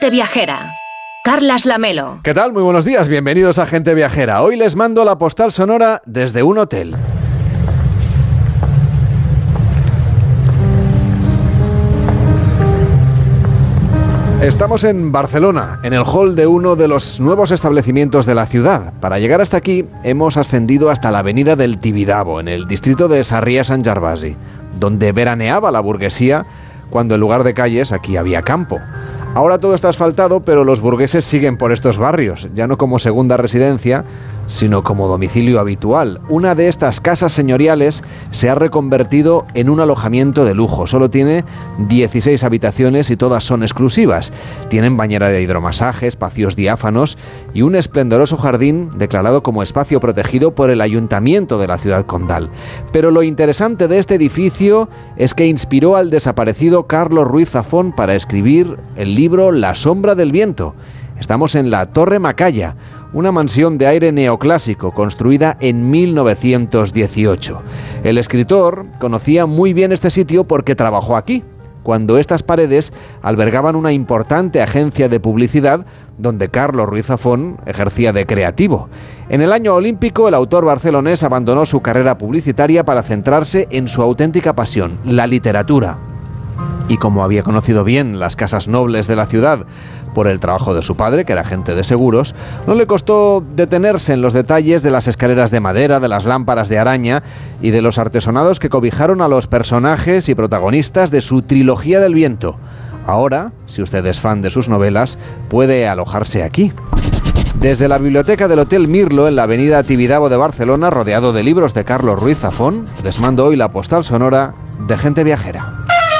Gente Viajera. Carlas Lamelo. ¿Qué tal? Muy buenos días, bienvenidos a Gente Viajera. Hoy les mando la postal sonora desde un hotel. Estamos en Barcelona, en el hall de uno de los nuevos establecimientos de la ciudad. Para llegar hasta aquí, hemos ascendido hasta la avenida del Tibidabo, en el distrito de Sarrià-Sant Gervasi, donde veraneaba la burguesía cuando en lugar de calles aquí había campo. Ahora todo está asfaltado, pero los burgueses siguen por estos barrios, ya no como segunda residencia, sino como domicilio habitual. Una de estas casas señoriales se ha reconvertido en un alojamiento de lujo. Solo tiene 16 habitaciones y todas son exclusivas. Tienen bañera de hidromasaje, espacios diáfanos y un esplendoroso jardín declarado como espacio protegido por el ayuntamiento de la ciudad condal. Pero lo interesante de este edificio es que inspiró al desaparecido Carlos Ruiz Zafón para escribir el libro La sombra del viento. Estamos en la Torre Macaya, una mansión de aire neoclásico construida en 1918. El escritor conocía muy bien este sitio porque trabajó aquí, cuando estas paredes albergaban una importante agencia de publicidad donde Carlos Ruiz Zafón ejercía de creativo. En el año olímpico, el autor barcelonés abandonó su carrera publicitaria para centrarse en su auténtica pasión, la literatura. Y como había conocido bien las casas nobles de la ciudad por el trabajo de su padre, que era agente de seguros, no le costó detenerse en los detalles de las escaleras de madera, de las lámparas de araña y de los artesonados que cobijaron a los personajes y protagonistas de su trilogía del viento. Ahora, si usted es fan de sus novelas, puede alojarse aquí. Desde la biblioteca del Hotel Mirlo, en la avenida Tibidabo de Barcelona, rodeado de libros de Carlos Ruiz Zafón, les mando hoy la postal sonora de Gente Viajera.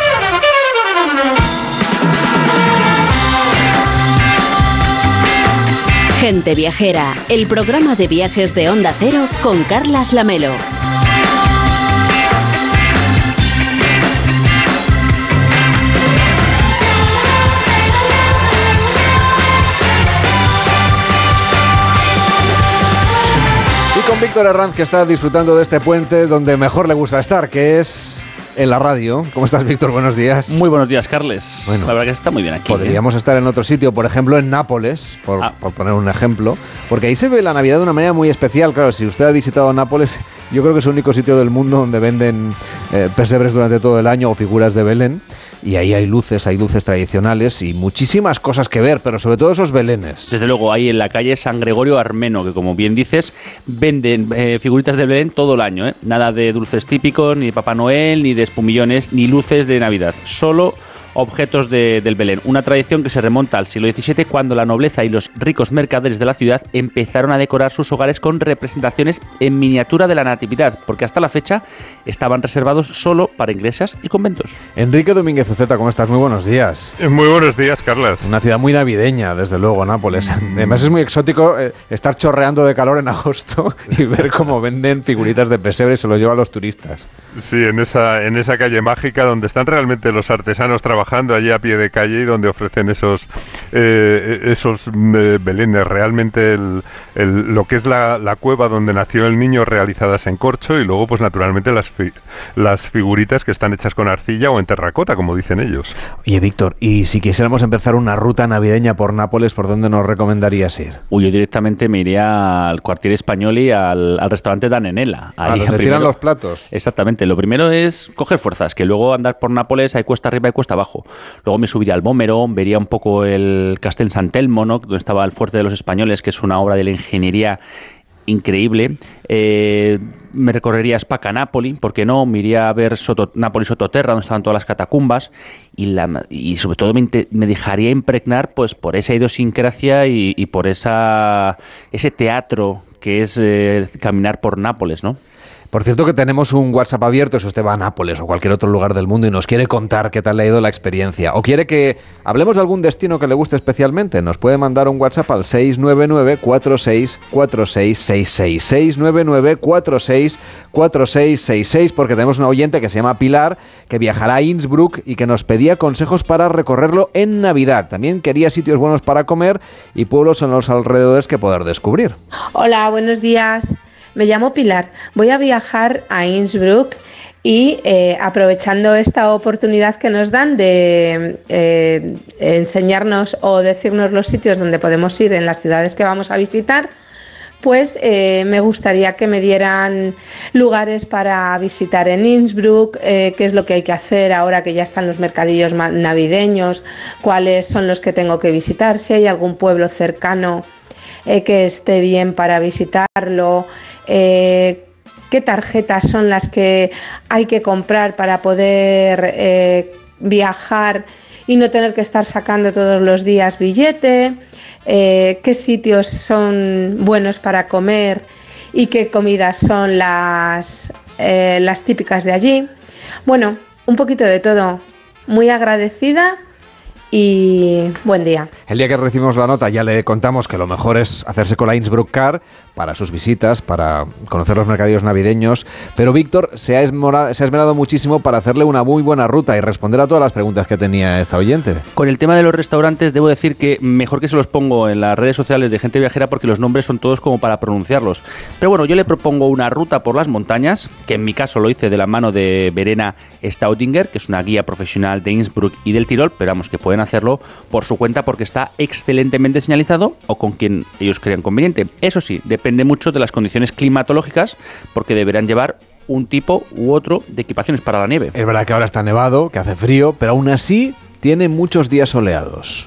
Gente Viajera, el programa de viajes de Onda Cero con Carlas Lamelo. Y con Víctor Herranz, que está disfrutando de este puente donde mejor le gusta estar, que es en la radio. ¿Cómo estás, Víctor? Buenos días. Muy buenos días, Carles. Bueno, la verdad que está muy bien aquí. Podríamos estar en otro sitio, por ejemplo en Nápoles, por poner un ejemplo, porque ahí se ve la Navidad de una manera muy especial. Claro, si usted ha visitado Nápoles, yo creo que es el único sitio del mundo donde venden pesebres durante todo el año o figuras de Belén. Y ahí hay luces tradicionales y muchísimas cosas que ver, pero sobre todo esos belenes. Desde luego, ahí en la calle San Gregorio Armeno, que como bien dices, venden figuritas de Belén todo el año, ¿eh? Nada de dulces típicos, ni de Papá Noel, ni de espumillones, ni luces de Navidad. Solo objetos del Belén. Una tradición que se remonta al siglo XVII, cuando la nobleza y los ricos mercaderes de la ciudad empezaron a decorar sus hogares con representaciones en miniatura de la Natividad, porque hasta la fecha estaban reservados solo para iglesias y conventos. Enrique Domínguez Uceta, ¿cómo estás? Muy buenos días. Muy buenos días, Carlas. Una ciudad muy navideña, desde luego, Nápoles. Además es muy exótico estar chorreando de calor en agosto y ver cómo venden figuritas de pesebre y se los llevan los turistas. Sí, en esa calle mágica donde están realmente los artesanos trabajando allí a pie de calle y donde ofrecen esos belenes. Realmente lo que es la cueva donde nació el niño, realizadas en corcho, y luego pues naturalmente las figuritas que están hechas con arcilla o en terracota, como dicen ellos. Oye, Víctor, y si quisiéramos empezar una ruta navideña por Nápoles, ¿por dónde nos recomendarías ir? Uy, yo directamente me iría al Quartiere Espagnoli y al restaurante Danenela. Ahí donde tiran los platos. Exactamente. Lo primero es coger fuerzas, que luego andar por Nápoles hay cuesta arriba y cuesta abajo. Luego me subiría al Vomero, vería un poco el Castel Sant'Elmo, ¿no?, donde estaba el Fuerte de los Españoles, que es una obra de la ingeniería increíble. Me recorrería Spaca Napoli, ¿por qué no? Me iría a ver Napoli Sottoterra, donde estaban todas las catacumbas, y sobre todo me dejaría impregnar pues por esa idiosincrasia y por ese teatro que es caminar por Nápoles, ¿no? Por cierto, que tenemos un WhatsApp abierto si usted va a Nápoles o cualquier otro lugar del mundo y nos quiere contar qué tal le ha ido la experiencia, o quiere que hablemos de algún destino que le guste especialmente, nos puede mandar un WhatsApp al 699-464666, 699-464666, porque tenemos una oyente que se llama Pilar, que viajará a Innsbruck y que nos pedía consejos para recorrerlo en Navidad. También quería sitios buenos para comer y pueblos en los alrededores que poder descubrir. Hola, buenos días. Me llamo Pilar, voy a viajar a Innsbruck y aprovechando esta oportunidad que nos dan de enseñarnos o decirnos los sitios donde podemos ir en las ciudades que vamos a visitar, pues me gustaría que me dieran lugares para visitar en Innsbruck, qué es lo que hay que hacer ahora que ya están los mercadillos navideños, cuáles son los que tengo que visitar, si hay algún pueblo cercano que esté bien para visitarlo, qué tarjetas son las que hay que comprar para poder viajar y no tener que estar sacando todos los días billete, qué sitios son buenos para comer y qué comidas son las típicas de allí. Bueno, un poquito de todo. Muy agradecida y buen día. El día que recibimos la nota ya le contamos que lo mejor es hacerse con la Innsbruck Car para sus visitas, para conocer los mercadillos navideños, pero Víctor se ha esmerado muchísimo para hacerle una muy buena ruta y responder a todas las preguntas que tenía esta oyente. Con el tema de los restaurantes debo decir que mejor que se los pongo en las redes sociales de Gente Viajera porque los nombres son todos como para pronunciarlos. Pero bueno, yo le propongo una ruta por las montañas, que en mi caso lo hice de la mano de Verena Staudinger, que es una guía profesional de Innsbruck y del Tirol, pero vamos, que pueden hacerlo por su cuenta porque está excelentemente señalizado o con quien ellos crean conveniente. Eso sí, depende mucho de las condiciones climatológicas porque deberán llevar un tipo u otro de equipaciones para la nieve. Es verdad que ahora está nevado, que hace frío, pero aún así tiene muchos días soleados.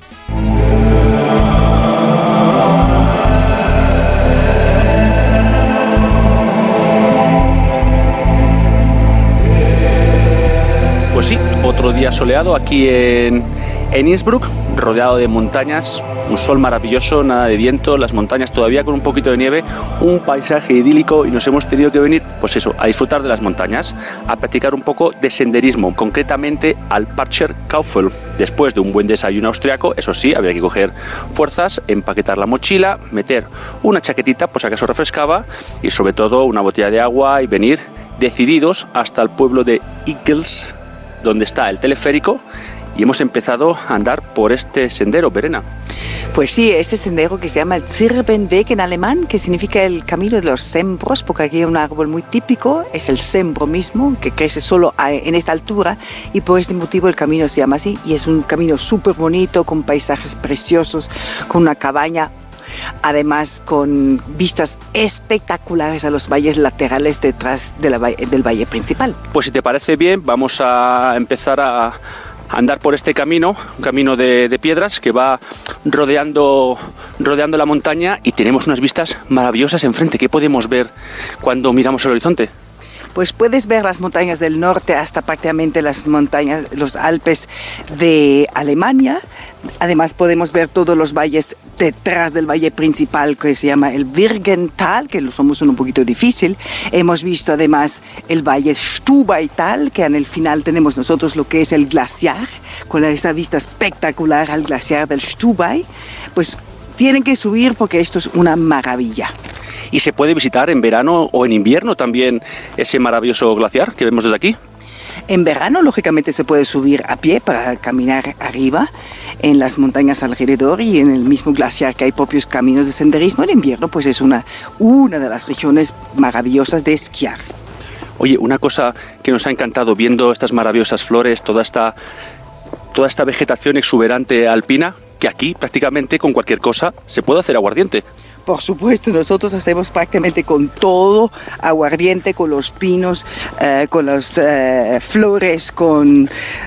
Pues sí, otro día soleado aquí en Innsbruck, rodeado de montañas, un sol maravilloso, nada de viento, las montañas todavía con un poquito de nieve, un paisaje idílico y nos hemos tenido que venir, pues eso, a disfrutar de las montañas, a practicar un poco de senderismo, concretamente al Parcher Kaufel. Después de un buen desayuno austriaco, eso sí, había que coger fuerzas, empaquetar la mochila, meter una chaquetita por si acaso refrescaba y sobre todo una botella de agua y venir decididos hasta el pueblo de Igels, donde está el teleférico. Y hemos empezado a andar por este sendero, Verena. Pues sí, este sendero que se llama el Zirbenweg en alemán, que significa el camino de los sembros, porque aquí hay un árbol muy típico, es el sembro mismo, que crece solo en esta altura, y por este motivo el camino se llama así, y es un camino súper bonito, con paisajes preciosos, con una cabaña, además con vistas espectaculares a los valles laterales detrás de del valle principal. Pues si te parece bien, vamos a empezar a andar por este camino, un camino de piedras que va rodeando la montaña y tenemos unas vistas maravillosas enfrente. ¿Qué podemos ver cuando miramos el horizonte? Pues puedes ver las montañas del norte hasta prácticamente las montañas, los Alpes de Alemania. Además podemos ver todos los valles detrás del valle principal que se llama el Virgental, que lo somos un poquito difícil. Hemos visto además el valle Stubaital, que en el final tenemos nosotros lo que es el glaciar, con esa vista espectacular al glaciar del Stubai. Pues tienen que subir porque esto es una maravilla. ¿Y se puede visitar en verano o en invierno también ese maravilloso glaciar que vemos desde aquí? En verano, lógicamente, se puede subir a pie para caminar arriba en las montañas alrededor y en el mismo glaciar que hay propios caminos de senderismo. En invierno, pues es una de las regiones maravillosas de esquiar. Oye, una cosa que nos ha encantado viendo estas maravillosas flores, toda esta vegetación exuberante alpina, que aquí prácticamente con cualquier cosa se puede hacer aguardiente. Por supuesto, nosotros hacemos prácticamente con todo aguardiente, con los pinos, con las flores, con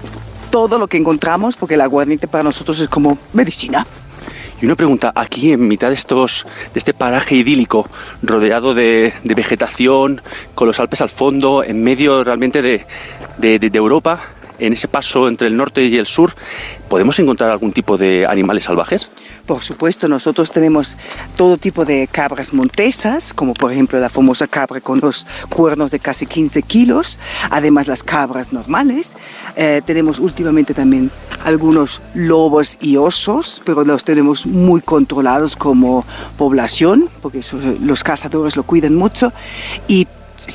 todo lo que encontramos, porque el aguardiente para nosotros es como medicina. Y una pregunta, aquí en mitad de este paraje idílico, rodeado de vegetación, con los Alpes al fondo, en medio realmente de Europa, en ese paso entre el norte y el sur, ¿podemos encontrar algún tipo de animales salvajes? Por supuesto, nosotros tenemos todo tipo de cabras montesas, como por ejemplo la famosa cabra con los cuernos de casi 15 kilos, además las cabras normales. Tenemos últimamente también algunos lobos y osos, pero los tenemos muy controlados como población, porque los cazadores lo cuidan mucho, y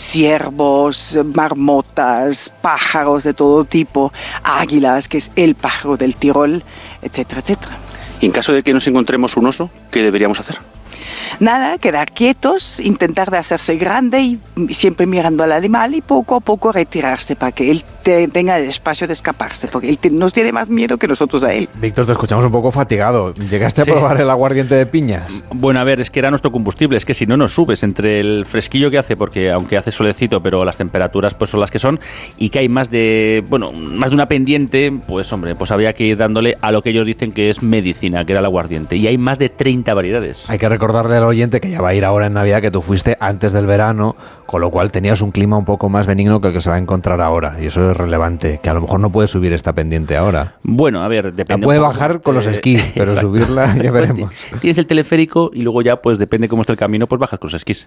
ciervos, marmotas, pájaros de todo tipo, águilas, que es el pájaro del Tirol, etcétera, etcétera. Y en caso de que nos encontremos un oso, ¿qué deberíamos hacer? nada, quedar quietos, intentar de hacerse grande y siempre mirando al animal y poco a poco retirarse para que él tenga el espacio de escaparse, porque él nos tiene más miedo que nosotros a él. Víctor, te escuchamos un poco fatigado. ¿Llegaste a probar el aguardiente de piñas? Bueno, a ver, es que era nuestro combustible, es que si no nos subes entre el fresquillo que hace, porque aunque hace solecito, pero las temperaturas pues son las que son, y que hay más de una pendiente, pues hombre, pues había que ir dándole a lo que ellos dicen que es medicina, que era el aguardiente, y hay más de 30 variedades. Hay que recordarle al oyente que ya va a ir ahora en Navidad, que tú fuiste antes del verano, con lo cual tenías un clima un poco más benigno que el que se va a encontrar ahora, y eso es relevante, que a lo mejor no puedes subir esta pendiente ahora. Bueno, a ver, depende. La puede bajar con los esquís, pero exacto. Subirla ya veremos. Tienes el teleférico y luego ya, pues depende cómo esté el camino, pues bajas con los esquís.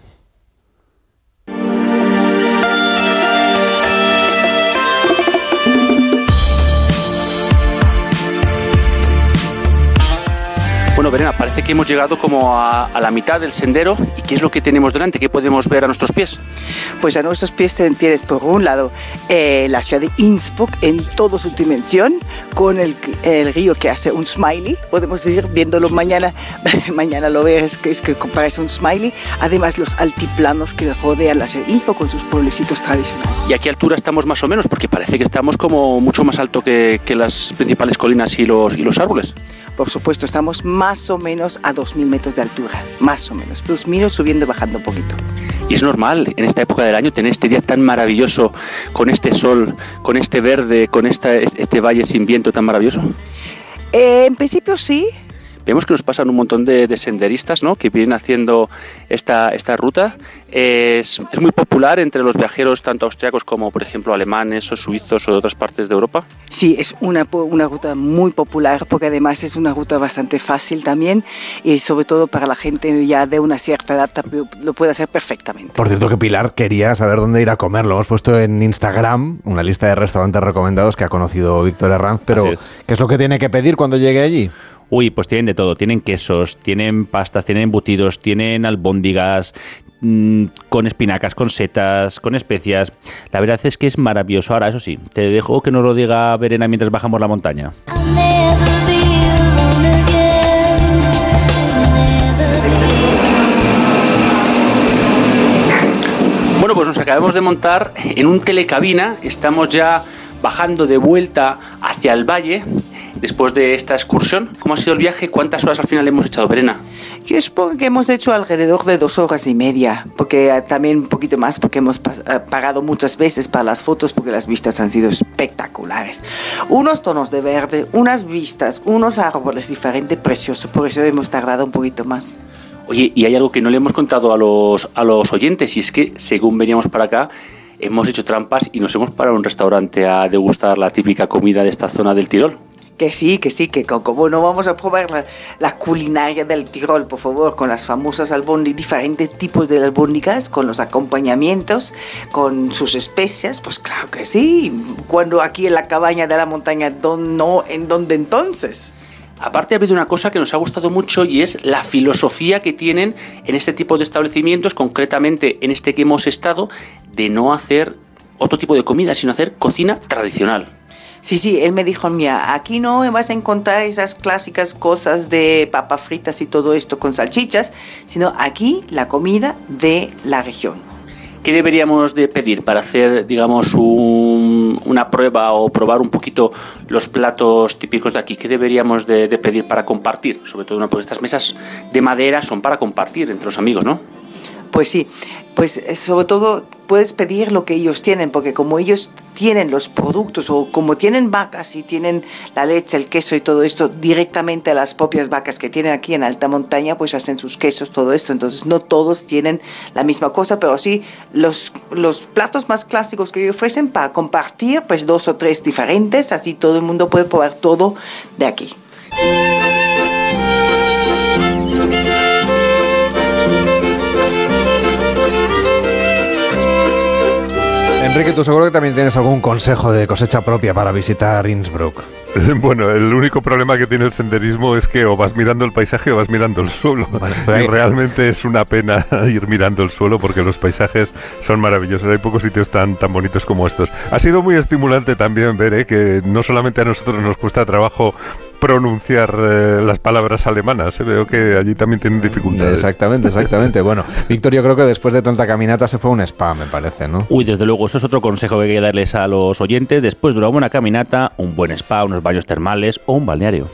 Bueno, Verena, parece que hemos llegado como a la mitad del sendero. ¿Y qué es lo que tenemos delante? ¿Qué podemos ver a nuestros pies? Pues a nuestros pies tienes por un lado la ciudad de Innsbruck en toda su dimensión, con el río que hace un smiley, podemos decir, viéndolo mañana lo verás, es que parece un smiley. Además los altiplanos que rodean la ciudad de Innsbruck con sus pueblecitos tradicionales. ¿Y a qué altura estamos más o menos? Porque parece que estamos como mucho más alto que las principales colinas y los árboles. Por supuesto, estamos más o menos a 2.000 metros de altura, más o menos, plus minus, subiendo y bajando un poquito. Y es normal en esta época del año tener este día tan maravilloso, con este sol, con este verde, con este valle sin viento tan maravilloso. En principio sí. Vemos que nos pasan un montón de senderistas, ¿no?, que vienen haciendo esta ruta. Es muy popular entre los viajeros tanto austriacos como, por ejemplo, alemanes o suizos o de otras partes de Europa. Sí, es una ruta muy popular porque además es una ruta bastante fácil también y sobre todo para la gente ya de una cierta edad lo puede hacer perfectamente. Por cierto que Pilar quería saber dónde ir a comer. Lo hemos puesto en Instagram, una lista de restaurantes recomendados que ha conocido Víctor Herranz, pero ¿qué es lo que tiene que pedir cuando llegue allí? Uy, pues tienen de todo, tienen quesos, tienen pastas, tienen embutidos, tienen albóndigas, con espinacas, con setas, con especias. La verdad es que es maravilloso. Ahora, eso sí, te dejo que nos lo diga Verena mientras bajamos la montaña. Bueno, pues nos acabamos de montar en un telecabina, estamos ya bajando de vuelta hacia el valle. Después de esta excursión, ¿cómo ha sido el viaje? ¿Cuántas horas al final hemos echado, Verena? Yo supongo que hemos hecho alrededor de 2 horas y media, porque también un poquito más, porque hemos pagado muchas veces para las fotos, porque las vistas han sido espectaculares. Unos tonos de verde, unas vistas, unos árboles diferentes, preciosos, por eso hemos tardado un poquito más. Oye, y hay algo que no le hemos contado a los oyentes, y es que según veníamos para acá, hemos hecho trampas y nos hemos parado en un restaurante a degustar la típica comida de esta zona del Tirol. Que sí, que como no vamos a probar la culinaria del Tirol, por favor, con las famosas albóndigas, diferentes tipos de albóndigas, con los acompañamientos, con sus especias, pues claro que sí. Cuando aquí en la cabaña de la montaña, ¿en dónde entonces? Aparte ha habido una cosa que nos ha gustado mucho y es la filosofía que tienen en este tipo de establecimientos, concretamente en este que hemos estado, de no hacer otro tipo de comida, sino hacer cocina tradicional. Sí, él me dijo, mira, aquí no vas a encontrar esas clásicas cosas de papas fritas y todo esto con salchichas, sino aquí la comida de la región. ¿Qué deberíamos de pedir para hacer, digamos, una prueba o probar un poquito los platos típicos de aquí? ¿Qué deberíamos de pedir para compartir? Sobre todo, porque estas mesas de madera son para compartir entre los amigos, ¿no? Pues sí, pues sobre todo puedes pedir lo que ellos tienen, porque como ellos tienen los productos o como tienen vacas y tienen la leche, el queso y todo esto directamente a las propias vacas que tienen aquí en alta montaña, pues hacen sus quesos, todo esto. Entonces no todos tienen la misma cosa, pero sí los platos más clásicos que ellos ofrecen para compartir, pues 2 o 3 diferentes, así todo el mundo puede probar todo de aquí. Enrique, tú seguro que también tienes algún consejo de cosecha propia para visitar Innsbruck. Bueno, el único problema que tiene el senderismo es que o vas mirando el paisaje o vas mirando el suelo. Bueno, y realmente es una pena ir mirando el suelo porque los paisajes son maravillosos. Hay pocos sitios tan bonitos como estos. Ha sido muy estimulante también ver que no solamente a nosotros nos cuesta trabajo pronunciar las palabras alemanas. Veo que allí también tienen dificultades. Exactamente. Bueno, Víctor, yo creo que después de tanta caminata se fue un spa, me parece, ¿no? Uy, desde luego, eso es otro consejo que hay que darles a los oyentes. Después de una buena caminata, un buen spa, unos baños termales o un balneario.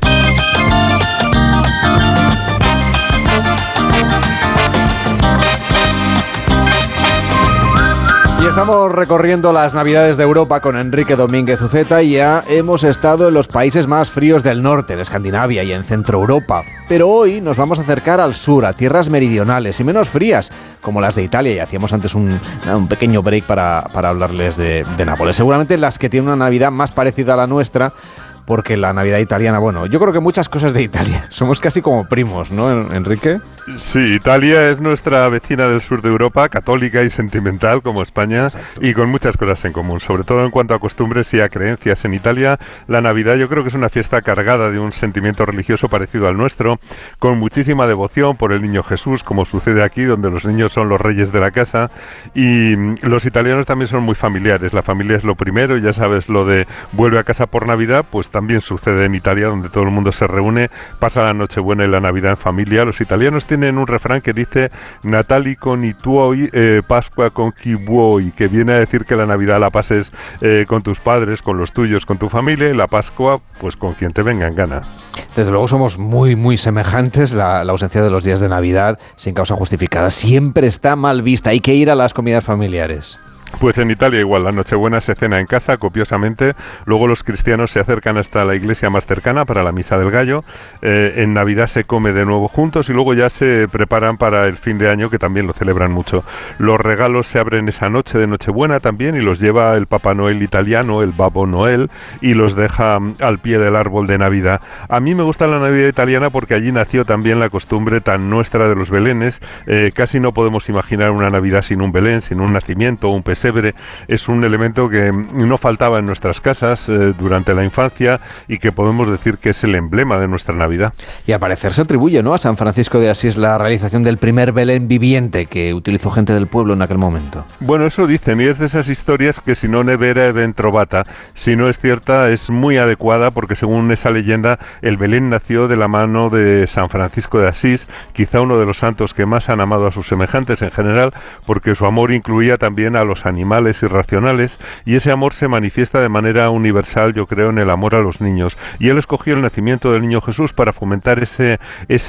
Y estamos recorriendo las Navidades de Europa con Enrique Domínguez Uceta y ya hemos estado en los países más fríos del norte, en Escandinavia y en Centro Europa. Pero hoy nos vamos a acercar al sur, a tierras meridionales y menos frías, como las de Italia. Y hacíamos antes un pequeño break para hablarles de Nápoles. Seguramente las que tienen una Navidad más parecida a la nuestra, porque la Navidad italiana, bueno, yo creo que muchas cosas de Italia somos casi como primos, ¿no, Enrique? Sí, Italia es nuestra vecina del sur de Europa, católica y sentimental como España. Exacto. Y con muchas cosas en común, sobre todo en cuanto a costumbres y a creencias. En Italia, la Navidad yo creo que es una fiesta cargada de un sentimiento religioso parecido al nuestro, con muchísima devoción por el niño Jesús, como sucede aquí, donde los niños son los reyes de la casa. Y los italianos también son muy familiares, la familia es lo primero, ya sabes, lo de vuelve a casa por Navidad, pues también sucede en Italia, donde todo el mundo se reúne, pasa la Nochebuena y la Navidad en familia. Los italianos tienen un refrán que dice Natali con i tuoi, Pascua con chi vuoi, que viene a decir que la Navidad la pases con tus padres, con los tuyos, con tu familia, y la Pascua pues con quien te venga en gana. Desde luego somos muy semejantes. La ausencia de los días de Navidad sin causa justificada siempre está mal vista. Hay que ir a las comidas familiares. Pues en Italia igual, la Nochebuena se cena en casa copiosamente, luego los cristianos se acercan hasta la iglesia más cercana para la Misa del Gallo, en Navidad se come de nuevo juntos y luego ya se preparan para el fin de año, que también lo celebran mucho. Los regalos se abren esa noche de Nochebuena también y los lleva el Papá Noel italiano, el Babbo Noel, y los deja al pie del árbol de Navidad. A mí me gusta la Navidad italiana porque allí nació también la costumbre tan nuestra de los belenes. Casi no podemos imaginar una Navidad sin un belén, sin un nacimiento o un pesebre. Es un elemento que no faltaba en nuestras casas durante la infancia y que podemos decir que es el emblema de nuestra Navidad. Y al parecer se atribuye, ¿no?, a San Francisco de Asís la realización del primer Belén viviente que utilizó gente del pueblo en aquel momento. Bueno, eso dicen, y es de esas historias que si no ne vera e ben trovata, si no es cierta, es muy adecuada, porque según esa leyenda, el Belén nació de la mano de San Francisco de Asís, quizá uno de los santos que más han amado a sus semejantes en general, porque su amor incluía también a los animales irracionales, y ese amor se manifiesta de manera universal, yo creo, en el amor a los niños. Y él escogió el nacimiento del niño Jesús para fomentar ese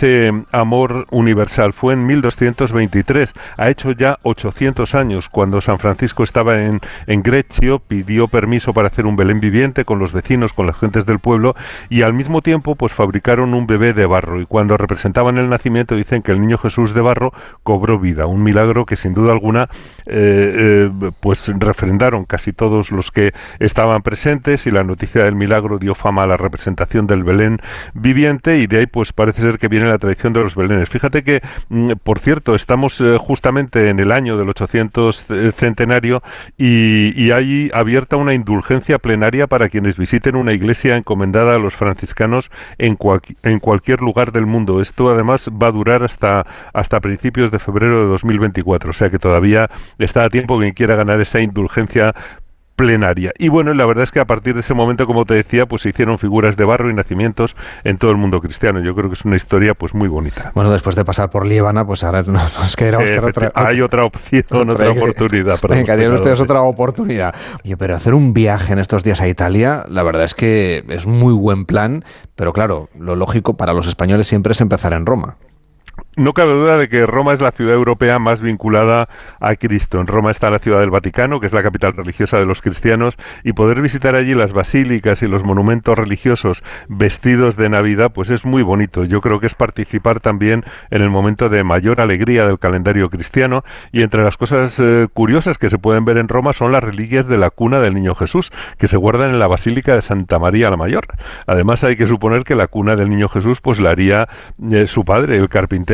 amor universal. Fue en 1223, ha hecho ya 800 años, cuando San Francisco estaba en Greccio, pidió permiso para hacer un Belén viviente con los vecinos, con las gentes del pueblo, y al mismo tiempo pues fabricaron un bebé de barro, y cuando representaban el nacimiento dicen que el niño Jesús de barro cobró vida, un milagro que sin duda alguna pues refrendaron casi todos los que estaban presentes, y la noticia del milagro dio fama a la representación del Belén viviente, y de ahí pues parece ser que viene la tradición de los belenes. Fíjate que, por cierto, estamos justamente en el año del 800 centenario y hay abierta una indulgencia plenaria para quienes visiten una iglesia encomendada a los franciscanos en cualquier lugar del mundo. Esto además va a durar hasta principios de febrero de 2024, o sea que todavía está a tiempo quien quiera ganar esa indulgencia plenaria. Y bueno, la verdad es que a partir de ese momento, como te decía, pues se hicieron figuras de barro y nacimientos en todo el mundo cristiano. Yo creo que es una historia pues muy bonita. Bueno, después de pasar por Líbana, pues ahora nos quedará buscar hay otra opción, otra oportunidad. Venga, tienen ustedes otra oportunidad. Oye, pero hacer un viaje en estos días a Italia, la verdad es que es muy buen plan, pero claro, lo lógico para los españoles siempre es empezar en Roma. No cabe duda de que Roma es la ciudad europea más vinculada a Cristo. En Roma está la ciudad del Vaticano, que es la capital religiosa de los cristianos, y poder visitar allí las basílicas y los monumentos religiosos vestidos de Navidad, pues es muy bonito. Yo creo que es participar también en el momento de mayor alegría del calendario cristiano, y entre las cosas curiosas que se pueden ver en Roma son las reliquias de la cuna del Niño Jesús, que se guardan en la Basílica de Santa María la Mayor. Además hay que suponer que la cuna del Niño Jesús pues la haría su padre, el carpintero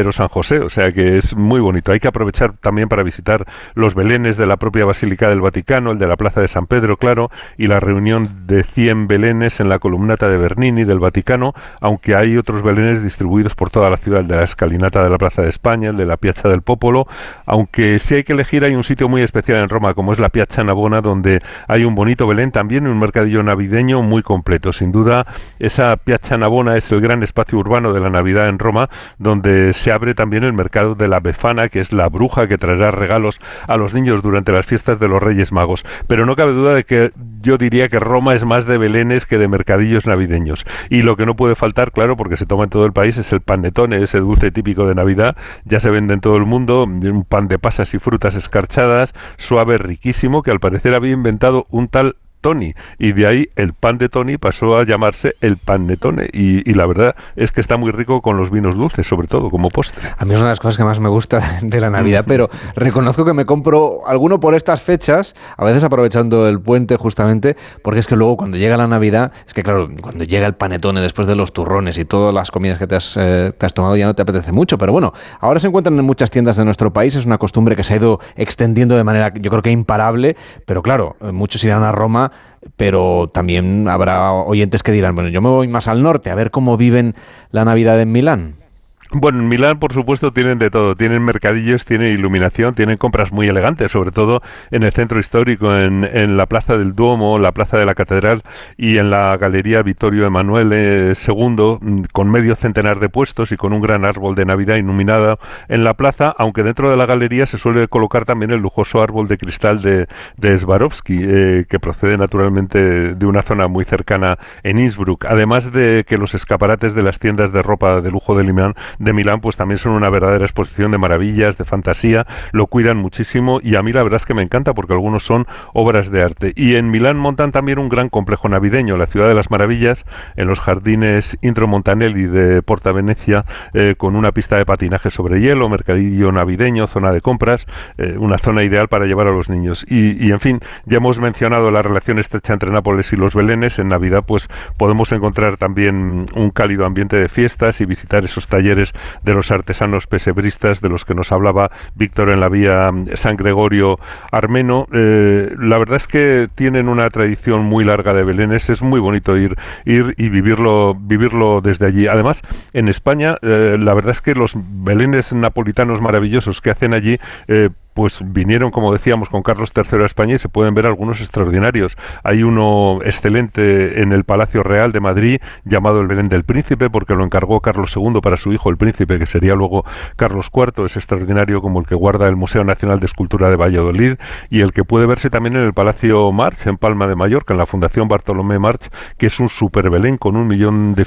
verdadero San José, o sea que es muy bonito. Hay que aprovechar también para visitar los belenes de la propia Basílica del Vaticano, el de la Plaza de San Pedro, claro, y la reunión de 100 belenes en la columnata de Bernini del Vaticano, aunque hay otros belenes distribuidos por toda la ciudad, el de la escalinata de la Plaza de España, el de la Piazza del Popolo, aunque si hay que elegir hay un sitio muy especial en Roma, como es la Piazza Navona, donde hay un bonito Belén también y un mercadillo navideño muy completo. Sin duda, esa Piazza Navona es el gran espacio urbano de la Navidad en Roma, donde se abre también el mercado de la Befana, que es la bruja que traerá regalos a los niños durante las fiestas de los Reyes Magos. Pero no cabe duda de que yo diría que Roma es más de belenes que de mercadillos navideños. Y lo que no puede faltar, claro, porque se toma en todo el país, es el panettone, ese dulce típico de Navidad. Ya se vende en todo el mundo, un pan de pasas y frutas escarchadas, suave, riquísimo, que al parecer había inventado un tal Tony, y de ahí el pan de Tony pasó a llamarse el panettone, y la verdad es que está muy rico con los vinos dulces, sobre todo como postre. A mí es una de las cosas que más me gusta de la Navidad, pero reconozco que me compro alguno por estas fechas, a veces aprovechando el puente justamente, porque es que luego cuando llega la Navidad, es que claro, cuando llega el panettone después de los turrones y todas las comidas que te has tomado, ya no te apetece mucho, pero bueno, ahora se encuentran en muchas tiendas de nuestro país, es una costumbre que se ha ido extendiendo de manera, yo creo que imparable, pero claro, muchos irán a Roma, pero también habrá oyentes que dirán, bueno, yo me voy más al norte a ver cómo viven la Navidad en Milán. Bueno, en Milán, por supuesto, tienen de todo. Tienen mercadillos, tienen iluminación, tienen compras muy elegantes, sobre todo en el centro histórico, en la Plaza del Duomo, la Plaza de la Catedral y en la Galería Vittorio Emanuele II, con medio centenar de puestos y con un gran árbol de Navidad iluminada en la plaza, aunque dentro de la galería se suele colocar también el lujoso árbol de cristal de Swarovski, que procede naturalmente de una zona muy cercana en Innsbruck, además de que los escaparates de las tiendas de ropa de lujo de Milán pues también son una verdadera exposición de maravillas, de fantasía, lo cuidan muchísimo y a mí la verdad es que me encanta porque algunos son obras de arte. Y en Milán montan también un gran complejo navideño, la Ciudad de las Maravillas, en los jardines Intro Montanelli de Porta Venezia, con una pista de patinaje sobre hielo, mercadillo navideño, zona de compras, una zona ideal para llevar a los niños. Y en fin, ya hemos mencionado la relación estrecha entre Nápoles y los belenes. En Navidad pues podemos encontrar también un cálido ambiente de fiestas y visitar esos talleres de los artesanos pesebristas de los que nos hablaba Víctor en la vía San Gregorio Armeno. La verdad es que tienen una tradición muy larga de belenes, es muy bonito ir y vivirlo desde allí. Además, en España, la verdad es que los belenes napolitanos maravillosos que hacen allí, pues vinieron, como decíamos, con Carlos III a España y se pueden ver algunos extraordinarios. Hay uno excelente en el Palacio Real de Madrid, llamado el Belén del Príncipe, porque lo encargó Carlos II para su hijo, el Príncipe, que sería luego Carlos IV. Es extraordinario como el que guarda el Museo Nacional de Escultura de Valladolid y el que puede verse también en el Palacio March, en Palma de Mallorca, en la Fundación Bartolomé March, que es un super Belén con un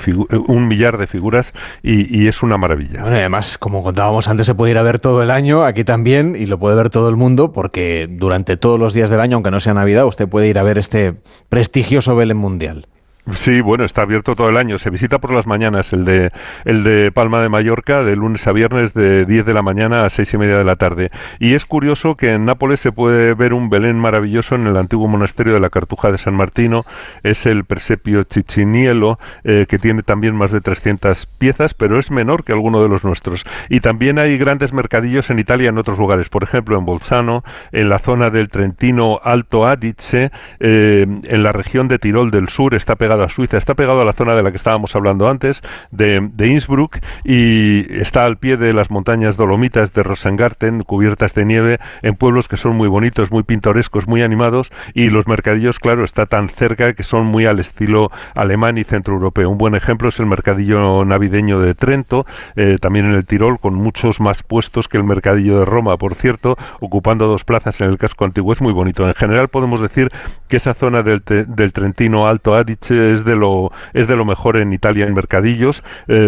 millar de figuras y es una maravilla. Bueno, y además, como contábamos antes, se puede ir a ver todo el año, aquí también, y lo puede ver todo el mundo, porque durante todos los días del año, aunque no sea Navidad, usted puede ir a ver este prestigioso Belén mundial. Sí, bueno, está abierto todo el año. Se visita por las mañanas el de Palma de Mallorca, de lunes a viernes, de 10 de la mañana a 6:30 de la tarde. Y es curioso que en Nápoles se puede ver un Belén maravilloso en el antiguo monasterio de la Cartuja de San Martino. Es el presepio Ciciniello, que tiene también más de 300 piezas, pero es menor que alguno de los nuestros. Y también hay grandes mercadillos en Italia en otros lugares, por ejemplo en Bolzano, en la zona del Trentino Alto Adige, en la región de Tirol del Sur, está pegado a Suiza, está pegado a la zona de la que estábamos hablando antes, de Innsbruck, y está al pie de las montañas dolomitas de Rosengarten, cubiertas de nieve, en pueblos que son muy bonitos, muy pintorescos, muy animados, y los mercadillos, claro, está tan cerca que son muy al estilo alemán y centroeuropeo. Un buen ejemplo es el mercadillo navideño de Trento, también en el Tirol, con muchos más puestos que el mercadillo de Roma, por cierto, ocupando 2 plazas en el casco antiguo. Es muy bonito. En general podemos decir que esa zona del Trentino Alto Adige es de lo mejor en Italia en mercadillos,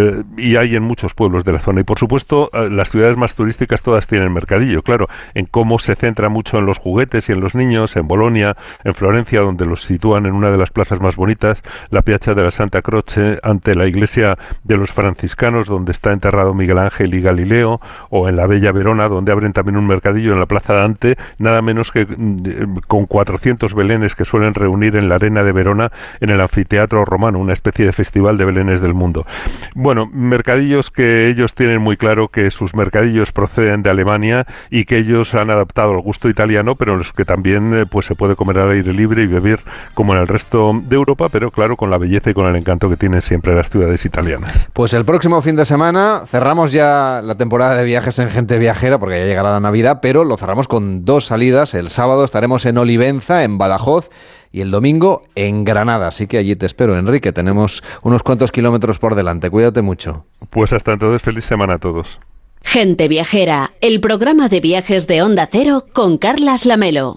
y hay en muchos pueblos de la zona. Y por supuesto, las ciudades más turísticas todas tienen mercadillo, claro, en cómo se centra mucho en los juguetes y en los niños, en Bolonia, en Florencia, donde los sitúan en una de las plazas más bonitas, la Piazza de la Santa Croce, ante la iglesia de los franciscanos, donde está enterrado Miguel Ángel y Galileo, o en la bella Verona, donde abren también un mercadillo en la Plaza Dante, nada menos que con 400 belenes que suelen reunir en la arena de Verona, en el anfiteatro anfiteatro romano, una especie de festival de belenes del mundo. Bueno, mercadillos que ellos tienen muy claro que sus mercadillos proceden de Alemania y que ellos han adaptado al gusto italiano, pero en los que también pues se puede comer al aire libre y beber como en el resto de Europa, pero claro, con la belleza y con el encanto que tienen siempre las ciudades italianas. Pues el próximo fin de semana cerramos ya la temporada de viajes en Gente Viajera, porque ya llegará la Navidad, pero lo cerramos con 2 salidas. El sábado estaremos en Olivenza, en Badajoz, y el domingo en Granada. Así que allí te espero, Enrique. Tenemos unos cuantos kilómetros por delante. Cuídate mucho. Pues hasta entonces, feliz semana a todos. Gente Viajera, el programa de viajes de Onda Cero con Carlas Lamelo.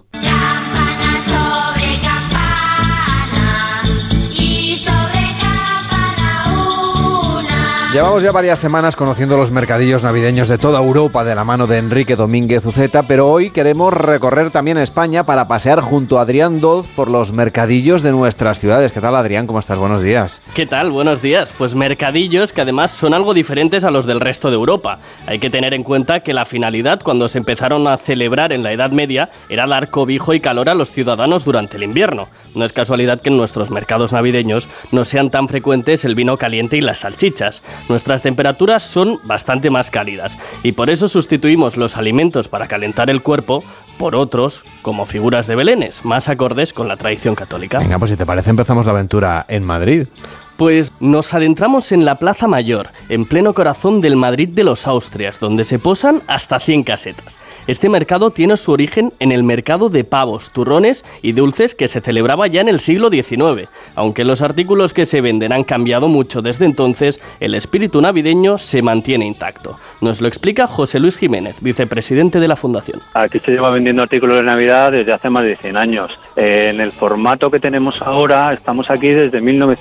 Llevamos ya varias semanas conociendo los mercadillos navideños de toda Europa de la mano de Enrique Domínguez Uceta, pero hoy queremos recorrer también España para pasear junto a Adrián Doz por los mercadillos de nuestras ciudades. ¿Qué tal, Adrián? ¿Cómo estás? Buenos días. ¿Qué tal? Buenos días. Pues mercadillos que además son algo diferentes a los del resto de Europa. Hay que tener en cuenta que la finalidad cuando se empezaron a celebrar en la Edad Media era dar cobijo y calor a los ciudadanos durante el invierno. No es casualidad que en nuestros mercados navideños no sean tan frecuentes el vino caliente y las salchichas. Nuestras temperaturas son bastante más cálidas y por eso sustituimos los alimentos para calentar el cuerpo por otros, como figuras de belenes, más acordes con la tradición católica. Venga, pues si te parece empezamos la aventura en Madrid. Pues nos adentramos en la Plaza Mayor, en pleno corazón del Madrid de los Austrias, donde se posan hasta 100 casetas. Este mercado tiene su origen en el mercado de pavos, turrones y dulces que se celebraba ya en el siglo XIX. Aunque los artículos que se venden han cambiado mucho desde entonces, el espíritu navideño se mantiene intacto. Nos lo explica José Luis Jiménez, vicepresidente de la Fundación. Aquí se lleva vendiendo artículos de Navidad desde hace más de 100 años. En el formato que tenemos ahora, estamos aquí desde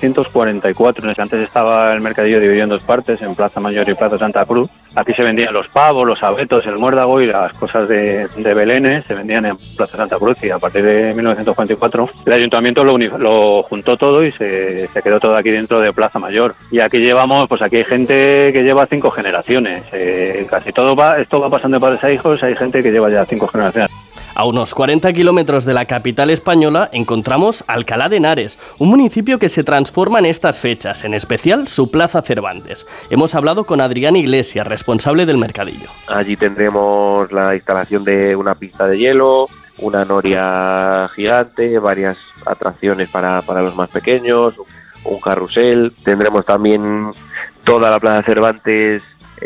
1944. Antes estaba el mercadillo dividido en 2 partes, en Plaza Mayor y Plaza Santa Cruz. Aquí se vendían los pavos, los abetos, el muérdago y las cosas de belenes se vendían en Plaza Santa Cruz, y a partir de 1944 el ayuntamiento lo juntó todo y se quedó todo aquí dentro de Plaza Mayor. Y aquí llevamos, pues aquí hay gente que lleva 5 generaciones. Casi todo esto va pasando de padres a hijos, hay gente que lleva ya 5 generaciones. A unos 40 kilómetros de la capital española encontramos Alcalá de Henares, un municipio que se transforma en estas fechas, en especial su Plaza Cervantes. Hemos hablado con Adrián Iglesias, responsable del mercadillo. Allí tendremos la instalación de una pista de hielo, una noria gigante, varias atracciones para los más pequeños, un carrusel. Tendremos también toda la Plaza Cervantes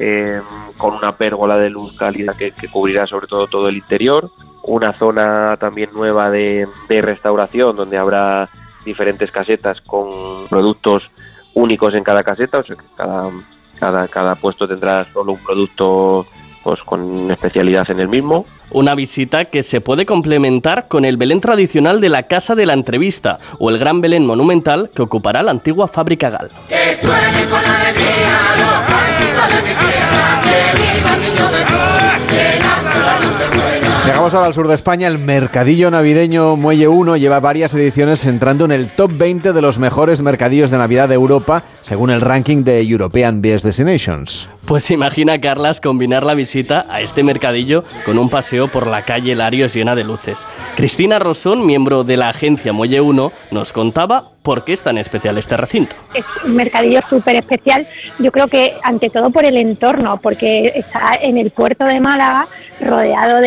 con una pérgola de luz cálida que cubrirá sobre todo el interior. Una zona también nueva de restauración donde habrá diferentes casetas con productos únicos en cada caseta, o sea que cada puesto tendrá solo un producto pues con especialidad en el mismo. Una visita que se puede complementar con el Belén tradicional de la Casa de la Entrevista o el Gran Belén monumental que ocupará la antigua fábrica Gal. Que suene con alegría los cánticos de mi tierra, que viva el niño de Dios, que nazca la luz buena. Llegamos ahora al sur de España. El mercadillo navideño Muelle 1 lleva varias ediciones entrando en el top 20 de los mejores mercadillos de Navidad de Europa, según el ranking de European Best Destinations. Pues imagina, Carlas, combinar la visita a este mercadillo con un paseo por la calle Larios llena de luces. Cristina Rosón, miembro de la agencia Muelle 1, nos contaba por qué es tan especial este recinto. Es un mercadillo súper especial, yo creo que ante todo por el entorno, porque está en el puerto de Málaga, rodeado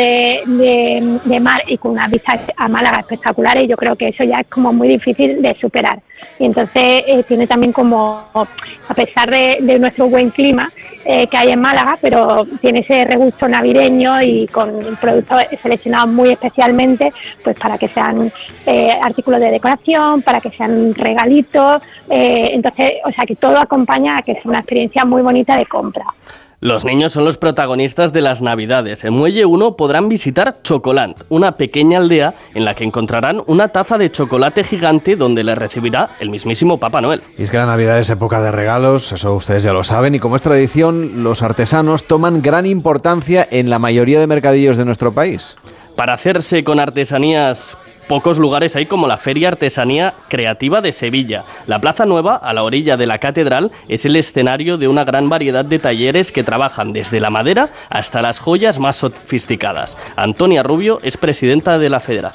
de mar y con unas vistas a Málaga espectaculares, y yo creo que eso ya es como muy difícil de superar. Y entonces tiene también como, a pesar de nuestro buen clima que hay en Málaga, pero tiene ese regusto navideño y con productos seleccionados muy especialmente, pues para que sean artículos de decoración, para que sean regalitos, entonces, o sea que todo acompaña a que sea una experiencia muy bonita de compra. Los niños son los protagonistas de las Navidades. En Muelle 1 podrán visitar Chocolant, una pequeña aldea en la que encontrarán una taza de chocolate gigante donde les recibirá el mismísimo Papá Noel. Y es que la Navidad es época de regalos, eso ustedes ya lo saben, y como es tradición, los artesanos toman gran importancia en la mayoría de mercadillos de nuestro país. Para hacerse con artesanías, pocos lugares hay como la Feria Artesanía Creativa de Sevilla. La Plaza Nueva, a la orilla de la Catedral, es el escenario de una gran variedad de talleres que trabajan desde la madera hasta las joyas más sofisticadas. Antonia Rubio es presidenta de la federación.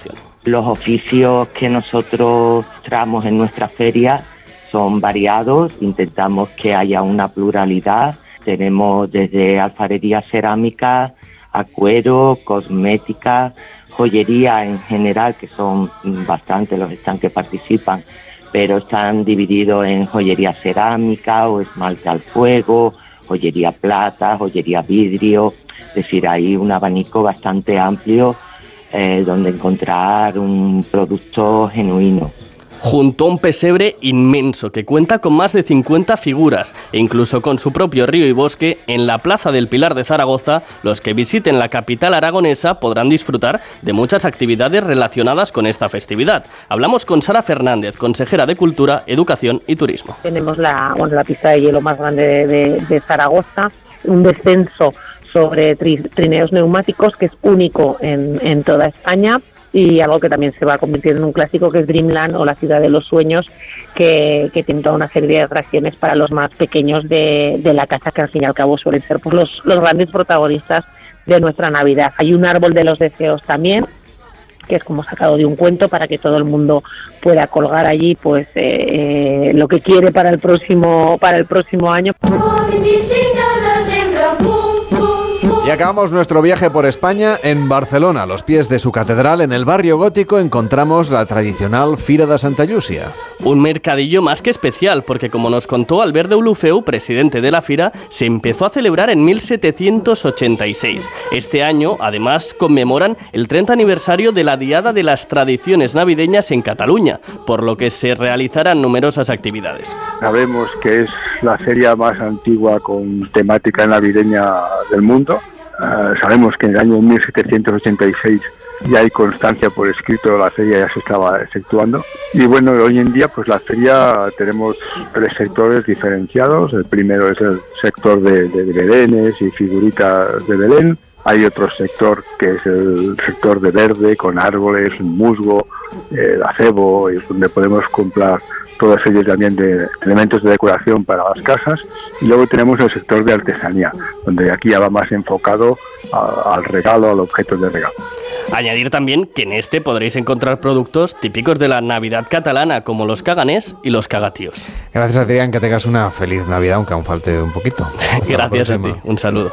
Los oficios que nosotros mostramos en nuestra feria son variados, intentamos que haya una pluralidad. Tenemos desde alfarería cerámica a cuero, cosmética, joyería en general, que son bastantes los stands que participan, pero están divididos en joyería cerámica o esmalte al fuego, joyería plata, joyería vidrio. Es decir, hay un abanico bastante amplio donde encontrar un producto genuino. Junto a un pesebre inmenso que cuenta con más de 50 figuras e incluso con su propio río y bosque, en la Plaza del Pilar de Zaragoza, los que visiten la capital aragonesa podrán disfrutar de muchas actividades relacionadas con esta festividad. Hablamos con Sara Fernández, consejera de Cultura, Educación y Turismo. Tenemos la pista de hielo más grande de Zaragoza, un descenso sobre trineos neumáticos que es único en toda España, y algo que también se va convirtiendo en un clásico, que es Dreamland o la ciudad de los sueños, que tiene toda una serie de atracciones para los más pequeños de la casa, que al fin y al cabo suelen ser pues los grandes protagonistas de nuestra Navidad. Hay un árbol de los deseos también, que es como sacado de un cuento, para que todo el mundo pueda colgar allí pues lo que quiere para el próximo año. Y acabamos nuestro viaje por España en Barcelona. A los pies de su catedral, en el barrio gótico, encontramos la tradicional Fira de Santa Llúcia. Un mercadillo más que especial, porque como nos contó Albert Deulofeu, presidente de la Fira, se empezó a celebrar en 1786. Este año, además, conmemoran el 30 aniversario de la Diada de las Tradiciones Navideñas en Cataluña, por lo que se realizarán numerosas actividades. Sabemos que es la feria más antigua con temática navideña del mundo. Sabemos que en el año 1786 ya hay constancia por escrito, la feria ya se estaba efectuando. Y bueno, hoy en día pues la feria tenemos 3 sectores diferenciados. El primero es el sector de belenes y figuritas de Belén. Hay otro sector que es el sector de verde, con árboles, musgo, acebo, donde podemos comprar todos ellos también de elementos de decoración para las casas. Y luego tenemos el sector de artesanía, donde aquí ya va más enfocado al regalo, al objeto de regalo. Añadir también que en este podréis encontrar productos típicos de la Navidad catalana, como los caganés y los cagatíos. Gracias, Adrián, que tengas una feliz Navidad, aunque aún falte un poquito. Gracias a ti, un saludo.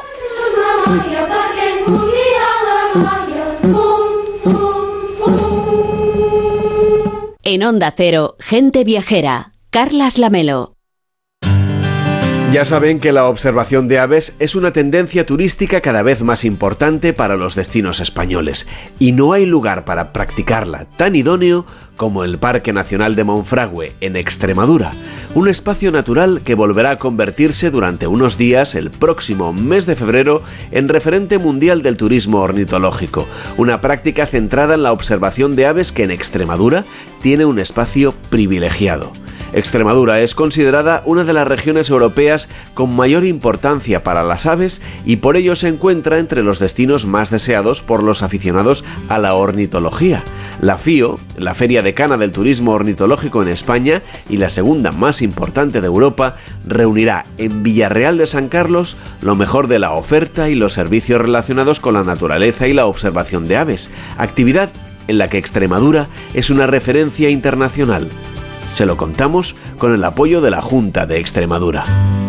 En Onda Cero, Gente Viajera, Carlas Lamelo. Ya saben que la observación de aves es una tendencia turística cada vez más importante para los destinos españoles, y no hay lugar para practicarla tan idóneo como el Parque Nacional de Monfragüe, en Extremadura, un espacio natural que volverá a convertirse durante unos días el próximo mes de febrero en referente mundial del turismo ornitológico, una práctica centrada en la observación de aves que en Extremadura tiene un espacio privilegiado. Extremadura es considerada una de las regiones europeas con mayor importancia para las aves y por ello se encuentra entre los destinos más deseados por los aficionados a la ornitología. La FIO, la Feria Decana del Turismo Ornitológico en España y la segunda más importante de Europa, reunirá en Villarreal de San Carlos lo mejor de la oferta y los servicios relacionados con la naturaleza y la observación de aves, actividad en la que Extremadura es una referencia internacional. Se lo contamos con el apoyo de la Junta de Extremadura.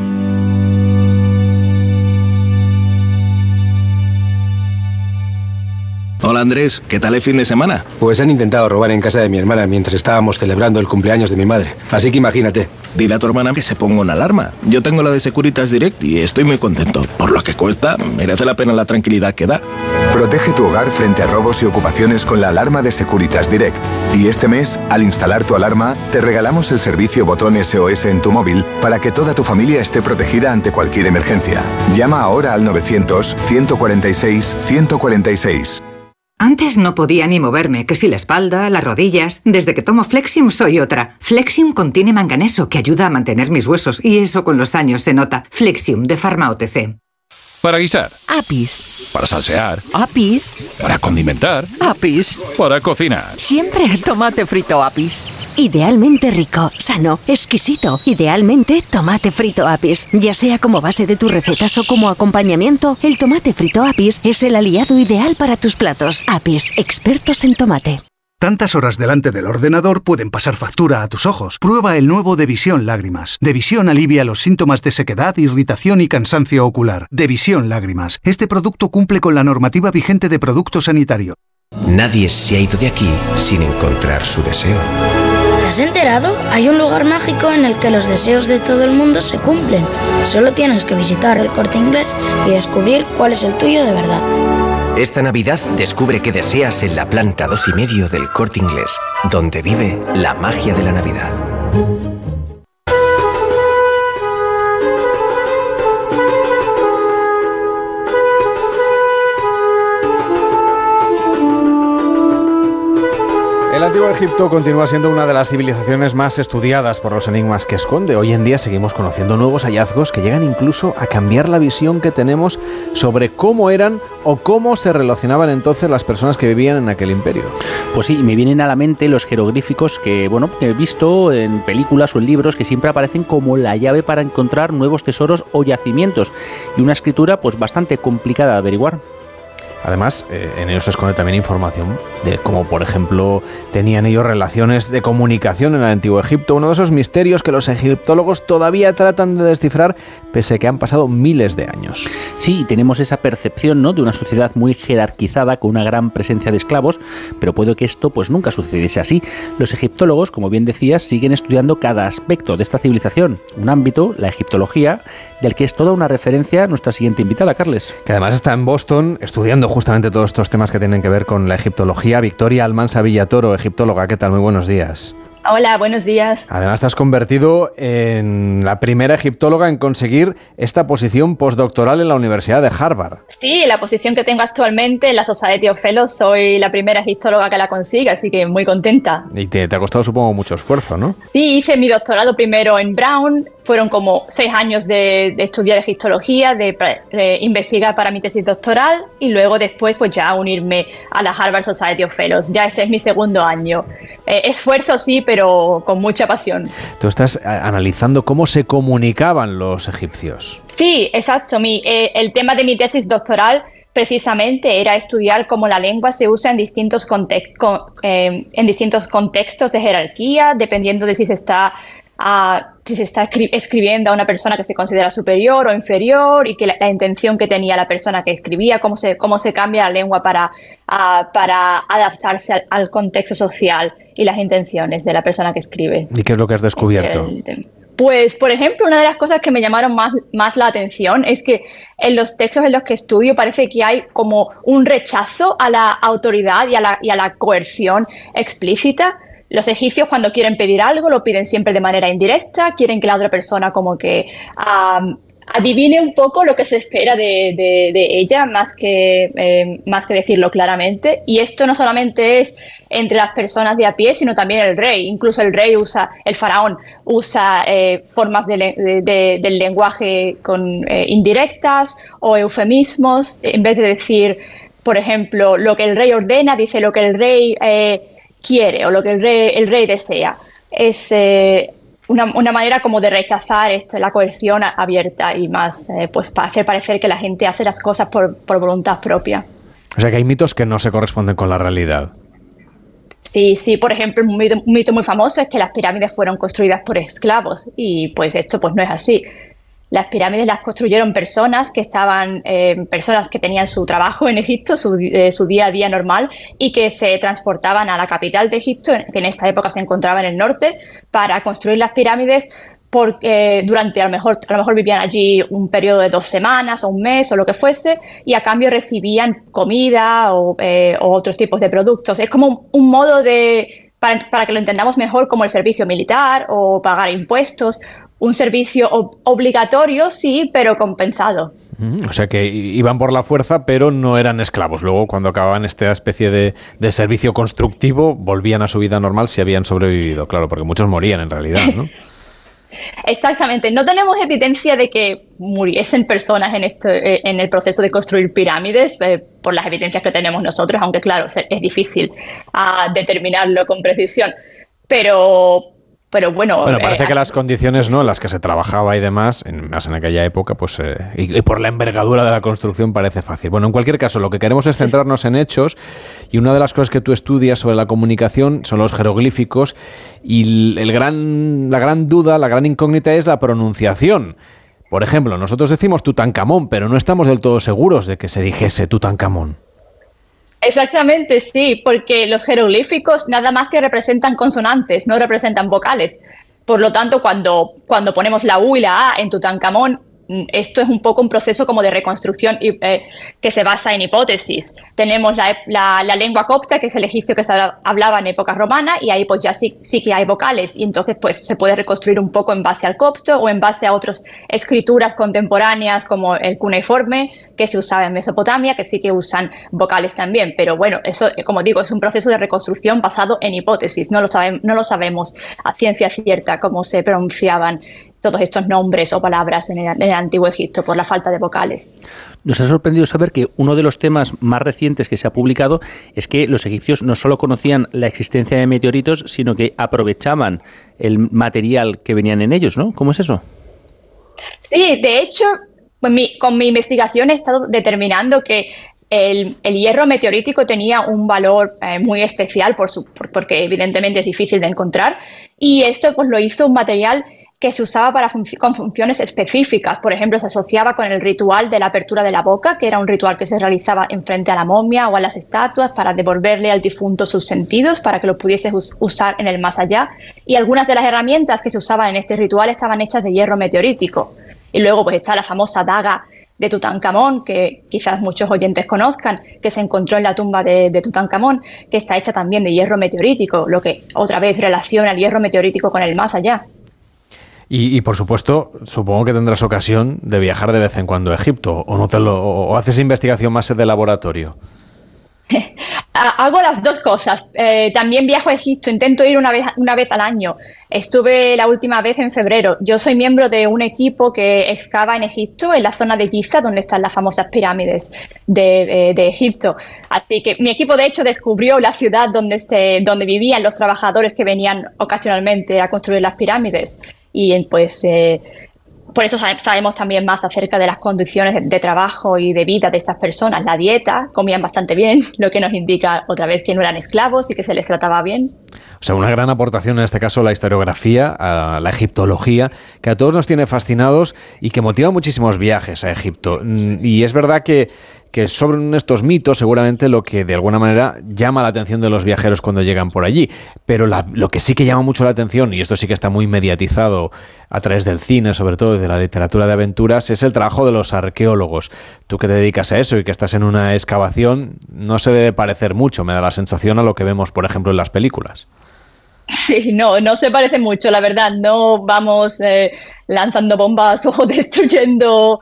Hola Andrés, ¿qué tal el fin de semana? Pues han intentado robar en casa de mi hermana mientras estábamos celebrando el cumpleaños de mi madre. Así que imagínate. Dile a tu hermana que se ponga una alarma. Yo tengo la de Securitas Direct y estoy muy contento. Por lo que cuesta, merece la pena la tranquilidad que da. Protege tu hogar frente a robos y ocupaciones con la alarma de Securitas Direct. Y este mes, al instalar tu alarma, te regalamos el servicio botón SOS en tu móvil para que toda tu familia esté protegida ante cualquier emergencia. Llama ahora al 900-146-146. Antes no podía ni moverme, que si la espalda, las rodillas. Desde que tomo Flexium soy otra. Flexium contiene manganeso que ayuda a mantener mis huesos y eso con los años se nota. Flexium de Pharma OTC. Para guisar. Apis. Para salsear. Apis. Para condimentar. Apis. Para cocinar. Siempre tomate frito Apis. Idealmente rico, sano, exquisito. Idealmente tomate frito Apis. Ya sea como base de tus recetas o como acompañamiento, el tomate frito Apis es el aliado ideal para tus platos. Apis, expertos en tomate. Tantas horas delante del ordenador pueden pasar factura a tus ojos. Prueba el nuevo Devisión Lágrimas. Devisión alivia los síntomas de sequedad, irritación y cansancio ocular. Devisión Lágrimas. Este producto cumple con la normativa vigente de producto sanitario. Nadie se ha ido de aquí sin encontrar su deseo. ¿Te has enterado? Hay un lugar mágico en el que los deseos de todo el mundo se cumplen. Solo tienes que visitar el Corte Inglés y descubrir cuál es el tuyo de verdad. Esta Navidad descubre qué deseas en la planta 2,5 del Corte Inglés, donde vive la magia de la Navidad. El Antiguo Egipto continúa siendo una de las civilizaciones más estudiadas por los enigmas que esconde. Hoy en día seguimos conociendo nuevos hallazgos que llegan incluso a cambiar la visión que tenemos sobre cómo eran o cómo se relacionaban entonces las personas que vivían en aquel imperio. Pues sí, me vienen a la mente los jeroglíficos que, bueno, he visto en películas o en libros que siempre aparecen como la llave para encontrar nuevos tesoros o yacimientos, y una escritura pues bastante complicada de averiguar. Además, en ellos se esconde también información de cómo, por ejemplo, tenían ellos relaciones de comunicación en el Antiguo Egipto, uno de esos misterios que los egiptólogos todavía tratan de descifrar, pese a que han pasado miles de años. Sí, tenemos esa percepción, ¿no?, de una sociedad muy jerarquizada con una gran presencia de esclavos, pero puede que esto pues nunca sucediese así. Los egiptólogos, como bien decías, siguen estudiando cada aspecto de esta civilización, un ámbito, la egiptología, del que es toda una referencia nuestra siguiente invitada, Carles. Que además está en Boston estudiando justamente todos estos temas que tienen que ver con la egiptología. Victoria Almansa Villatoro, egiptóloga, ¿qué tal? Muy buenos días. Hola, buenos días. Además te has convertido en la primera egiptóloga en conseguir esta posición postdoctoral en la Universidad de Harvard. Sí, la posición que tengo actualmente en la Society of Fellows, soy la primera egiptóloga que la consigue, así que muy contenta. Y te ha costado, supongo, mucho esfuerzo, ¿no? Sí, hice mi doctorado primero en Brown, fueron como 6 años de estudiar egiptología, de investigar para mi tesis doctoral, y luego después pues ya unirme a la Harvard Society of Fellows. Ya este es mi segundo año. Esfuerzo sí, pero con mucha pasión. Tú estás analizando cómo se comunicaban los egipcios. Sí, exacto. El tema de mi tesis doctoral precisamente era estudiar cómo la lengua se usa en distintos contextos de jerarquía, dependiendo de si se está escribiendo a una persona que se considera superior o inferior, y que la intención que tenía la persona que escribía, cómo se cambia la lengua para adaptarse al contexto social y las intenciones de la persona que escribe. ¿Y qué es lo que has descubierto? Pues, por ejemplo, una de las cosas que me llamaron más la atención es que en los textos en los que estudio parece que hay como un rechazo a la autoridad y a la coerción explícita. Los egipcios, cuando quieren pedir algo, lo piden siempre de manera indirecta, quieren que la otra persona como que adivine un poco lo que se espera de ella, más que decirlo claramente. Y esto no solamente es entre las personas de a pie, sino también el rey. Incluso el faraón usa formas del lenguaje con indirectas o eufemismos. En vez de decir, por ejemplo, lo que el rey ordena, dice lo que el rey quiere o lo que el rey desea. Es una manera como de rechazar la coerción abierta y más pues para hacer parecer que la gente hace las cosas por voluntad propia. O sea que hay mitos que no se corresponden con la realidad. Sí, por ejemplo, un mito muy famoso es que las pirámides fueron construidas por esclavos, y pues esto pues no es así. Las pirámides las construyeron personas que tenían su trabajo en Egipto, su día a día normal, y que se transportaban a la capital de Egipto, que en esta época se encontraba en el norte, para construir las pirámides. Durante a lo mejor vivían allí un periodo de 2 semanas o un mes o lo que fuese, y a cambio recibían comida o otros tipos de productos. Es como un modo para que lo entendamos mejor, como el servicio militar o pagar impuestos. Un servicio obligatorio, sí, pero compensado. O sea que iban por la fuerza, pero no eran esclavos. Luego, cuando acababan esta especie de servicio constructivo, volvían a su vida normal si habían sobrevivido. Claro, porque muchos morían en realidad, ¿no? Exactamente. No tenemos evidencia de que muriesen personas en el proceso de construir pirámides, por las evidencias que tenemos nosotros, aunque claro, es difícil determinarlo con precisión. Pero pero bueno... Bueno, parece que las condiciones, ¿no?, en las que se trabajaba y demás, más en aquella época, pues y por la envergadura de la construcción parece fácil. Bueno, en cualquier caso, lo que queremos es centrarnos en hechos, y una de las cosas que tú estudias sobre la comunicación son los jeroglíficos, y la gran duda, la gran incógnita es la pronunciación. Por ejemplo, nosotros decimos Tutankamón, pero no estamos del todo seguros de que se dijese Tutankamón. Exactamente, sí, porque los jeroglíficos nada más que representan consonantes, no representan vocales. Por lo tanto, cuando ponemos la U y la A en Tutankamón, esto es un poco un proceso como de reconstrucción que se basa en hipótesis. Tenemos la lengua copta, que es el egipcio que se hablaba en época romana, y ahí pues ya sí que hay vocales, y entonces pues se puede reconstruir un poco en base al copto o en base a otras escrituras contemporáneas como el cuneiforme, que se usaba en Mesopotamia, que sí que usan vocales también. Pero bueno, eso, como digo, es un proceso de reconstrucción basado en hipótesis. No lo sabemos a ciencia cierta cómo se pronunciaban todos estos nombres o palabras en el Antiguo Egipto por la falta de vocales. Nos ha sorprendido saber que uno de los temas más recientes que se ha publicado es que los egipcios no solo conocían la existencia de meteoritos, sino que aprovechaban el material que venían en ellos, ¿no? ¿Cómo es eso? Sí, de hecho, con mi investigación he estado determinando que el hierro meteorítico tenía un valor muy especial porque evidentemente es difícil de encontrar, y esto pues lo hizo un material que se usaba con funciones específicas. Por ejemplo, se asociaba con el ritual de la apertura de la boca, que era un ritual que se realizaba en frente a la momia o a las estatuas para devolverle al difunto sus sentidos, para que lo pudiese usar en el más allá. Y algunas de las herramientas que se usaban en este ritual estaban hechas de hierro meteorítico. Y luego pues está la famosa daga de Tutankamón, que quizás muchos oyentes conozcan, que se encontró en la tumba de Tutankamón, que está hecha también de hierro meteorítico, lo que otra vez relaciona el hierro meteorítico con el más allá. Y por supuesto, supongo que tendrás ocasión de viajar de vez en cuando a Egipto, o haces investigación más de laboratorio. Hago las dos cosas. También viajo a Egipto, intento ir una vez al año. Estuve la última vez en febrero. Yo soy miembro de un equipo que excava en Egipto, en la zona de Giza, donde están las famosas pirámides de Egipto. Así que mi equipo, de hecho, descubrió la ciudad donde vivían los trabajadores que venían ocasionalmente a construir las pirámides. Y pues por eso sabemos también más acerca de las condiciones de trabajo y de vida de estas personas. La dieta, comían bastante bien, lo que nos indica otra vez que no eran esclavos y que se les trataba bien. O sea, una gran aportación en este caso a la historiografía, a la egiptología, que a todos nos tiene fascinados y que motiva muchísimos viajes a Egipto. Y es verdad que sobre estos mitos seguramente lo que de alguna manera llama la atención de los viajeros cuando llegan por allí, pero lo que sí que llama mucho la atención, y esto sí que está muy mediatizado a través del cine, sobre todo de la literatura de aventuras, es el trabajo de los arqueólogos. Tú que te dedicas a eso y que estás en una excavación, no se debe parecer mucho, me da la sensación, a lo que vemos, por ejemplo, en las películas. Sí, no se parece mucho, la verdad. No vamos lanzando bombas o destruyendo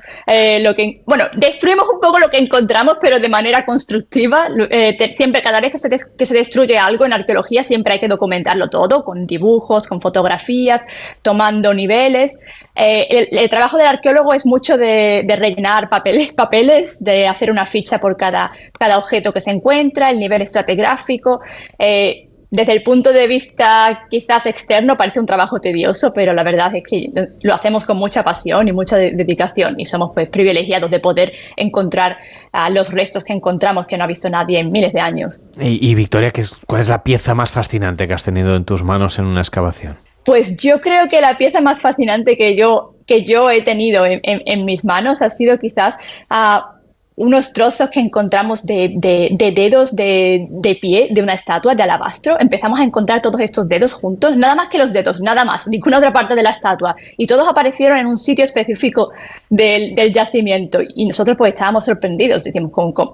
destruimos un poco lo que encontramos, pero de manera constructiva. Siempre, cada vez que se destruye algo en arqueología, siempre hay que documentarlo todo, con dibujos, con fotografías, tomando niveles. El trabajo del arqueólogo es mucho de rellenar papeles, de hacer una ficha por cada objeto que se encuentra, el nivel estratigráfico. Desde el punto de vista quizás externo parece un trabajo tedioso, pero la verdad es que lo hacemos con mucha pasión y mucha dedicación, y somos pues privilegiados de poder encontrar los restos que encontramos que no ha visto nadie en miles de años. Y Victoria, ¿cuál es la pieza más fascinante que has tenido en tus manos en una excavación? Pues yo creo que la pieza más fascinante que yo he tenido en mis manos ha sido quizás unos trozos que encontramos de dedos de pie de una estatua de alabastro. Empezamos a encontrar todos estos dedos juntos, nada más que los dedos, nada más, ninguna otra parte de la estatua, y todos aparecieron en un sitio específico del yacimiento, y nosotros pues estábamos sorprendidos, decimos,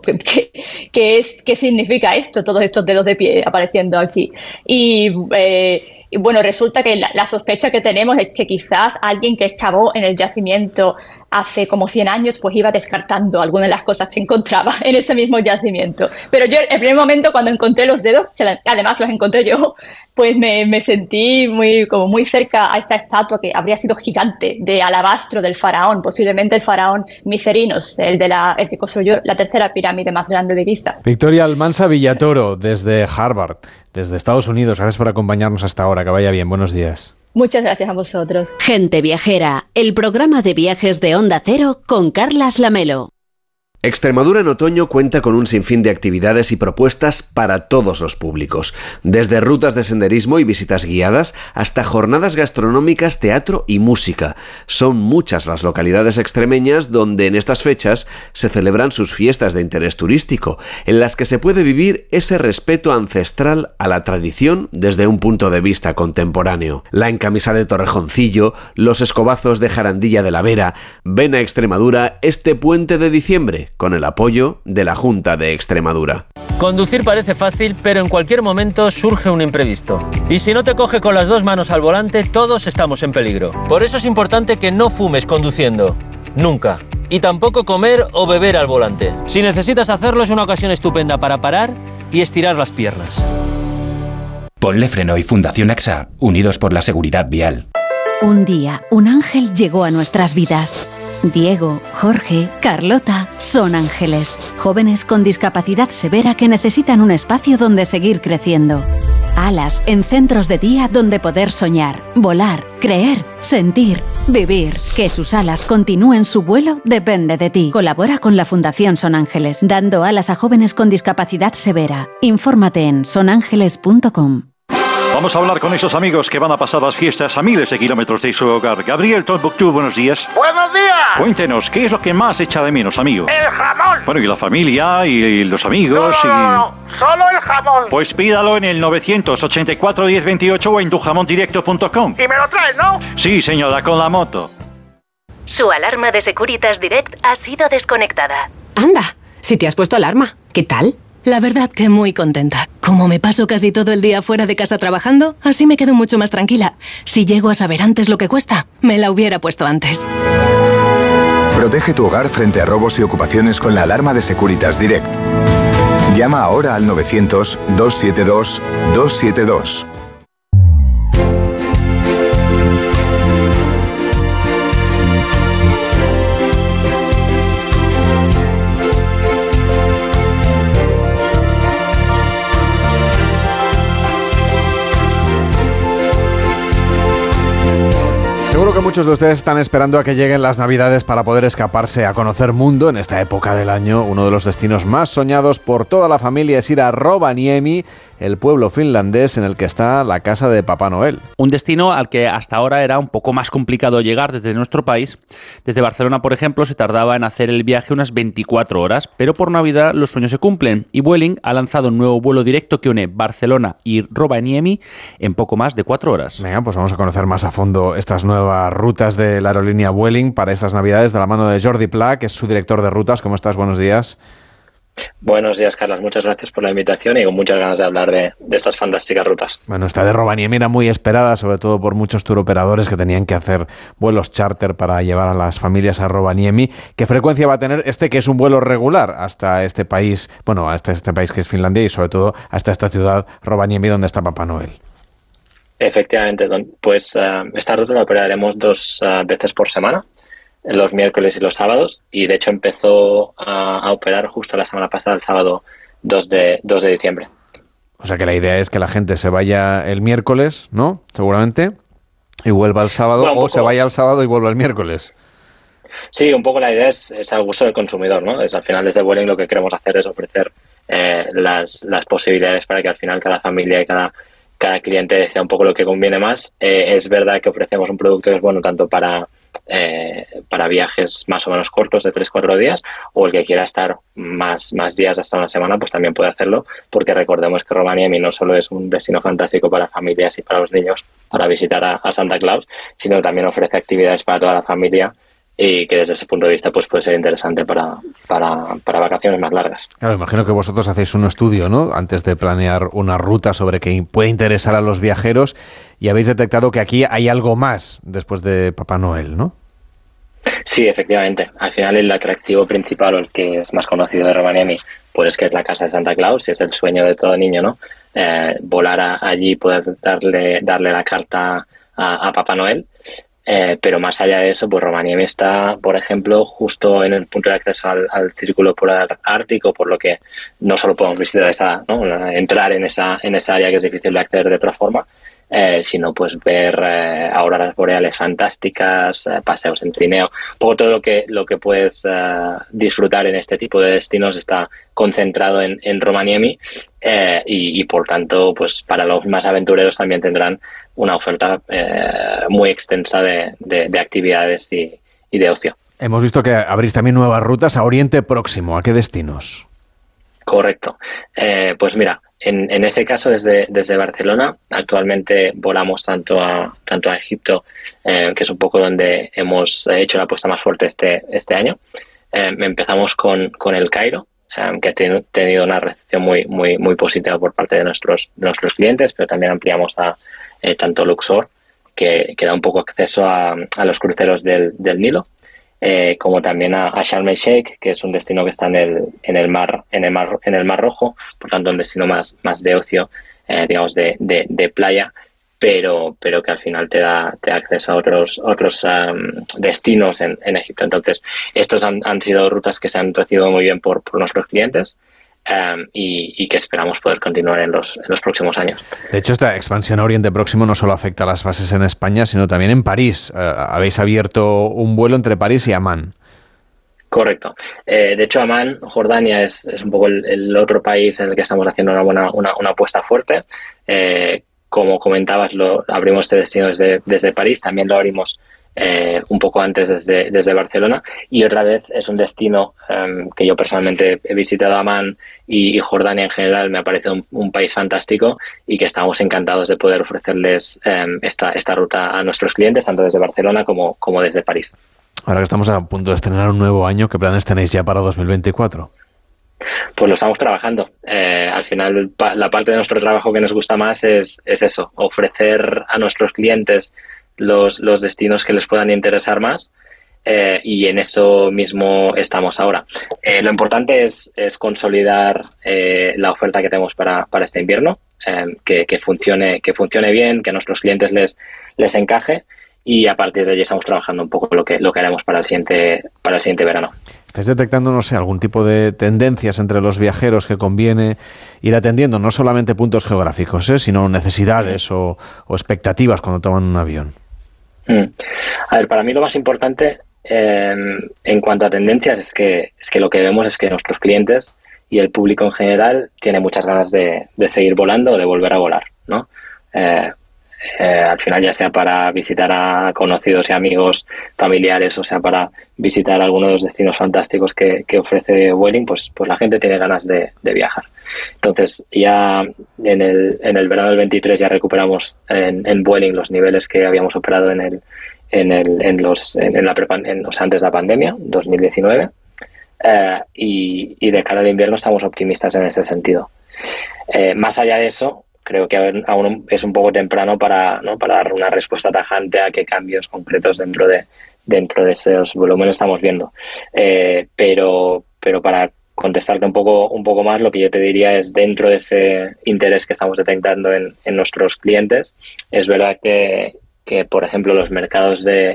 ¿qué significa esto? Todos estos dedos de pie apareciendo aquí. Y bueno, resulta que la sospecha que tenemos es que quizás alguien que excavó en el yacimiento hace como 100 años, pues iba descartando algunas de las cosas que encontraba en ese mismo yacimiento. Pero yo, el primer momento, cuando encontré los dedos, que además los encontré yo, pues me sentí muy cerca a esta estatua que habría sido gigante, de alabastro del faraón, posiblemente el faraón Micerinos, el que construyó la tercera pirámide más grande de Giza. Victoria Almansa Villatoro, desde Harvard, desde Estados Unidos. Gracias por acompañarnos hasta ahora. Que vaya bien. Buenos días. Muchas gracias a vosotros. Gente Viajera, el programa de viajes de Onda Cero con Carlas Lamelo. Extremadura en otoño cuenta con un sinfín de actividades y propuestas para todos los públicos, desde rutas de senderismo y visitas guiadas hasta jornadas gastronómicas, teatro y música. Son muchas las localidades extremeñas donde en estas fechas se celebran sus fiestas de interés turístico, en las que se puede vivir ese respeto ancestral a la tradición desde un punto de vista contemporáneo. La encamisa de Torrejoncillo, los escobazos de Jarandilla de la Vera. Ven a Extremadura este puente de diciembre, con el apoyo de la Junta de Extremadura. Conducir parece fácil, pero en cualquier momento surge un imprevisto. Y si no te coge con las dos manos al volante, todos estamos en peligro. Por eso es importante que no fumes conduciendo. Nunca. Y tampoco comer o beber al volante. Si necesitas hacerlo, es una ocasión estupenda para parar y estirar las piernas. Ponle Freno y Fundación AXA, unidos por la seguridad vial. Un día, un ángel llegó a nuestras vidas. Diego, Jorge, Carlota son ángeles, jóvenes con discapacidad severa que necesitan un espacio donde seguir creciendo. Alas en centros de día donde poder soñar, volar, creer, sentir, vivir. Que sus alas continúen su vuelo depende de ti. Colabora con la Fundación Son Ángeles, dando alas a jóvenes con discapacidad severa. Infórmate en sonángeles.com. Vamos a hablar con esos amigos que van a pasar las fiestas a miles de kilómetros de su hogar. Gabriel Tombuctú, buenos días. ¡Buenos días! Cuéntenos, ¿qué es lo que más echa de menos, amigo? ¡El jamón! Bueno, y la familia, y los amigos, No, solo el jamón. Pues pídalo en el 984 1028 o en tujamondirecto.com. Y me lo traes, ¿no? Sí, señora, con la moto. Su alarma de Securitas Direct ha sido desconectada. Anda, si te has puesto alarma, ¿qué tal? La verdad que muy contenta. Como me paso casi todo el día fuera de casa trabajando, así me quedo mucho más tranquila. Si llego a saber antes lo que cuesta, me la hubiera puesto antes. Protege tu hogar frente a robos y ocupaciones con la alarma de Securitas Direct. Llama ahora al 900-272-272. Seguro que muchos de ustedes están esperando a que lleguen las Navidades para poder escaparse a conocer mundo en esta época del año. Uno de los destinos más soñados por toda la familia es ir a Rovaniemi, el pueblo finlandés en el que está la casa de Papá Noel. Un destino al que hasta ahora era un poco más complicado llegar desde nuestro país. Desde Barcelona, por ejemplo, se tardaba en hacer el viaje unas 24 horas, pero por Navidad los sueños se cumplen y Vueling ha lanzado un nuevo vuelo directo que une Barcelona y Rovaniemi en poco más de 4 horas. Venga, pues vamos a conocer más a fondo estas nuevas rutas de la aerolínea Vueling para estas Navidades de la mano de Jordi Pla, que es su director de rutas. ¿Cómo estás? Buenos días. Buenos días, Carlas. Muchas gracias por la invitación y con muchas ganas de hablar de estas fantásticas rutas. Bueno, esta de Rovaniemi era muy esperada, sobre todo por muchos touroperadores que tenían que hacer vuelos charter para llevar a las familias a Rovaniemi. ¿Qué frecuencia va a tener este, que es un vuelo regular, hasta este país, bueno, hasta este país que es Finlandia y sobre todo hasta esta ciudad, Rovaniemi, donde está Papá Noel? Efectivamente, pues esta ruta la operaremos 2 veces por semana, los miércoles y los sábados, y de hecho empezó a operar justo la semana pasada, el sábado 2 de diciembre. O sea que la idea es que la gente se vaya el miércoles, ¿no? Seguramente, y vuelva el sábado, bueno, o se vaya el sábado y vuelva el miércoles. Sí, un poco la idea es al gusto del consumidor, ¿no? Al final desde Vueling lo que queremos hacer es ofrecer las posibilidades para que al final cada familia y cada cliente decida un poco lo que conviene más. Es verdad que ofrecemos un producto que es bueno tanto para viajes más o menos cortos de 3-4 días, o el que quiera estar más días, hasta una semana, pues también puede hacerlo, porque recordemos que Rovaniemi no solo es un destino fantástico para familias y para los niños para visitar a Santa Claus, sino también ofrece actividades para toda la familia y que desde ese punto de vista pues puede ser interesante para vacaciones más largas. Claro, imagino que vosotros hacéis un estudio, ¿no?, antes de planear una ruta sobre qué puede interesar a los viajeros, y habéis detectado que aquí hay algo más después de Papá Noel, ¿no? Sí, efectivamente. Al final el atractivo principal, o el que es más conocido de Rovaniemi, pues es que es la casa de Santa Claus, y es el sueño de todo niño, ¿no? Volar allí, poder darle la carta a Papá Noel. Pero más allá de eso, pues Rovaniemi está, por ejemplo, justo en el punto de acceso al círculo polar ártico, por lo que no solo podemos visitar entrar en esa área que es difícil de acceder de otra forma, sino pues ver auroras boreales fantásticas, paseos en trineo, un poco todo lo que puedes disfrutar en este tipo de destinos está concentrado en Rovaniemi, y por tanto pues para los más aventureros también tendrán una oferta muy extensa de actividades y de ocio. Hemos visto que abrís también nuevas rutas a Oriente Próximo. ¿A qué destinos? Correcto. Pues mira, en ese caso desde Barcelona actualmente volamos tanto a Egipto, que es un poco donde hemos hecho la apuesta más fuerte este año. Empezamos con el Cairo, que ha tenido una recepción muy positiva por parte de nuestros clientes, pero también ampliamos a tanto Luxor, que da un poco acceso a los cruceros del Nilo, como también a Sharm el Sheikh, que es un destino que está en el Mar Rojo, por tanto un destino más de ocio, digamos de playa, pero que al final te da acceso a otros destinos en Egipto. Entonces, estos han sido rutas que se han recibido muy bien por nuestros clientes, y que esperamos poder continuar en los próximos años. De hecho, esta expansión a Oriente Próximo no solo afecta a las bases en España, sino también en París. Habéis abierto un vuelo entre París y Amán. Correcto. De hecho, Amán, Jordania, es un poco el otro país en el que estamos haciendo una apuesta fuerte. Como comentabas, abrimos este destino desde París, también lo abrimos un poco antes desde Barcelona, y otra vez es un destino que yo personalmente he visitado. Amán y Jordania en general me ha parecido un país fantástico, y que estamos encantados de poder ofrecerles esta ruta a nuestros clientes, tanto desde Barcelona como desde París. Ahora que estamos a punto de estrenar un nuevo año, ¿qué planes tenéis ya para 2024? Pues lo estamos trabajando. Al final, la parte de nuestro trabajo que nos gusta más es eso, ofrecer a nuestros clientes los destinos que les puedan interesar más, y en eso mismo estamos ahora. Lo importante es consolidar la oferta que tenemos para este invierno, que funcione bien, que a nuestros clientes les encaje, y a partir de allí estamos trabajando un poco lo que haremos para el siguiente verano. ¿Estáis detectando, no sé, algún tipo de tendencias entre los viajeros que conviene ir atendiendo? No solamente puntos geográficos, sino necesidades o expectativas cuando toman un avión. A ver, para mí lo más importante en cuanto a tendencias es que lo que vemos es que nuestros clientes y el público en general tiene muchas ganas de seguir volando o de volver a volar, ¿no? Al final, ya sea para visitar a conocidos y amigos, familiares, o sea para visitar algunos de los destinos fantásticos que ofrece Vueling, pues la gente tiene ganas de viajar. Entonces, ya en el verano del 23 ya recuperamos en Vueling los niveles que habíamos operado antes de la pandemia, 2019, y de cara al invierno estamos optimistas en ese sentido. Más allá de eso, creo que aún es un poco temprano para dar una respuesta tajante a qué cambios concretos dentro de esos volúmenes estamos viendo. Pero para contestarte un poco más, lo que yo te diría es, dentro de ese interés que estamos detectando en nuestros clientes, es verdad que por ejemplo, los mercados de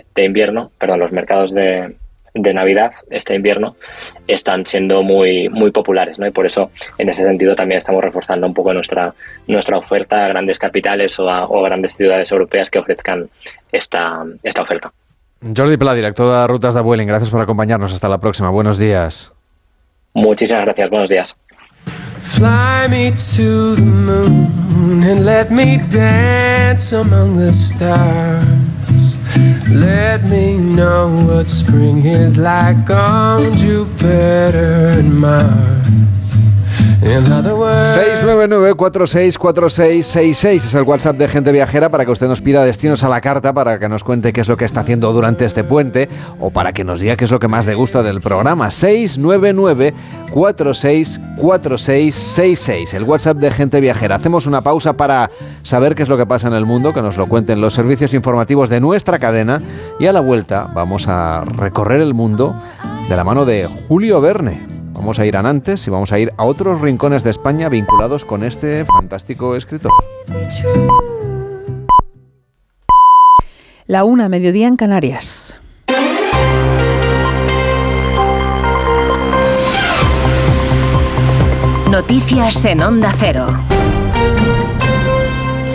Navidad este invierno están siendo muy populares, ¿no? Y por eso, en ese sentido, también estamos reforzando un poco nuestra oferta a grandes capitales o a grandes ciudades europeas que ofrezcan esta oferta. Jordi Pla, director de Rutas de Vueling, gracias por acompañarnos. Hasta la próxima. Buenos días. Muchísimas gracias. Buenos días. Fly me to the moon and let me dance among the stars. Let me know what spring is like on Jupiter and Mars. 699-464666 es el WhatsApp de Gente Viajera para que usted nos pida destinos a la carta, para que nos cuente qué es lo que está haciendo durante este puente o para que nos diga qué es lo que más le gusta del programa. 699-464666, el WhatsApp de Gente Viajera. Hacemos una pausa para saber qué es lo que pasa en el mundo, que nos lo cuenten los servicios informativos de nuestra cadena, y a la vuelta vamos a recorrer el mundo de la mano de Julio Verne. Vamos a ir a Nantes y vamos a ir a otros rincones de España vinculados con este fantástico escritor. La 1, mediodía en Canarias. Noticias en Onda Cero.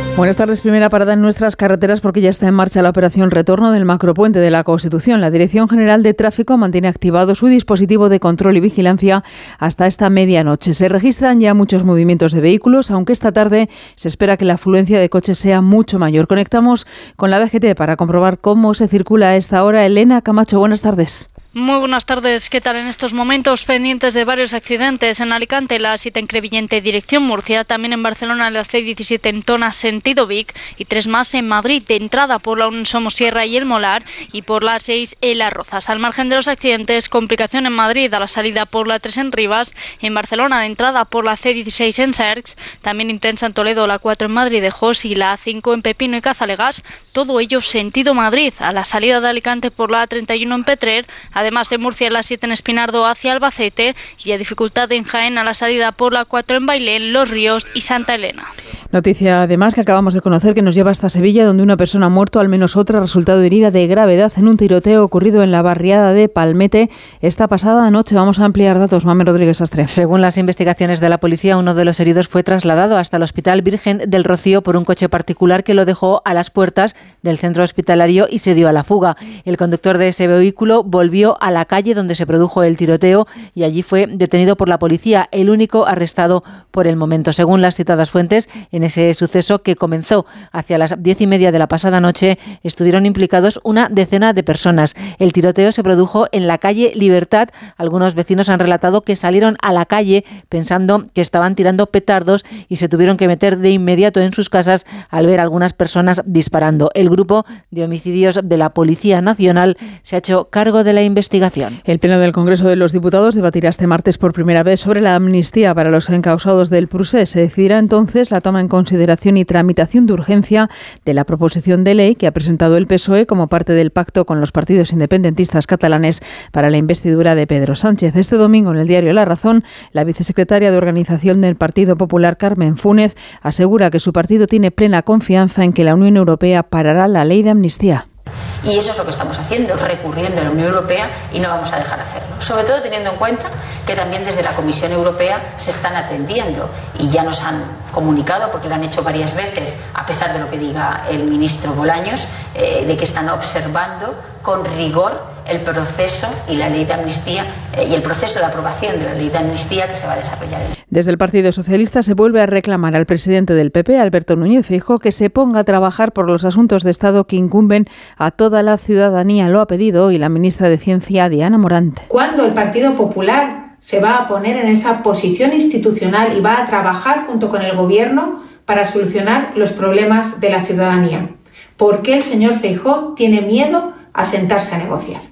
Buenas tardes. Primera parada en nuestras carreteras porque ya está en marcha la operación retorno del macropuente de la Constitución. La Dirección General de Tráfico mantiene activado su dispositivo de control y vigilancia hasta esta medianoche. Se registran ya muchos movimientos de vehículos, aunque esta tarde se espera que la afluencia de coches sea mucho mayor. Conectamos con la DGT para comprobar cómo se circula a esta hora. Elena Camacho, buenas tardes. Muy buenas tardes. ¿Qué tal en estos momentos? Pendientes de varios accidentes en Alicante, la A7 en Crevillente, dirección Murcia, también en Barcelona, la C17 en Tona, sentido Vic, y 3 más en Madrid, de entrada por la Somosierra y el Molar, y por la A6 en Las Rozas. Al margen de los accidentes, complicación en Madrid a la salida por la 3 en Rivas, en Barcelona de entrada por la C16 en Cercs, también intensa en Toledo, la 4 en Madrid de Jos y la A5 en Pepino y Cazalegas, todo ello sentido Madrid, a la salida de Alicante por la A31 en Petrer. Además, en Murcia, la 7 en Espinardo hacia Albacete y a dificultad en Jaén a la salida por la 4 en Bailén, Los Ríos y Santa Elena. Noticia además que acabamos de conocer que nos lleva hasta Sevilla, donde una persona ha muerto, al menos otra ha resultado herida de gravedad en un tiroteo ocurrido en la barriada de Palmete esta pasada noche. Vamos a ampliar datos. Mame Rodríguez Astre. Según las investigaciones de la policía, uno de los heridos fue trasladado hasta el Hospital Virgen del Rocío por un coche particular que lo dejó a las puertas del centro hospitalario y se dio a la fuga. El conductor de ese vehículo volvió a la calle donde se produjo el tiroteo y allí fue detenido por la policía, el único arrestado por el momento. Según las citadas fuentes, en ese suceso que comenzó hacia las 10:30 de la pasada noche, estuvieron implicados una decena de personas. El tiroteo se produjo en la calle Libertad. Algunos vecinos han relatado que salieron a la calle pensando que estaban tirando petardos y se tuvieron que meter de inmediato en sus casas al ver a algunas personas disparando. El grupo de homicidios de la Policía Nacional se ha hecho cargo de la investigación. El Pleno del Congreso de los Diputados debatirá este martes por primera vez sobre la amnistía para los encausados del procés. Se decidirá entonces la toma en consideración y tramitación de urgencia de la proposición de ley que ha presentado el PSOE como parte del pacto con los partidos independentistas catalanes para la investidura de Pedro Sánchez. Este domingo en el diario La Razón, la vicesecretaria de Organización del Partido Popular, Carmen Fúnez, asegura que su partido tiene plena confianza en que la Unión Europea parará la ley de amnistía. Y eso es lo que estamos haciendo, recurriendo a la Unión Europea, y no vamos a dejar de hacerlo. Sobre todo teniendo en cuenta que también desde la Comisión Europea se están atendiendo y ya nos han comunicado, porque lo han hecho varias veces, a pesar de lo que diga el ministro Bolaños, de que están observando con rigor el proceso y la ley de amnistía y el proceso de aprobación de la ley de amnistía que se va a desarrollar. Desde el Partido Socialista se vuelve a reclamar al presidente del PP, Alberto Núñez Feijóo, que se ponga a trabajar por los asuntos de Estado que incumben a toda la ciudadanía. Lo ha pedido hoy la ministra de Ciencia, Diana Morante. ¿Cuándo el Partido Popular se va a poner en esa posición institucional y va a trabajar junto con el Gobierno para solucionar los problemas de la ciudadanía? ¿Por qué el señor Feijóo tiene miedo a sentarse a negociar?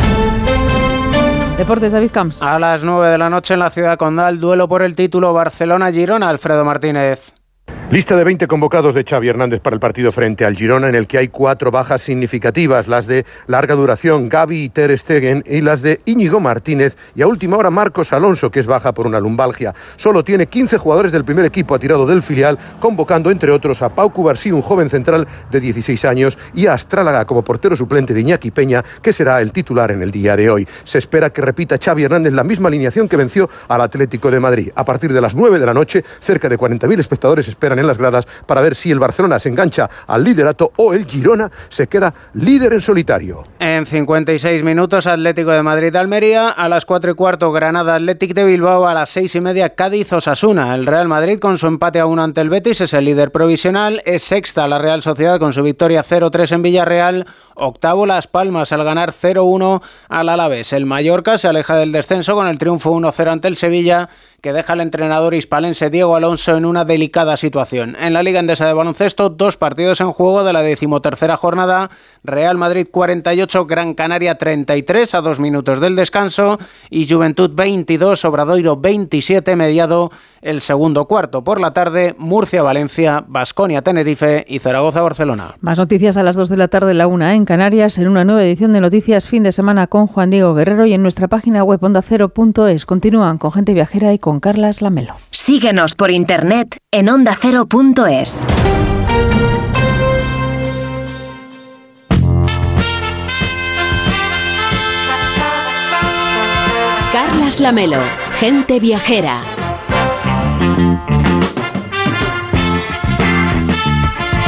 Deportes, David Camps. A las 9 de la noche en la Ciudad Condal, duelo por el título Barcelona-Girona, Alfredo Martínez. Lista de 20 convocados de Xavi Hernández para el partido frente al Girona, en el que hay 4 bajas significativas, las de larga duración, Gavi y Ter Stegen, y las de Íñigo Martínez, y a última hora Marcos Alonso, que es baja por una lumbalgia. Solo tiene 15 jugadores del primer equipo, ha tirado del filial, convocando entre otros a Pau Cubarsí, un joven central de 16 años, y a Astrálaga como portero suplente de Iñaki Peña, que será el titular en el día de hoy. Se espera que repita Xavi Hernández la misma alineación que venció al Atlético de Madrid. A partir de las 9 de la noche, cerca de 40.000 espectadores esperan en las gradas para ver si el Barcelona se engancha al liderato o el Girona se queda líder en solitario. En 56 minutos, Atlético de Madrid-Almería, a las 4:15 Granada-Athletic de Bilbao, a las 6:30 Cádiz-Osasuna. El Real Madrid, con su empate a 1 ante el Betis, es el líder provisional. Es sexta la Real Sociedad con su victoria 0-3 en Villarreal. Octavo Las Palmas al ganar 0-1 al Alavés. El Mallorca se aleja del descenso con el triunfo 1-0 ante el Sevilla, que deja al entrenador hispalense Diego Alonso en una delicada situación. En la Liga Endesa de Baloncesto, 2 partidos en juego de la 13ª jornada. Real Madrid 48, Gran Canaria 33 a 2 minutos del descanso, y Juventud 22, Obradoiro 27, mediado el segundo cuarto. Por la tarde, Murcia-Valencia, Baskonia-Tenerife y Zaragoza-Barcelona. Más noticias a las 2 de la tarde, la 1 en Canarias, en una nueva edición de Noticias Fin de Semana con Juan Diego Guerrero, y en nuestra página web ondacero.es. Continúan con Gente Viajera y con Carlas Lamelo. Síguenos por internet en ondacero.es. Carlas Lamelo, Gente Viajera.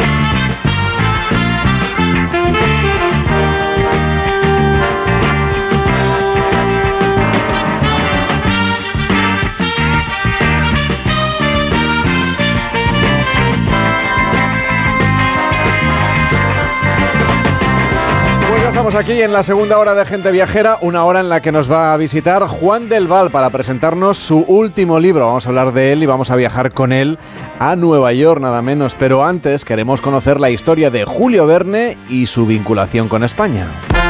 Estamos aquí en la segunda hora de Gente Viajera, una hora en la que nos va a visitar Juan del Val para presentarnos su último libro. Vamos a hablar de él y vamos a viajar con él a Nueva York, nada menos. Pero antes queremos conocer la historia de Julio Verne y su vinculación con España.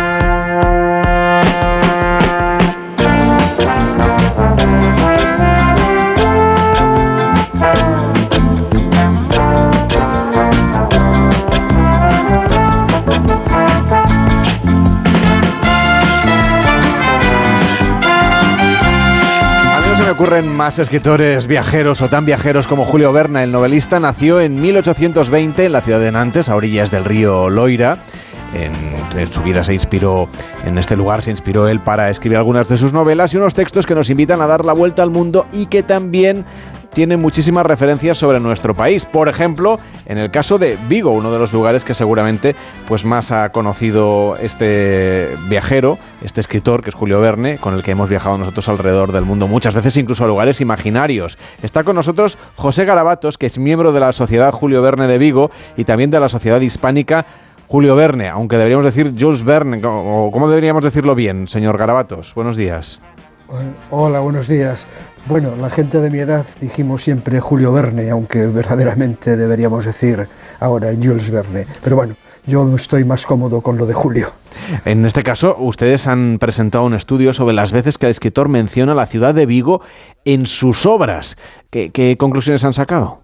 Ocurren más escritores viajeros o tan viajeros como Julio Verne. El novelista nació en 1820 en la ciudad de Nantes, a orillas del río Loira. En su vida se inspiró él para escribir algunas de sus novelas y unos textos que nos invitan a dar la vuelta al mundo y que también tienen muchísimas referencias sobre nuestro país. Por ejemplo, en el caso de Vigo, uno de los lugares que seguramente pues más ha conocido este viajero, este escritor que es Julio Verne, con el que hemos viajado nosotros alrededor del mundo muchas veces, incluso a lugares imaginarios. Está con nosotros José Garabatos, que es miembro de la Sociedad Julio Verne de Vigo y también de la Sociedad Hispánica Julio Verne, aunque deberíamos decir Jules Verne, o ¿cómo deberíamos decirlo bien, señor Garabatos? Buenos días. Hola, buenos días. Bueno, la gente de mi edad dijimos siempre Julio Verne, aunque verdaderamente deberíamos decir ahora Jules Verne. Pero bueno, yo estoy más cómodo con lo de Julio. En este caso, ustedes han presentado un estudio sobre las veces que el escritor menciona la ciudad de Vigo en sus obras. ¿Qué conclusiones han sacado?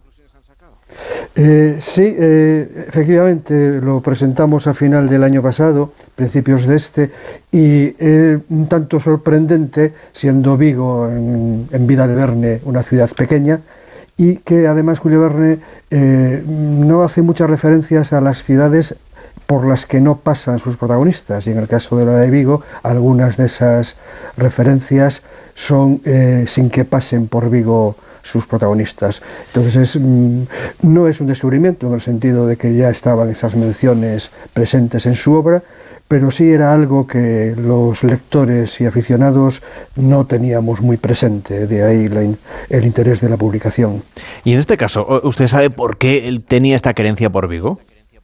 Sí, efectivamente lo presentamos a final del año pasado, principios de este, y un tanto sorprendente, siendo Vigo en vida de Verne una ciudad pequeña, y que además Julio Verne no hace muchas referencias a las ciudades por las que no pasan sus protagonistas, y en el caso de la de Vigo, algunas de esas referencias son sin que pasen por Vigo sus protagonistas. Entonces no es un descubrimiento en el sentido de que ya estaban esas menciones presentes en su obra, pero sí era algo que los lectores y aficionados no teníamos muy presente, de ahí el interés de la publicación. Y en este caso, ¿usted sabe por qué él tenía esta querencia por Vigo?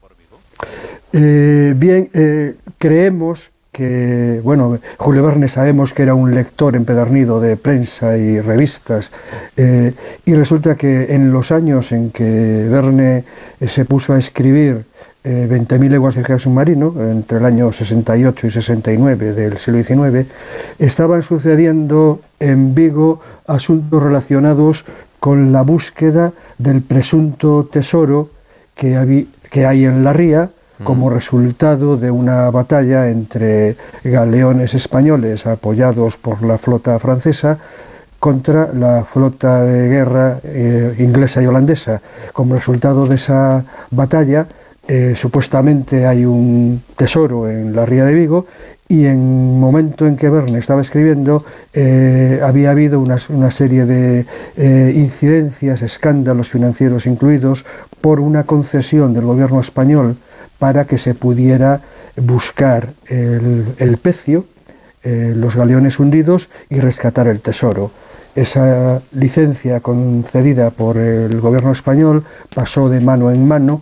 Creemos que, bueno, Julio Verne sabemos que era un lector empedernido de prensa y revistas, y resulta que en los años en que Verne se puso a escribir 20.000 leguas de viaje submarino, entre el año 68 y 69 del siglo XIX, estaban sucediendo en Vigo asuntos relacionados con la búsqueda del presunto tesoro que hay en la ría, como resultado de una batalla entre galeones españoles apoyados por la flota francesa contra la flota de guerra inglesa y holandesa. Como resultado de esa batalla, supuestamente hay un tesoro en la ría de Vigo, y en el momento en que Verne estaba escribiendo había habido una serie de incidencias, escándalos financieros incluidos, por una concesión del gobierno español para que se pudiera buscar el pecio, los galeones hundidos, y rescatar el tesoro. Esa licencia concedida por el gobierno español pasó de mano en mano.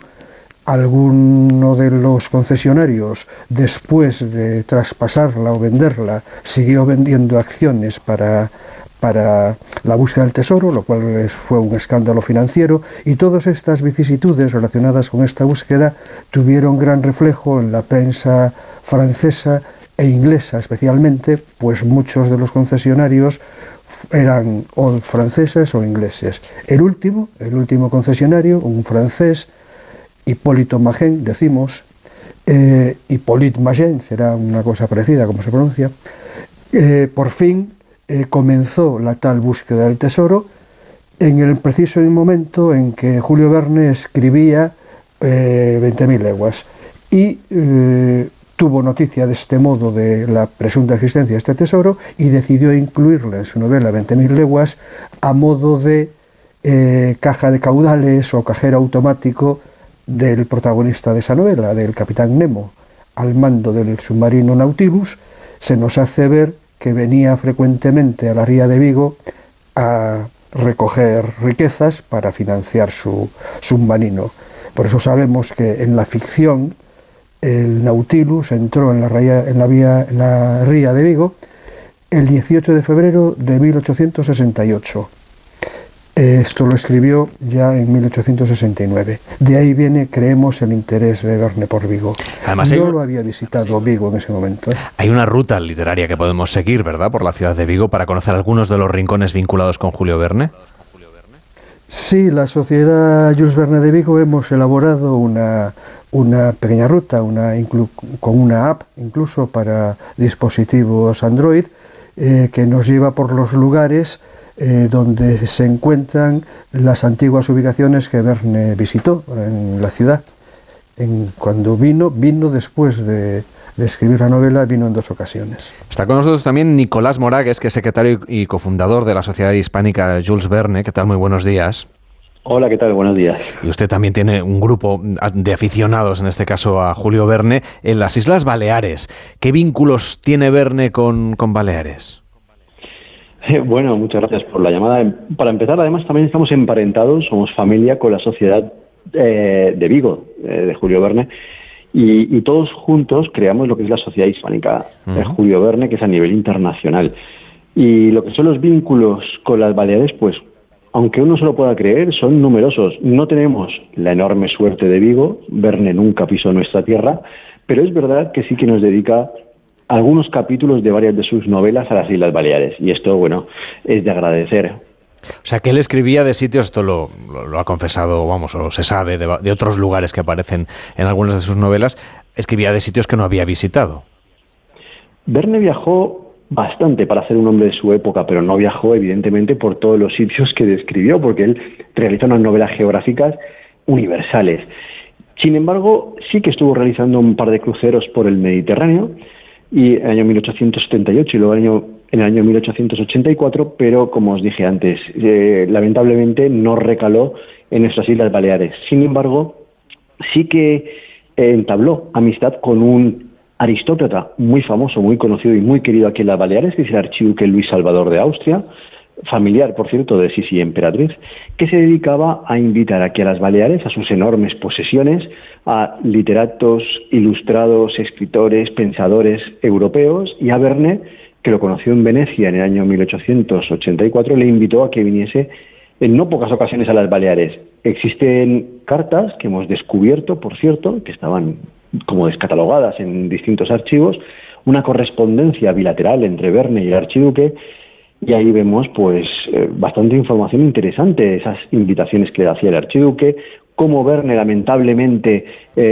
Alguno de los concesionarios, después de traspasarla o venderla, siguió vendiendo acciones para la búsqueda del tesoro, lo cual fue un escándalo financiero, y todas estas vicisitudes relacionadas con esta búsqueda tuvieron gran reflejo en la prensa francesa e inglesa especialmente, pues muchos de los concesionarios eran o franceses o ingleses. El último concesionario, un francés, Hipólito Magén, decimos, Hippolyte Magén, será una cosa parecida como se pronuncia, por fin comenzó la tal búsqueda del tesoro en el preciso momento en que Julio Verne escribía 20.000 leguas, y tuvo noticia de este modo de la presunta existencia de este tesoro y decidió incluirla en su novela 20.000 leguas a modo de caja de caudales o cajero automático del protagonista de esa novela, del capitán Nemo, al mando del submarino Nautilus. Se nos hace ver que venía frecuentemente a la ría de Vigo a recoger riquezas para financiar su submarino. Por eso sabemos que en la ficción el Nautilus entró en la ría de Vigo el 18 de febrero de 1868. Esto lo escribió ya en 1869. De ahí viene, creemos, el interés de Verne por Vigo. Además, no lo había visitado Vigo en ese momento. Hay una ruta literaria que podemos seguir, ¿verdad?, por la ciudad de Vigo para conocer algunos de los rincones vinculados con Julio Verne. Sí, la Sociedad Jules Verne de Vigo hemos elaborado una pequeña ruta, con una app incluso para dispositivos Android, que nos lleva por los lugares donde se encuentran las antiguas ubicaciones que Verne visitó en la ciudad. Cuando vino después de escribir la novela, vino en 2 ocasiones. Está con nosotros también Nicolás Moragues, que es secretario y cofundador de la Sociedad Hispánica Jules Verne. ¿Qué tal? Muy buenos días. Hola, ¿qué tal? Buenos días. Y usted también tiene un grupo de aficionados, en este caso a Julio Verne, en las Islas Baleares. ¿Qué vínculos tiene Verne con Baleares? Bueno, muchas gracias por la llamada. Para empezar, además, también estamos emparentados, somos familia con la Sociedad de Vigo, de Julio Verne, y todos juntos creamos lo que es la Sociedad Hispánica de Julio Verne, que es a nivel internacional. Y lo que son los vínculos con las Baleares, pues, aunque uno se lo pueda creer, son numerosos. No tenemos la enorme suerte de Vigo, Verne nunca pisó nuestra tierra, pero es verdad que sí que nos dedica algunos capítulos de varias de sus novelas a las Islas Baleares, y esto, bueno, es de agradecer. O sea, que él escribía de sitios, esto lo ha confesado, vamos, o se sabe, de otros lugares que aparecen en algunas de sus novelas, escribía de sitios que no había visitado. Verne viajó bastante para ser un hombre de su época, pero no viajó, evidentemente, por todos los sitios que describió, porque él realizó unas novelas geográficas universales. Sin embargo, sí que estuvo realizando un par de cruceros por el Mediterráneo, y en el año 1878 y luego en el año 1884, pero como os dije antes, lamentablemente no recaló en nuestras Islas Baleares. Sin embargo, sí que entabló amistad con un aristócrata muy famoso, muy conocido y muy querido aquí en las Baleares, que es el archiduque Luis Salvador de Austria, familiar, por cierto, de Sisi Emperatriz, que se dedicaba a invitar aquí a las Baleares, a sus enormes posesiones, a literatos, ilustrados, escritores, pensadores europeos, y a Verne, que lo conoció en Venecia en el año 1884, le invitó a que viniese en no pocas ocasiones a las Baleares. Existen cartas que hemos descubierto, por cierto, que estaban como descatalogadas en distintos archivos, una correspondencia bilateral entre Verne y el archiduque, y ahí vemos pues bastante información interesante, esas invitaciones que le hacía el archiduque, cómo Verne lamentablemente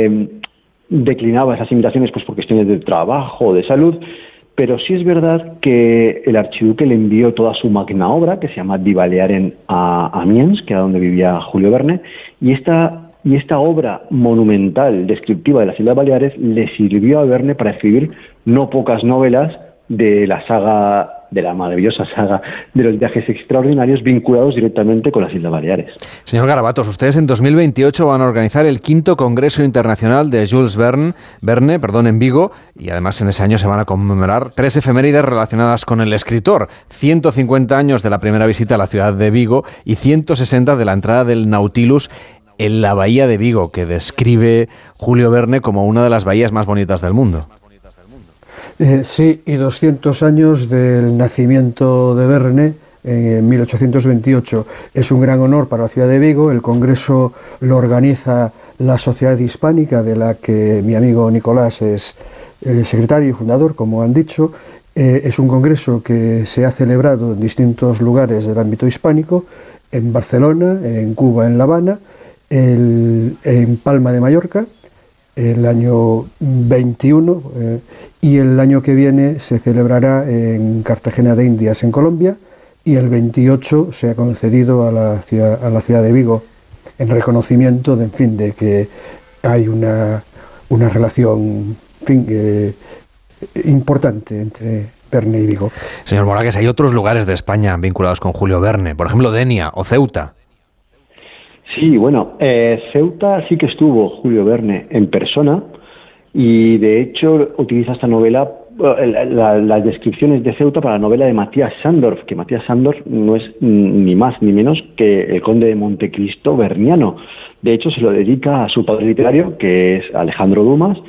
declinaba esas invitaciones pues por cuestiones de trabajo o de salud, pero sí es verdad que el archiduque le envió toda su magna obra, que se llama Die Balearen, a Amiens, que era donde vivía Julio Verne, y esta obra monumental, descriptiva de las Islas Baleares, le sirvió a Verne para escribir no pocas novelas de la maravillosa saga de los viajes extraordinarios vinculados directamente con las Islas Baleares. Señor Garabatos, ustedes en 2028 van a organizar el 5º Congreso Internacional de Jules Verne en Vigo, y además en ese año se van a conmemorar 3 efemérides relacionadas con el escritor: 150 años de la primera visita a la ciudad de Vigo y 160 de la entrada del Nautilus en la bahía de Vigo, que describe Julio Verne como una de las bahías más bonitas del mundo. Sí, y 200 años del nacimiento de Verne en 1828. Es un gran honor para la ciudad de Vigo. El congreso lo organiza la Sociedad Hispánica, de la que mi amigo Nicolás es secretario y fundador, como han dicho. Es un congreso que se ha celebrado en distintos lugares del ámbito hispánico, en Barcelona, en Cuba, en La Habana, en Palma de Mallorca, el año 21, y el año que viene se celebrará en Cartagena de Indias, en Colombia, y el 28 se ha concedido a la ciudad de Vigo, en reconocimiento de que hay una relación importante entre Verne y Vigo. Señor Moragues, hay otros lugares de España vinculados con Julio Verne, por ejemplo Denia o Ceuta. Sí, bueno, Ceuta sí que estuvo Julio Verne en persona, y de hecho utiliza esta novela, las descripciones de Ceuta, para la novela de Matías Sándorf, que Matías Sándorf no es ni más ni menos que el conde de Montecristo verniano. De hecho se lo dedica a su padre literario, que es Alejandro Dumas,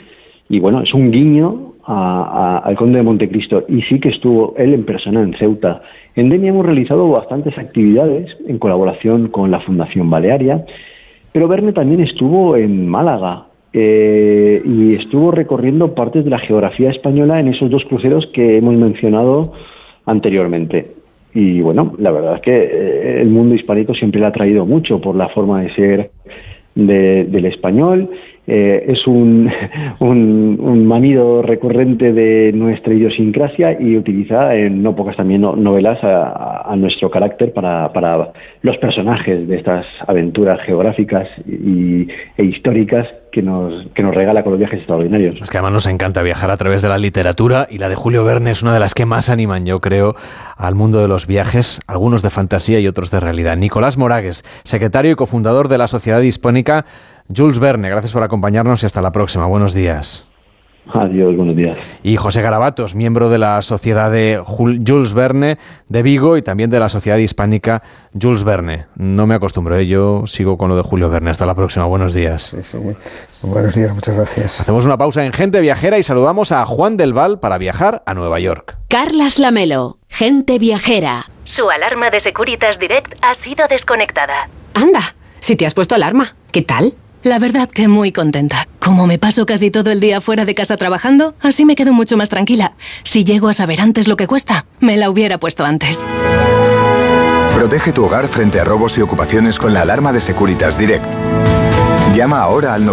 Y bueno, es un guiño al Conde de Montecristo, y sí que estuvo él en persona en Ceuta. En Denia hemos realizado bastantes actividades en colaboración con la Fundación Balearia, pero Verne también estuvo en Málaga y estuvo recorriendo partes de la geografía española en esos 2 cruceros que hemos mencionado anteriormente. Y bueno, la verdad es que el mundo hispánico siempre le ha atraído mucho por la forma de ser del español. Es un manido recurrente de nuestra idiosincrasia y utiliza en no pocas también novelas a nuestro carácter para los personajes de estas aventuras geográficas e históricas que nos regala con los viajes extraordinarios. Es que además nos encanta viajar a través de la literatura, y la de Julio Verne es una de las que más animan, yo creo, al mundo de los viajes, algunos de fantasía y otros de realidad. Nicolás Moragues, secretario y cofundador de la Sociedad Hispánica Jules Verne, gracias por acompañarnos y hasta la próxima. Buenos días. Adiós, buenos días. Y José Garabatos, miembro de la Sociedad de Jules Verne de Vigo y también de la Sociedad Hispánica Jules Verne. No me acostumbro, yo sigo con lo de Julio Verne. Hasta la próxima, buenos días. Sí. Buenos días, muchas gracias. Hacemos una pausa en Gente Viajera y saludamos a Juan del Val para viajar a Nueva York. Carlas Lamelo, Gente Viajera. Su alarma de Securitas Direct ha sido desconectada. Anda, si te has puesto alarma, ¿qué tal? La verdad que muy contenta. Como me paso casi todo el día fuera de casa trabajando, así me quedo mucho más tranquila. Si llego a saber antes lo que cuesta, me la hubiera puesto antes. Protege tu hogar frente a robos y ocupaciones con la alarma de Securitas Direct. Llama ahora al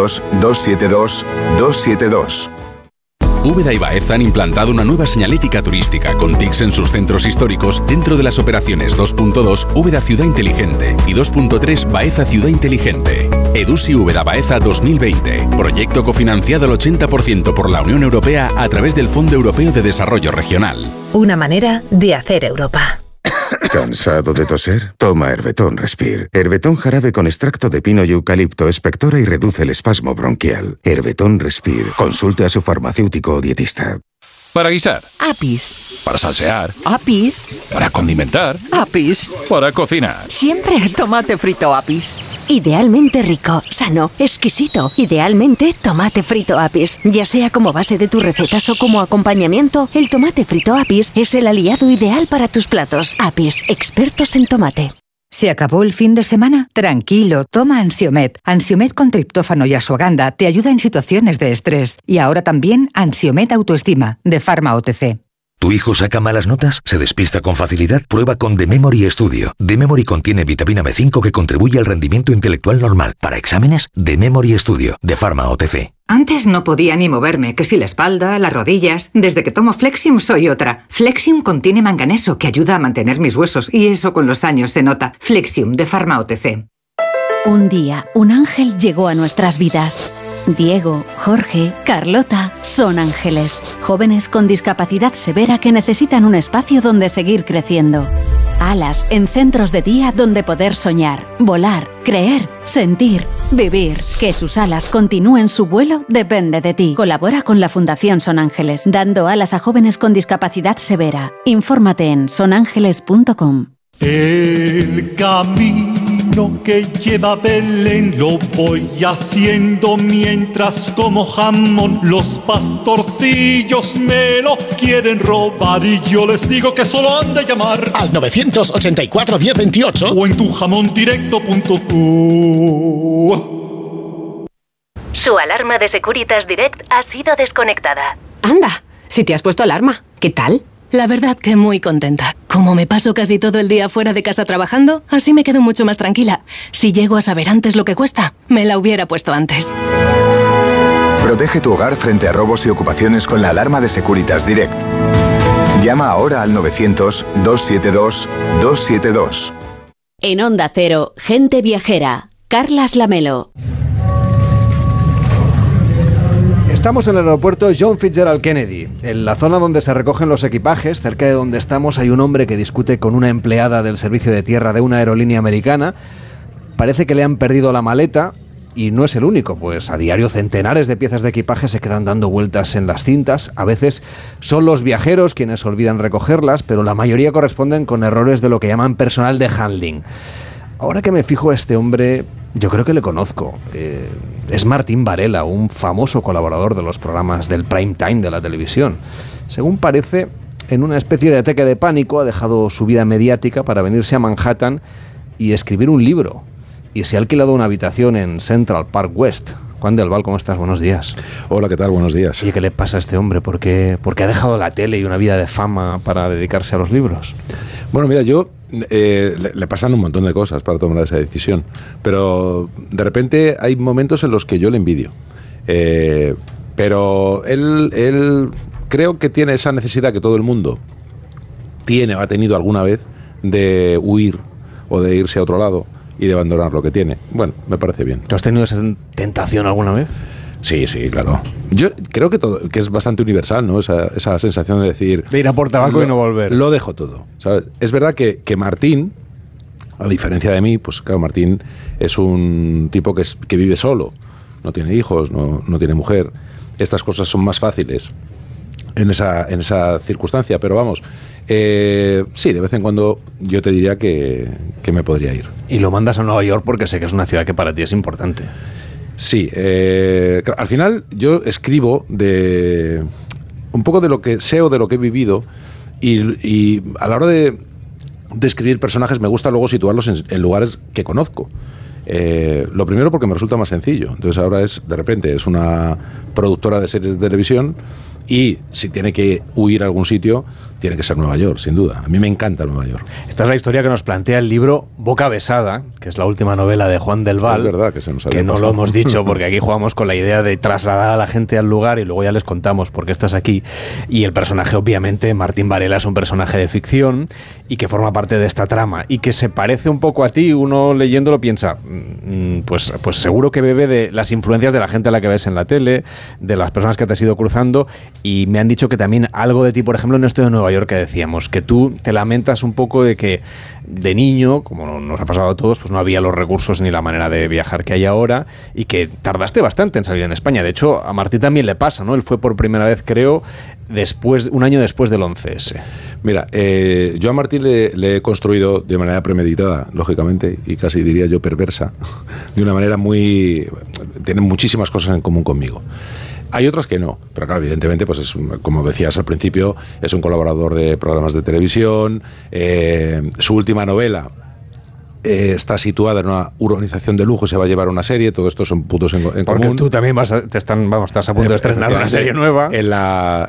900-272-272. Úbeda y Baeza han implantado una nueva señalética turística con TICs en sus centros históricos dentro de las operaciones 2.2 Úbeda Ciudad Inteligente y 2.3 Baeza Ciudad Inteligente. EDUSI Úbeda Baeza 2020. Proyecto cofinanciado al 80% por la Unión Europea a través del Fondo Europeo de Desarrollo Regional. Una manera de hacer Europa. ¿Cansado de toser? Toma Herbetón Respire. Herbetón jarabe con extracto de pino y eucalipto espectora y reduce el espasmo bronquial. Herbetón Respire. Consulte a su farmacéutico o dietista. Para guisar. Apis. Para salsear. Apis. Para condimentar. Apis. Para cocinar. Siempre tomate frito Apis. Idealmente rico, sano, exquisito. Idealmente tomate frito Apis. Ya sea como base de tus recetas o como acompañamiento, el tomate frito Apis es el aliado ideal para tus platos. Apis, expertos en tomate. ¿Se acabó el fin de semana? Tranquilo, toma Ansiomet. Ansiomet con triptófano y asuaganda te ayuda en situaciones de estrés. Y ahora también Ansiomet Autoestima, de Pharma OTC. ¿Tu hijo saca malas notas? ¿Se despista con facilidad? Prueba con The Memory Studio. The Memory contiene vitamina B5 que contribuye al rendimiento intelectual normal. Para exámenes, The Memory Studio, de Pharma OTC. Antes no podía ni moverme, que si la espalda, las rodillas. Desde que tomo Flexium soy otra. Flexium contiene manganeso que ayuda a mantener mis huesos y eso con los años se nota. Flexium, de Pharma OTC. Un día, un ángel llegó a nuestras vidas. Diego, Jorge, Carlota son ángeles, jóvenes con discapacidad severa que necesitan un espacio donde seguir creciendo. Alas en centros de día donde poder soñar, volar, creer, sentir, vivir. Que sus alas continúen su vuelo depende de ti. Colabora con la Fundación Son Ángeles, dando alas a jóvenes con discapacidad severa. Infórmate en sonángeles.com. El camino que lleva a Belén lo voy haciendo mientras como jamón. Los pastorcillos me lo quieren robar y yo les digo que solo han de llamar al 984 1028 o en tujamondirecto.com. Su alarma de Securitas Direct ha sido desconectada. Anda, si te has puesto alarma, ¿qué tal? La verdad que muy contenta. Como me paso casi todo el día fuera de casa trabajando, así me quedo mucho más tranquila. Si llego a saber antes lo que cuesta, me la hubiera puesto antes. Protege tu hogar frente a robos y ocupaciones con la alarma de Securitas Direct. Llama ahora al 900-272-272. En Onda Cero, Gente Viajera. Carlas Lamelo. Estamos en el aeropuerto John Fitzgerald Kennedy, en la zona donde se recogen los equipajes. Cerca de donde estamos hay un hombre que discute con una empleada del servicio de tierra de una aerolínea americana. Parece que le han perdido la maleta y no es el único, pues a diario centenares de piezas de equipaje se quedan dando vueltas en las cintas. A veces son los viajeros quienes olvidan recogerlas, pero la mayoría corresponden con errores de lo que llaman personal de handling. Ahora que me fijo, este hombre Yo creo que le conozco. Es Martín Varela, un famoso colaborador de los programas del prime time de la televisión. Según parece, en una especie de ataque de pánico ha dejado su vida mediática para venirse a Manhattan y escribir un libro. Y se ha alquilado una habitación en Central Park West. Juan del Val, ¿cómo estás? Buenos días. Hola, ¿qué tal? Buenos días. ¿Y qué le pasa a este hombre? ¿Por qué ha dejado la tele y una vida de fama para dedicarse a los libros? Bueno, mira, le pasan un montón de cosas para tomar esa decisión, pero de repente hay momentos en los que yo le envidio. Pero él creo que tiene esa necesidad que todo el mundo tiene o ha tenido alguna vez de huir o de irse a otro lado y de abandonar lo que tiene. Bueno, me parece bien. ¿Tú has tenido esa tentación alguna vez? Sí, claro. Yo creo que es bastante universal, ¿no? Esa sensación de decir... De ir a por tabaco y no volver. Lo dejo todo, ¿sabes? Es verdad que Martín, a diferencia de mí, pues claro, Martín es un tipo que vive solo. No tiene hijos, no tiene mujer. Estas cosas son más fáciles en esa circunstancia, pero vamos... sí, de vez en cuando yo te diría que me podría ir. Y lo mandas a Nueva York porque sé que es una ciudad que para ti es importante. Sí, al final yo escribo un poco de lo que sé o de lo que he vivido y a la hora de escribir personajes me gusta luego situarlos en lugares que conozco. Lo primero porque me resulta más sencillo. Entonces ahora de repente es una productora de series de televisión y si tiene que huir a algún sitio, tiene que ser Nueva York, sin duda. A mí me encanta Nueva York. Esta es la historia que nos plantea el libro Boca Besada, que es la última novela de Juan del Val. Es verdad que se nos había que no pasado. lo hemos dicho porque aquí jugamos con la idea de trasladar a la gente al lugar y luego ya les contamos por qué estás aquí. Y el personaje, obviamente, Martín Varela, es un personaje de ficción y que forma parte de esta trama y que se parece un poco a ti. Uno leyéndolo piensa, pues seguro que bebe de las influencias de la gente a la que ves en la tele, de las personas que te has ido cruzando. Y me han dicho que también algo de ti, por ejemplo, en esto de Nueva York que decíamos, que tú te lamentas un poco de que de niño, como nos ha pasado a todos, pues no había los recursos ni la manera de viajar que hay ahora y que tardaste bastante en salir en España. De hecho, a Martín también le pasa, ¿no? Él fue por primera vez, creo, un año después del 11S. Mira, yo a Martín le he construido de manera premeditada, lógicamente, y casi diría yo perversa, de una manera tiene muchísimas cosas en común conmigo. Hay otras que no, pero claro, evidentemente, pues como decías al principio, es un colaborador de programas de televisión. Su última novela está situada en una urbanización de lujo y se va a llevar una serie. Todo esto son puntos en común. Porque tú también estás a punto de estrenar una serie nueva. En la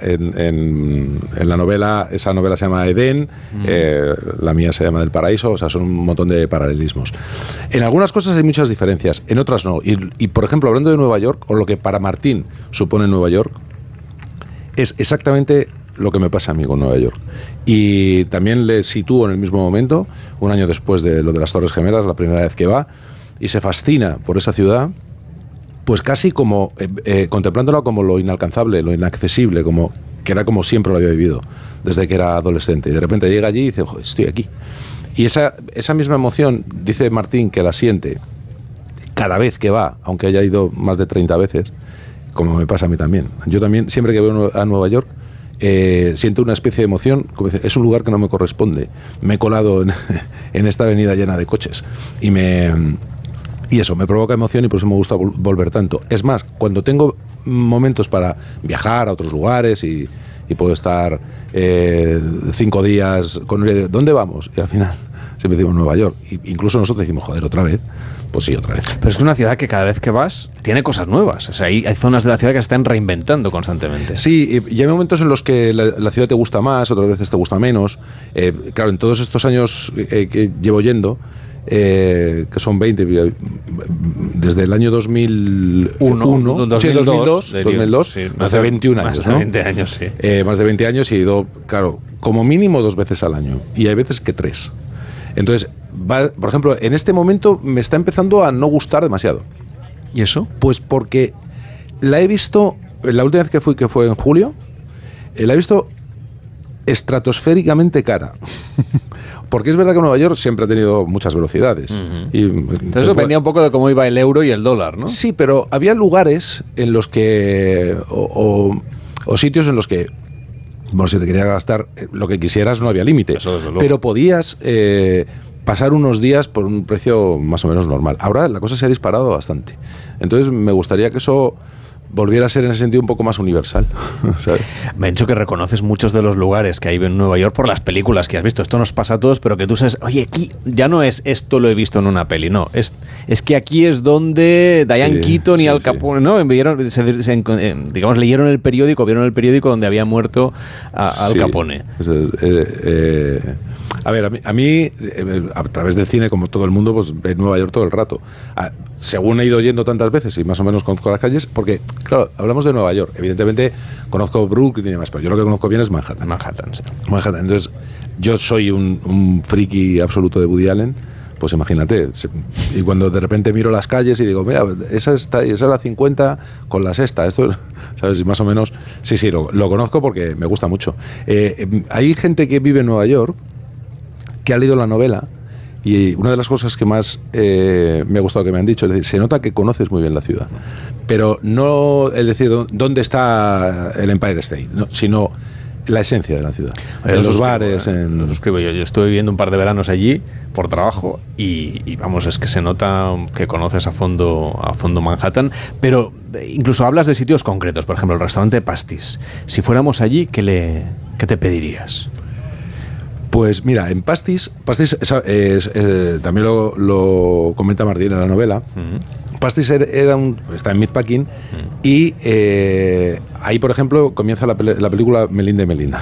novela, esa novela se llama Edén, la mía se llama Del Paraíso, o sea, son un montón de paralelismos. En algunas cosas hay muchas diferencias, en otras no. Y por ejemplo, hablando de Nueva York, o lo que para Martín supone Nueva York, es exactamente lo que me pasa a mí con Nueva York. Y también le sitúo en el mismo momento, un año después de lo de las Torres Gemelas, la primera vez que va, y se fascina por esa ciudad, pues casi como contemplándola como lo inalcanzable, lo inaccesible, que era como siempre lo había vivido, desde que era adolescente. Y de repente llega allí y dice, ojo, estoy aquí. Y esa misma emoción, dice Martín, que la siente cada vez que va, aunque haya ido más de 30 veces, como me pasa a mí también. Yo también, siempre que veo a Nueva York, siento una especie de emoción, como dice, es un lugar que no me corresponde. Me he colado en esta avenida llena de coches y eso me provoca emoción y por eso me gusta volver tanto. Es más, cuando tengo momentos para viajar a otros lugares y puedo estar 5 días con ¿dónde vamos? Y al final siempre decimos Nueva York. Incluso nosotros decimos, joder, ¿otra vez? Pues sí, otra vez. Pero es una ciudad que cada vez que vas tiene cosas nuevas. O sea, hay zonas de la ciudad que se están reinventando constantemente. Sí, y hay momentos en los que la ciudad te gusta más, otras veces te gusta menos. Claro, en todos estos años que llevo yendo, que son 20, desde el año 2001, 2002, sí, más de 21 años. Más de 20 años, sí. Más de 20 años y he ido, claro, como mínimo 2 veces al año. Y hay veces que 3. Entonces, por ejemplo, en este momento me está empezando a no gustar demasiado. ¿Y eso? Pues porque la he visto, la última vez que fue en julio, la he visto estratosféricamente porque es verdad que Nueva York siempre ha tenido muchas velocidades. Entonces eso dependía un poco de cómo iba el euro y el dólar, ¿no? Sí, pero había lugares en los que o sitios en los que, bueno, si te querías gastar lo que quisieras no había límite, pero podías pasar unos días por un precio más o menos normal. Ahora la cosa se ha disparado bastante. Entonces me gustaría que eso volviera a ser en ese sentido un poco más universal, ¿sabes? Me han dicho que reconoces muchos de los lugares que hay en Nueva York por las películas que has visto. Esto nos pasa a todos, pero que tú sabes, oye, aquí ya no es esto lo he visto en una peli, no. Es que aquí es donde Diane Keaton y Al Capone, ¿no? Digamos, leyeron el periódico, vieron el periódico donde había muerto Al Capone. A ver, a mí, a través del cine, como todo el mundo, pues ve Nueva York todo el rato. Según he ido yendo tantas veces y más o menos conozco las calles, porque, claro, hablamos de Nueva York. Evidentemente, conozco Brooklyn y demás, pero yo lo que conozco bien es Manhattan. Sí. Manhattan. Entonces, yo soy un friki absoluto de Woody Allen, pues imagínate. Y cuando de repente miro las calles y digo, mira, esa es la 50 con la sexta. Esto, ¿sabes? Y más o menos, sí, lo conozco porque me gusta mucho. Hay gente que vive en Nueva York que ha leído la novela, y una de las cosas que más me ha gustado que me han dicho es decir, se nota que conoces muy bien la ciudad, pero no es decir dónde está el Empire State, no, sino la esencia de la ciudad. En los bares, lo suscribo. Yo estuve viviendo un par de veranos allí por trabajo y vamos, es que se nota que conoces a fondo Manhattan, pero incluso hablas de sitios concretos, por ejemplo el restaurante Pastis. Si fuéramos allí, ¿qué te pedirías? Pues mira, en Pastis también lo comenta Martín en la novela. Pastis está en Meatpacking y ahí, por ejemplo, comienza la película Melinda y Melinda.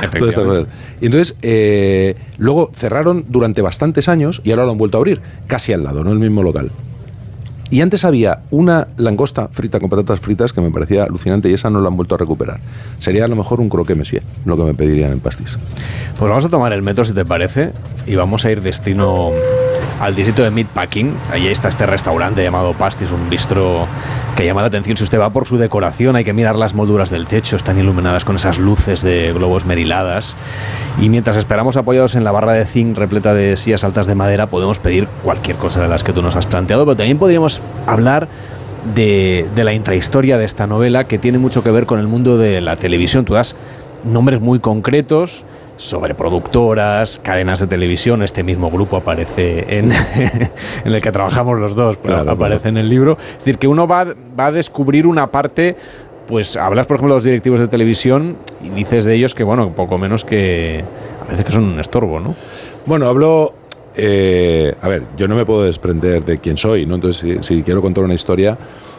Y entonces, luego cerraron durante bastantes años y ahora lo han vuelto a abrir, casi al lado, no el mismo local. Y antes había una langosta frita con patatas fritas que me parecía alucinante y esa no la han vuelto a recuperar. Sería a lo mejor un croquet monsieur, lo que me pedirían en Pastis. Pues vamos a tomar el metro, si te parece, y vamos a ir destino al distrito de Meatpacking. Allí está este restaurante llamado Pastis, un bistro que llama la atención. Si usted va por su decoración, hay que mirar las molduras del techo, están iluminadas con esas luces de globos meriladas. Y mientras esperamos apoyados en la barra de zinc repleta de sillas altas de madera, podemos pedir cualquier cosa de las que tú nos has planteado, pero también podríamos hablar de la intrahistoria de esta novela, que tiene mucho que ver con el mundo de la televisión. Tú das nombres muy concretos sobre productoras, cadenas de televisión. Este mismo grupo aparece en el que trabajamos los dos, pero claro, aparece en el libro. Es decir, que uno va a descubrir una parte. Pues hablas, por ejemplo, de los directivos de televisión y dices de ellos que, bueno, poco menos que a veces que son un estorbo, ¿no? Bueno, hablo... a ver, yo no me puedo desprender de quién soy, ¿no? Entonces, si quiero contar una historia,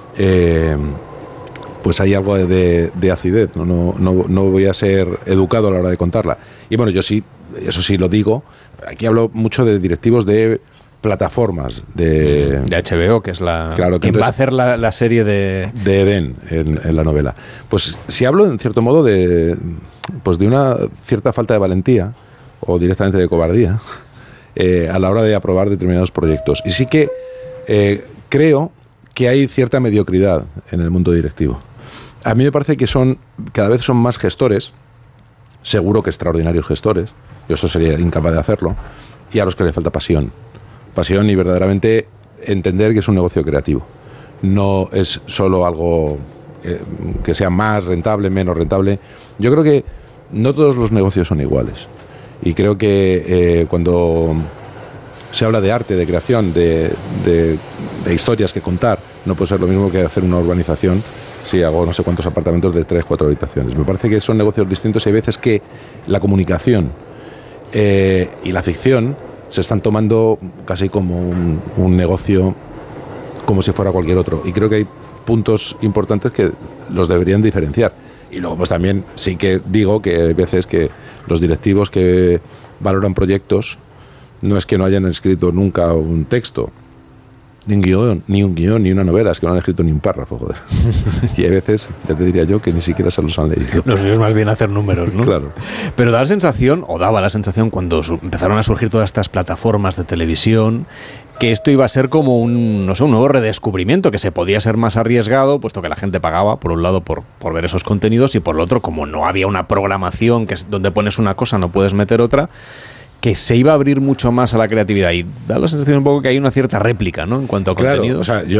pues hay algo de acidez, ¿no? No voy a ser educado a la hora de contarla. Y bueno, yo sí, eso sí lo digo. Aquí hablo mucho de directivos de plataformas de HBO, que es claro, quien va a hacer la serie de Edén en la novela. Pues si hablo en cierto modo de una cierta falta de valentía o directamente de cobardía a la hora de aprobar determinados proyectos. Y sí que creo que hay cierta mediocridad en el mundo directivo. A mí me parece que cada vez son más gestores, seguro que extraordinarios gestores, yo eso sería incapaz de hacerlo, y a los que le falta pasión y verdaderamente entender que es un negocio creativo. No es solo algo que sea más rentable, menos rentable. Yo creo que no todos los negocios son iguales. Y creo que cuando se habla de arte, de creación, de historias que contar, no puede ser lo mismo que hacer una urbanización si hago no sé cuántos apartamentos de 3, 4 habitaciones. Me parece que son negocios distintos y hay veces que la comunicación y la ficción se están tomando casi como un negocio, como si fuera cualquier otro. Y creo que hay puntos importantes que los deberían diferenciar. Y luego pues también sí que digo que hay veces que los directivos que valoran proyectos no es que no hayan escrito nunca un texto, ni un guión, ni una novela, es que no han escrito ni un párrafo, joder. Y hay veces, ya te diría yo, que ni siquiera se los han leído. Los suyos más bien hacer números, ¿no? Claro. Pero daba la sensación cuando empezaron a surgir todas estas plataformas de televisión, que esto iba a ser como un nuevo redescubrimiento, que se podía ser más arriesgado, puesto que la gente pagaba, por un lado, por ver esos contenidos, y por el otro, como no había una programación que es donde pones una cosa, no puedes meter otra, que se iba a abrir mucho más a la creatividad. Y da la sensación un poco que hay una cierta réplica, ¿no?, en cuanto a contenidos. O sea, yo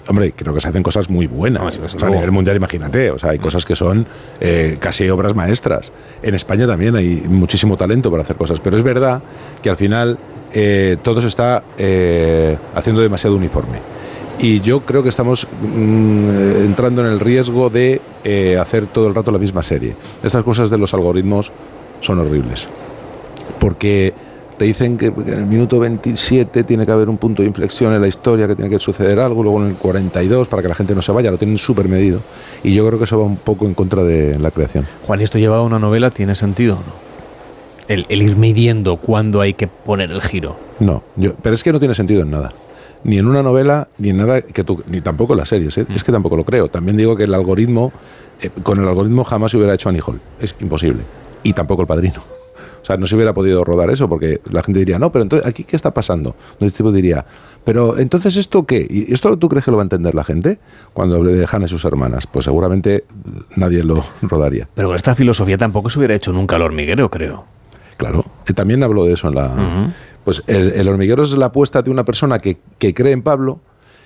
Hombre, creo que se hacen cosas muy buenas. O sea, a nivel mundial, imagínate. O sea, hay cosas que son casi obras maestras. En España también hay muchísimo talento para hacer cosas. Pero es verdad que al final todo se está haciendo demasiado uniforme. Y yo creo que estamos entrando en el riesgo de hacer todo el rato la misma serie. Estas cosas de los algoritmos son horribles. Porque te dicen que en el minuto 27 tiene que haber un punto de inflexión en la historia, que tiene que suceder algo, luego en el 42 para que la gente no se vaya, lo tienen súper medido. Y yo creo que eso va un poco en contra de la creación. Juan, ¿y esto llevado a una novela tiene sentido o no? El ir midiendo cuándo hay que poner el giro. No, pero es que no tiene sentido en nada. Ni en una novela, ni en nada ni tampoco en las series. Es que tampoco lo creo. También digo que el algoritmo, con el algoritmo jamás se hubiera hecho Annie Hall. Es imposible. Y tampoco El Padrino. O sea, no se hubiera podido rodar eso, porque la gente diría, no, pero entonces, ¿aquí qué está pasando? El tipo diría, pero entonces, ¿esto qué? ¿Y esto tú crees que lo va a entender la gente cuando hable de Hannah y sus hermanas? Pues seguramente nadie lo rodaría. Pero con esta filosofía tampoco se hubiera hecho nunca El Hormiguero, creo. Claro, también hablo de eso en la... Pues el Hormiguero es la apuesta de una persona que cree en Pablo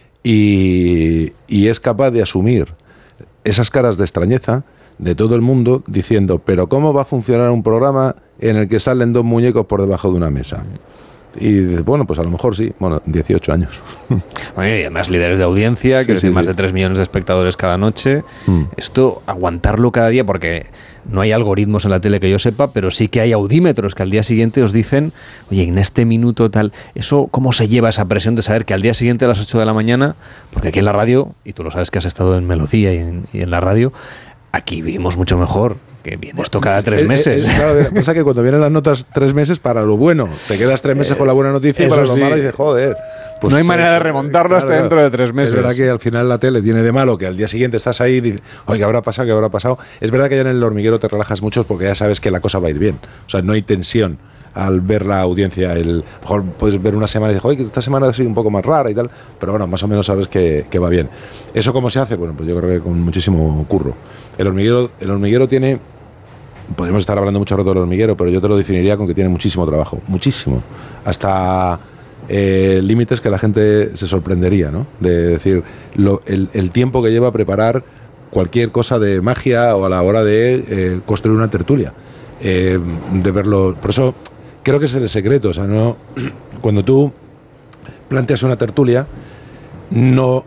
y es capaz de asumir esas caras de extrañeza de todo el mundo diciendo, pero ¿cómo va a funcionar un programa en el que salen dos muñecos por debajo de una mesa? Y bueno, pues a lo mejor sí, 18 años. Bueno, y además líderes de audiencia, que tienen más de 3 millones de espectadores cada noche. Esto, aguantarlo cada día, porque no hay algoritmos en la tele que yo sepa, pero sí que hay audímetros que al día siguiente os dicen, oye, en este minuto tal, eso, ¿cómo se lleva esa presión de saber que al día siguiente a las 8 de la mañana, porque aquí en la radio, y tú lo sabes que has estado en Melodía y en la radio, aquí vivimos mucho mejor, que viene esto cada 3 meses. Claro, pasa que cuando vienen las notas 3 meses para lo bueno, te quedas 3 meses con la buena noticia y para lo malo dices, joder. Pues no hay manera de remontarlo hasta dentro de 3 meses. Es verdad que al final la tele tiene de malo que al día siguiente estás ahí y dices, oye, ¿qué habrá pasado? ¿Qué habrá pasado? Es verdad que ya en El Hormiguero te relajas mucho porque ya sabes que la cosa va a ir bien. O sea, no hay tensión al ver la audiencia. Mejor puedes ver una semana y dices, oye, que esta semana ha sido un poco más rara y tal, pero bueno, más o menos sabes que va bien. ¿Eso cómo se hace? Bueno, pues yo creo que con muchísimo curro. El hormiguero tiene... Podemos estar hablando mucho rato del Hormiguero, pero yo te lo definiría con que tiene muchísimo trabajo. Muchísimo. Hasta límites que la gente se sorprendería, ¿no? De decir, el tiempo que lleva a preparar cualquier cosa de magia o a la hora de construir una tertulia. De verlo... Por eso creo que es el secreto. O sea, no, cuando tú planteas una tertulia, no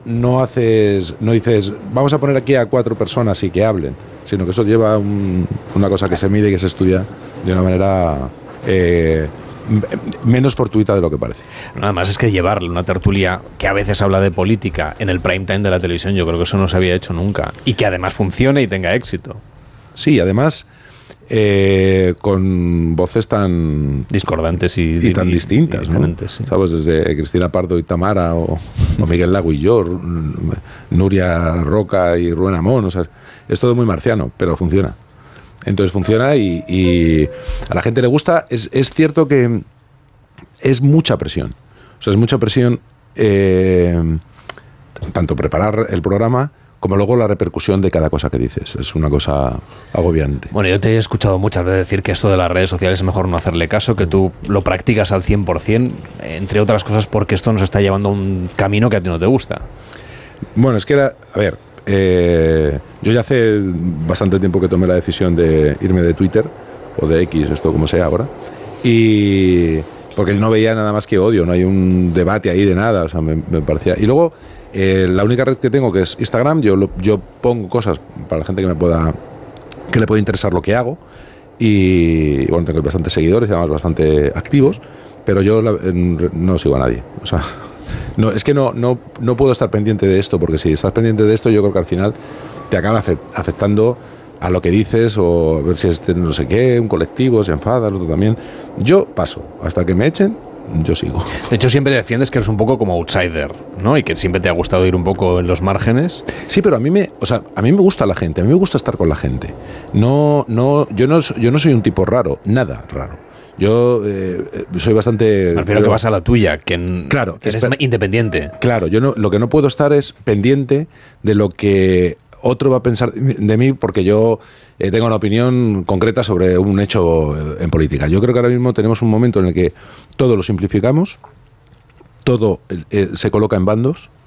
dices, vamos a poner aquí a 4 personas y que hablen, sino que eso lleva una cosa que se mide y que se estudia de una manera menos fortuita de lo que parece. Nada más es que llevarle una tertulia que a veces habla de política en el prime time de la televisión, yo creo que eso no se había hecho nunca, y que además funcione y tenga éxito. Sí, además con voces tan discordantes y tan distintas, ¿no? Sí. ¿Sabes? Desde Cristina Pardo y Tamara o Miguel Lago y yo, Nuria Roca y Rubén Amón, o sea, es todo muy marciano, pero funciona. Entonces funciona y a la gente le gusta. Es cierto que es mucha presión. O sea, es mucha presión tanto preparar el programa como luego la repercusión de cada cosa que dices. Es una cosa agobiante. Bueno, yo te he escuchado muchas veces decir que esto de las redes sociales es mejor no hacerle caso, que tú lo practicas al 100%, entre otras cosas porque esto nos está llevando a un camino que a ti no te gusta. Bueno, es que yo ya hace bastante tiempo que tomé la decisión de irme de Twitter, o de X, esto como sea ahora, y porque no veía nada más que odio, no hay un debate ahí de nada, o sea, me parecía... Y luego, la única red que tengo, que es Instagram, yo pongo cosas para la gente que le puede interesar lo que hago, y bueno, tengo bastantes seguidores, además bastante activos, pero yo no sigo a nadie, o sea... No, es que no puedo estar pendiente de esto, porque si estás pendiente de esto, yo creo que al final te acaba afectando a lo que dices, o a ver si es no sé qué, un colectivo se enfada, el otro también. Yo paso, hasta que me echen, yo sigo. De hecho, siempre defiendes que eres un poco como outsider, ¿no? Y que siempre te ha gustado ir un poco en los márgenes. Sí, pero a mí me gusta la gente, a mí me gusta estar con la gente. Yo no soy un tipo raro, nada raro. Yo soy bastante... Prefiero que vas a la tuya, que claro, eres independiente. Claro, lo que no puedo estar es pendiente de lo que otro va a pensar de mí, porque yo tengo una opinión concreta sobre un hecho en política. Yo creo que ahora mismo tenemos un momento en el que todo lo simplificamos, todo se coloca en bandos,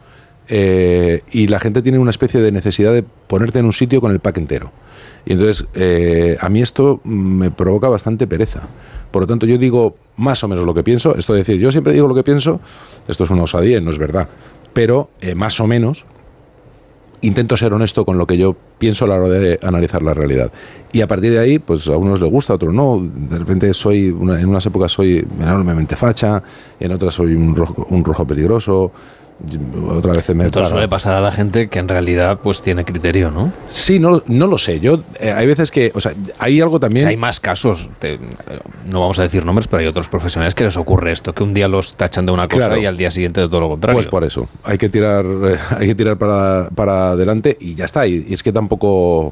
y la gente tiene una especie de necesidad de ponerte en un sitio con el pack entero. Y entonces, a mí esto me provoca bastante pereza. Por lo tanto, yo digo más o menos lo que pienso. Esto es decir, yo siempre digo lo que pienso. Esto es una osadía, no es verdad. Pero, más o menos, intento ser honesto con lo que yo pienso a la hora de analizar la realidad. Y a partir de ahí, pues a unos les gusta, a otros no. De repente en unas épocas soy enormemente facha, en otras soy un rojo peligroso. Otra vez Esto suele pasar a la gente que en realidad pues tiene criterio, ¿no? Sí, no lo sé. Yo hay veces que, o sea, hay algo también. O sea, hay más casos. No vamos a decir nombres, pero hay otros profesionales que les ocurre esto, que un día los tachan de una cosa, claro, y al día siguiente de todo lo contrario. Pues por eso hay que tirar para adelante y ya está. Y es que tampoco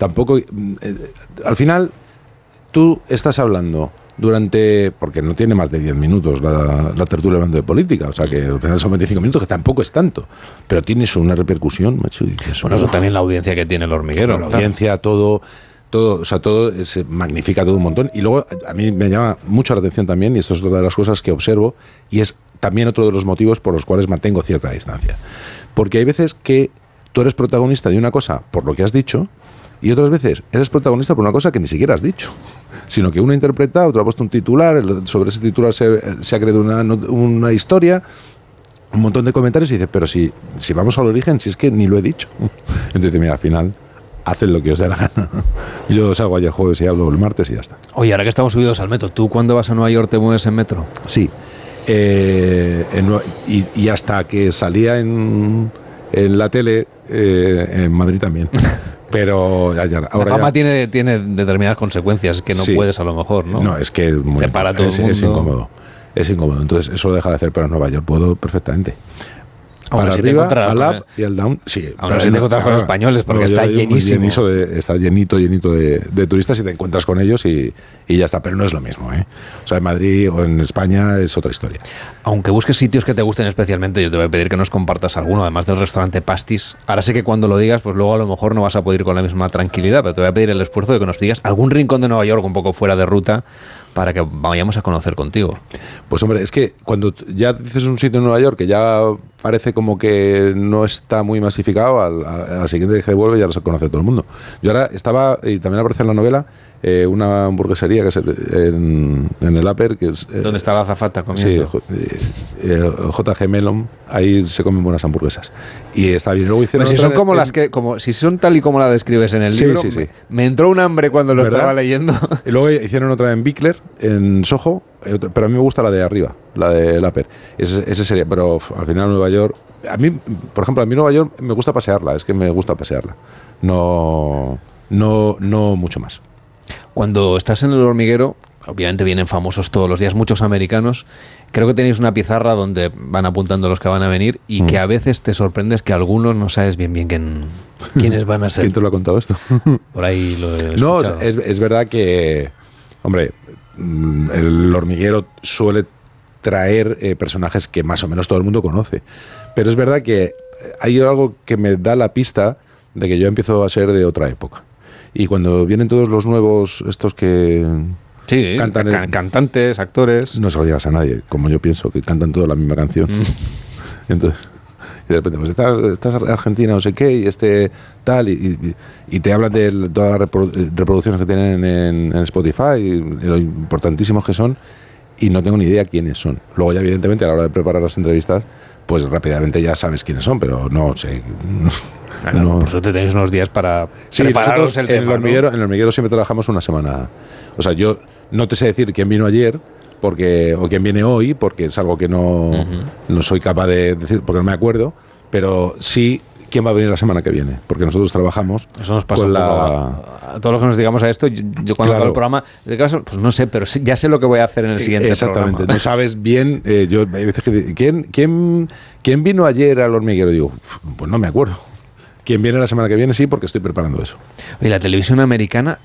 al final tú estás hablando porque no tiene más de 10 minutos la tertulia hablando de política, o sea que al final son 25 minutos, que tampoco es tanto, pero tienes una repercusión, macho. Y dices, bueno, eso también la audiencia que tiene El Hormiguero. La audiencia, todo, o sea, todo se magnifica todo un montón. Y luego a mí me llama mucho la atención también, y esto es otra de las cosas que observo, y es también otro de los motivos por los cuales mantengo cierta distancia. Porque hay veces que tú eres protagonista de una cosa por lo que has dicho, y otras veces eres protagonista por una cosa que ni siquiera has dicho, sino que uno ha interpretado, otro ha puesto un titular, sobre ese titular se ha creado una historia, un montón de comentarios, y dices, pero si vamos al origen, si es que ni lo he dicho. Entonces, mira, al final, haced lo que os dé la gana. Yo salgo ayer jueves y hablo el martes y ya está. Oye, ahora que estamos subidos al metro, ¿tú cuando vas a Nueva York te mueves en metro? Sí. Y hasta que salía en la tele, en Madrid también. Pero ahora la fama tiene determinadas consecuencias que no puedes a lo mejor, ¿no? No, es que te para todo el mundo. Es incómodo. Entonces eso lo deja de hacer, pero en Nueva York puedo perfectamente. Para si arriba, al up y al down, sí. Aún así te encuentras con los españoles, porque está llenísimo. Está llenito de turistas y te encuentras con ellos y ya está, pero no es lo mismo, ¿eh? O sea, en Madrid o en España es otra historia. Aunque busques sitios que te gusten especialmente, yo te voy a pedir que nos compartas alguno, además del restaurante Pastis. Ahora sé que cuando lo digas, pues luego a lo mejor no vas a poder ir con la misma tranquilidad, pero te voy a pedir el esfuerzo de que nos digas algún rincón de Nueva York un poco fuera de ruta, para que vayamos a conocer contigo. Pues hombre, es que cuando ya dices un sitio en Nueva York que ya parece como que no está muy masificado, al siguiente que vuelve ya lo conoce todo el mundo. Yo ahora estaba, y también aparece en la novela, una hamburguesería que es en el Upper, que es... ¿Dónde está la azafata comiendo? Sí, JG Melon, ahí se comen buenas hamburguesas. Y está bien. Luego hicieron si son como las que, si son tal y como la describes en el libro, sí. Me entró un hambre cuando lo estaba leyendo. Y luego hicieron otra en Bickler, en Soho, pero a mí me gusta la de arriba, la de Upper. Ese sería, pero al final Nueva York, a mí, por ejemplo, a mí Nueva York me gusta pasearla, es que me gusta pasearla. No mucho más. Cuando estás en El Hormiguero, obviamente vienen famosos todos los días, muchos americanos. Creo que tenéis una pizarra donde van apuntando los que van a venir y que a veces te sorprendes que algunos no sabes bien quiénes van a ser. ¿Quién te lo ha contado esto? Por ahí lo he escuchado. No, es verdad que, hombre, El Hormiguero suele traer personajes que más o menos todo el mundo conoce. Pero es verdad que hay algo que me da la pista de que yo empiezo a ser de otra época. Y cuando vienen todos los nuevos, estos que... Sí, cantantes, actores... No se lo digas a nadie, como yo pienso, que cantan todos la misma canción. Entonces, y de repente, pues estás Argentina, no sé qué, y tal, y te hablan de todas las reproducciones que tienen en Spotify, y lo importantísimos que son, y no tengo ni idea quiénes son. Luego ya, evidentemente, a la hora de preparar las entrevistas, pues rápidamente ya sabes quiénes son, pero no sé... No. Por suerte tenéis unos días para prepararos el tema. En El Hormiguero siempre trabajamos una semana. O sea, yo no te sé decir quién vino ayer o quién viene hoy, porque es algo que no soy capaz de decir, porque no me acuerdo, pero sí quién va a venir la semana que viene, porque nosotros trabajamos. Eso nos pasa a todos los que nos digamos a esto. Yo cuando hago el programa, pues no sé, pero ya sé lo que voy a hacer en el siguiente Exactamente, programa. No sabes bien. Yo hay veces que ¿quién vino ayer al Hormiguero? Digo, pues no me acuerdo. ¿Quién viene la semana que viene? Sí, porque estoy preparando eso. ¿Y la televisión americana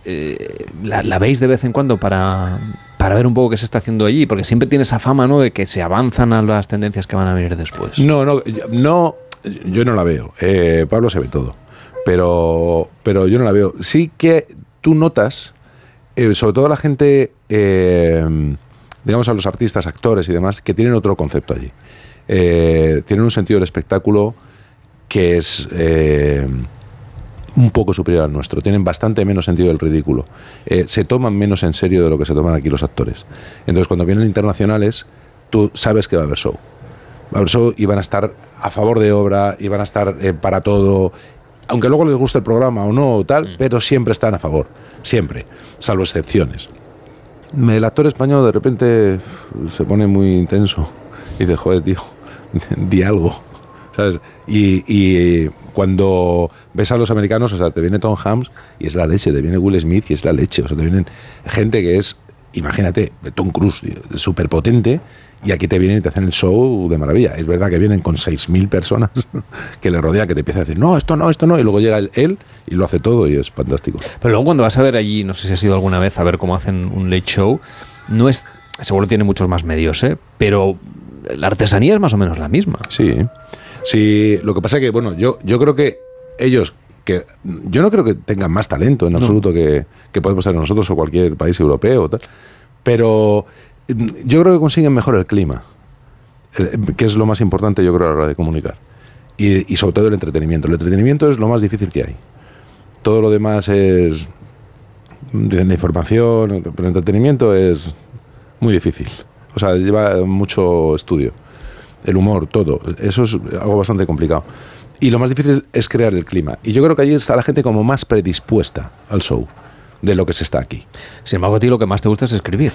la veis de vez en cuando para ver un poco qué se está haciendo allí? Porque siempre tiene esa fama, ¿no?, de que se avanzan a las tendencias que van a venir después. No, yo no la veo. Pablo se ve todo. Pero yo no la veo. Sí que tú notas, sobre todo la gente, digamos a los artistas, actores y demás, que tienen otro concepto allí. Tienen un sentido del espectáculo que es un poco superior al nuestro. Tienen bastante menos sentido del ridículo. Se toman menos en serio de lo que se toman aquí los actores. Entonces, cuando vienen internacionales, tú sabes que va a haber show. Va a haber show y van a estar a favor de obra, y van a estar para todo, aunque luego les guste el programa o no, tal, pero siempre están a favor. Siempre, salvo excepciones. El actor español de repente se pone muy intenso y dice, joder, tío, di algo, ¿sabes? Y cuando ves a los americanos, o sea, te viene Tom Hanks y es la leche, te viene Will Smith y es la leche, o sea, te vienen gente que es, imagínate, Tom Cruise, súper potente, y aquí te vienen y te hacen el show de maravilla. Es verdad que vienen con 6.000 personas que le rodean, que te empiezan a decir, no, esto no, y luego llega él y lo hace todo y es fantástico. Pero luego cuando vas a ver allí, no sé si has ido alguna vez a ver cómo hacen un late show, no es, seguro tiene muchos más medios, pero la artesanía es más o menos la misma. Sí, lo que pasa es que, bueno, yo creo que ellos, que yo no creo que tengan más talento en absoluto que podemos tener nosotros o cualquier país europeo o tal, pero yo creo que consiguen mejor el clima, que es lo más importante, yo creo, a la hora de comunicar. Y sobre todo el entretenimiento. El entretenimiento es lo más difícil que hay. Todo lo demás es la información, pero el entretenimiento es muy difícil. O sea, lleva mucho estudio. El humor, todo. Eso es algo bastante complicado. Y lo más difícil es crear el clima. Y yo creo que allí está la gente como más predispuesta al show de lo que se está aquí. Sin embargo, a ti lo que más te gusta es escribir.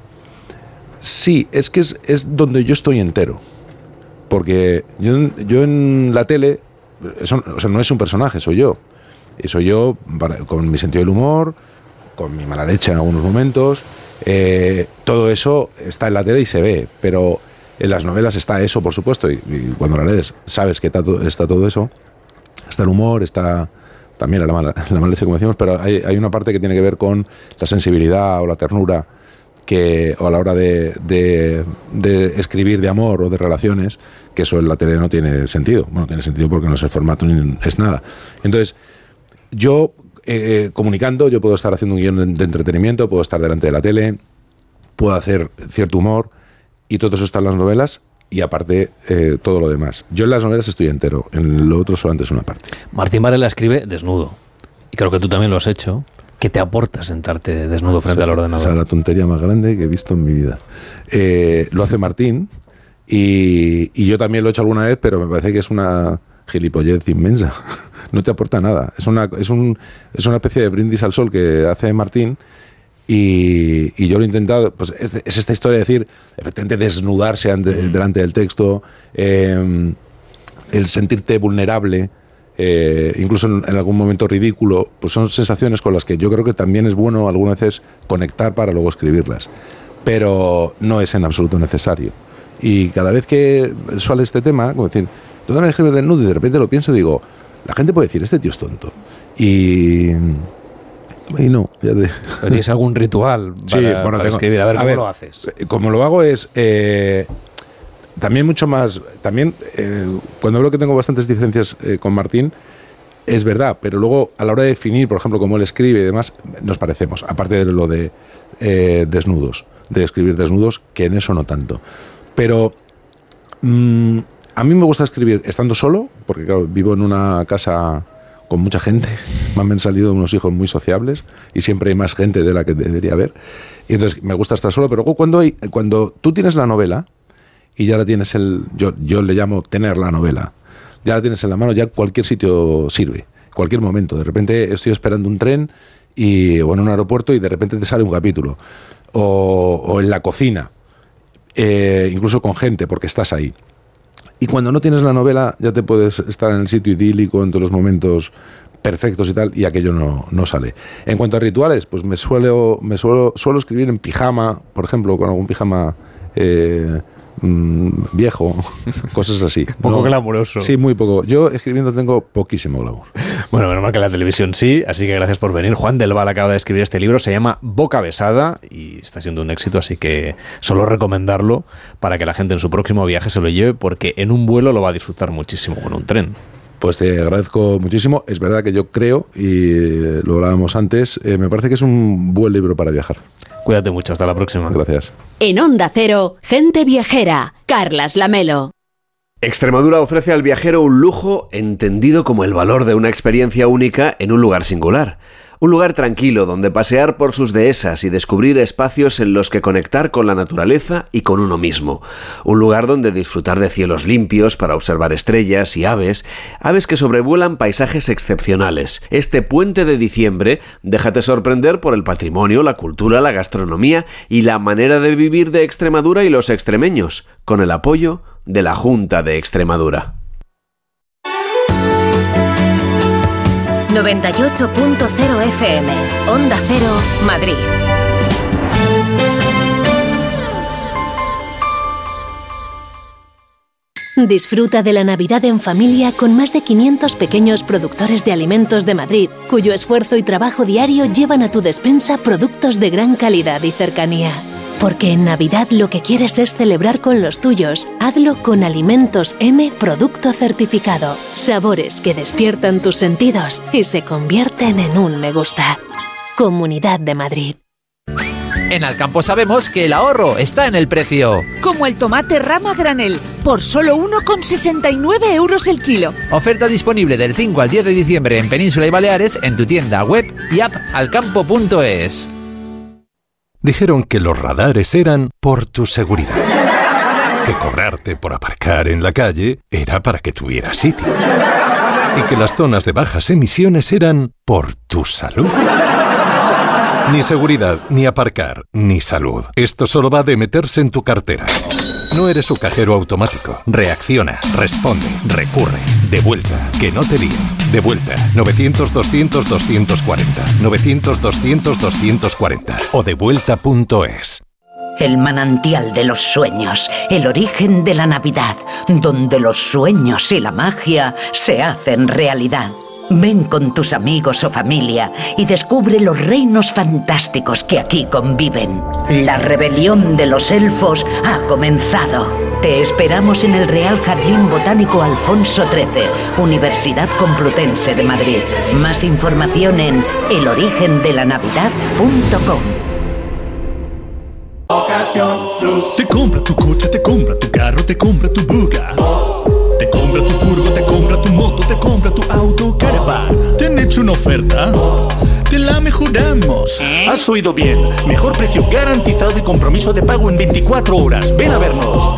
Sí, es que es donde yo estoy entero. Porque yo en la tele, o sea, no es un personaje, soy yo. Y soy yo con mi sentido del humor, con mi mala leche en algunos momentos. Todo eso está en la tele y se ve, pero en las novelas está eso, por supuesto, y cuando la lees sabes que está todo eso. Está el humor, está también la mala leche, como decimos, pero hay una parte que tiene que ver con la sensibilidad o la ternura, o a la hora de escribir de amor o de relaciones, que eso en la tele no tiene sentido. Bueno, tiene sentido porque no es el formato ni es nada. Entonces, yo comunicando, yo puedo estar haciendo un guión de entretenimiento, puedo estar delante de la tele, puedo hacer cierto humor, y todo eso está en las novelas, y aparte todo lo demás. Yo en las novelas estoy entero, en lo otro solamente es una parte. Martín Varela escribe desnudo, y creo que tú también lo has hecho. ¿Qué te aporta sentarte desnudo frente al ordenador? Esa es la tontería más grande que he visto en mi vida. Lo hace Martín, y yo también lo he hecho alguna vez, pero me parece que es una gilipollez inmensa. No te aporta nada. Es una especie de brindis al sol que hace Martín, y yo lo he intentado. Pues es esta historia de decir, efectivamente, desnudarse delante del texto, el sentirte vulnerable, incluso en algún momento ridículo, pues son sensaciones con las que yo creo que también es bueno algunas veces conectar para luego escribirlas, pero no es en absoluto necesario. Y cada vez que suele este tema, como decir, tú también escribes desnudo, y de repente lo pienso y digo, la gente puede decir, este tío es tonto, y no. ¿Tienes algún ritual para escribir? A ver, ¿cómo lo haces? Como lo hago es también mucho más. También cuando hablo que tengo bastantes diferencias con Martín, es verdad, pero luego a la hora de definir, por ejemplo, cómo él escribe y demás, nos parecemos. Aparte de lo de desnudos, de escribir desnudos, que en eso no tanto. Pero a mí me gusta escribir estando solo, porque claro, vivo en una casa con mucha gente, me han salido unos hijos muy sociables y siempre hay más gente de la que debería haber, y entonces me gusta estar solo. Pero luego cuando tú tienes la novela y ya la tienes, yo le llamo tener la novela, ya la tienes en la mano, ya cualquier sitio sirve, cualquier momento. De repente estoy esperando un tren o en un aeropuerto y de repente te sale un capítulo, o en la cocina, incluso con gente, porque estás ahí. Y cuando no tienes la novela, ya te puedes estar en el sitio idílico, en todos los momentos perfectos y tal, y aquello no sale. En cuanto a rituales, pues suelo escribir en pijama, por ejemplo, con algún pijama viejo, cosas así. Poco glamuroso. Sí, muy poco. Yo escribiendo tengo poquísimo glamour. Bueno, menos mal que la televisión sí, así que gracias por venir. Juan del Val acaba de escribir este libro, se llama Boca Besada y está siendo un éxito, así que solo recomendarlo para que la gente en su próximo viaje se lo lleve, porque en un vuelo lo va a disfrutar muchísimo, con un tren. Pues te agradezco muchísimo. Es verdad que yo creo, y lo hablábamos antes, me parece que es un buen libro para viajar. Cuídate mucho, hasta la próxima. Gracias. En Onda Cero, Gente Viajera, Carlas Lamelo. Extremadura ofrece al viajero un lujo entendido como el valor de una experiencia única en un lugar singular. Un lugar tranquilo donde pasear por sus dehesas y descubrir espacios en los que conectar con la naturaleza y con uno mismo. Un lugar donde disfrutar de cielos limpios para observar estrellas y aves que sobrevuelan paisajes excepcionales. Este puente de diciembre, déjate sorprender por el patrimonio, la cultura, la gastronomía y la manera de vivir de Extremadura y los extremeños, con el apoyo de la Junta de Extremadura. 98.0 FM, Onda Cero, Madrid. Disfruta de la Navidad en familia con más de 500 pequeños productores de alimentos de Madrid, cuyo esfuerzo y trabajo diario llevan a tu despensa productos de gran calidad y cercanía. Porque en Navidad lo que quieres es celebrar con los tuyos. Hazlo con Alimentos M Producto Certificado. Sabores que despiertan tus sentidos y se convierten en un me gusta. Comunidad de Madrid. En Alcampo sabemos que el ahorro está en el precio. Como el tomate rama granel, por solo 1,69 € el kilo. Oferta disponible del 5 al 10 de diciembre en Península y Baleares en tu tienda web y app alcampo.es. Dijeron que los radares eran por tu seguridad. Que cobrarte por aparcar en la calle era para que tuvieras sitio. Y que las zonas de bajas emisiones eran por tu salud. Ni seguridad, ni aparcar, ni salud. Esto solo va de meterse en tu cartera. No eres su cajero automático. Reacciona, responde, recurre. De vuelta, que no te líen. De vuelta, 900-200-240. 900-200-240. O devuelta.es. El manantial de los sueños, el origen de la Navidad, donde los sueños y la magia se hacen realidad. Ven con tus amigos o familia y descubre los reinos fantásticos que aquí conviven. La rebelión de los elfos ha comenzado. Te esperamos en el Real Jardín Botánico Alfonso XIII, Universidad Complutense de Madrid. Más información en elorigendelanavidad.com. Te compra tu coche, te compra tu carro, te compra tu buga. Te compra tu furgo, te compra tu moto, te compra tu auto, caravan. ¿Te han hecho una oferta? Te la mejoramos. Has oído bien. Mejor precio garantizado y compromiso de pago en 24 horas. Ven a vernos.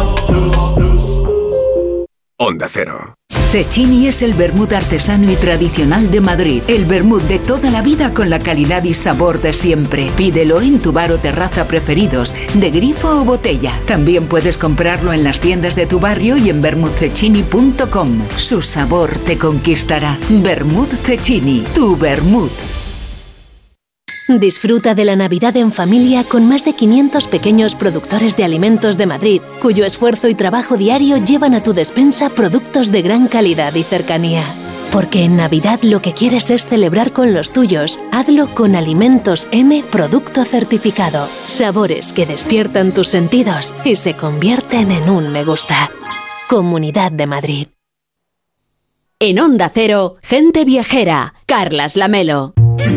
Onda Cero. Cecchini es el vermut artesano y tradicional de Madrid. El vermut de toda la vida con la calidad y sabor de siempre. Pídelo en tu bar o terraza preferidos, de grifo o botella. También puedes comprarlo en las tiendas de tu barrio y en vermutcecchini.com. Su sabor te conquistará. Vermut Cecchini, tu vermut. Disfruta de la Navidad en familia con más de 500 pequeños productores de alimentos de Madrid, cuyo esfuerzo y trabajo diario llevan a tu despensa productos de gran calidad y cercanía. Porque en Navidad lo que quieres es celebrar con los tuyos. Hazlo con Alimentos M Producto Certificado. Sabores que despiertan tus sentidos y se convierten en un me gusta. Comunidad de Madrid. En Onda Cero, Gente Viajera, Carlas Lamelo.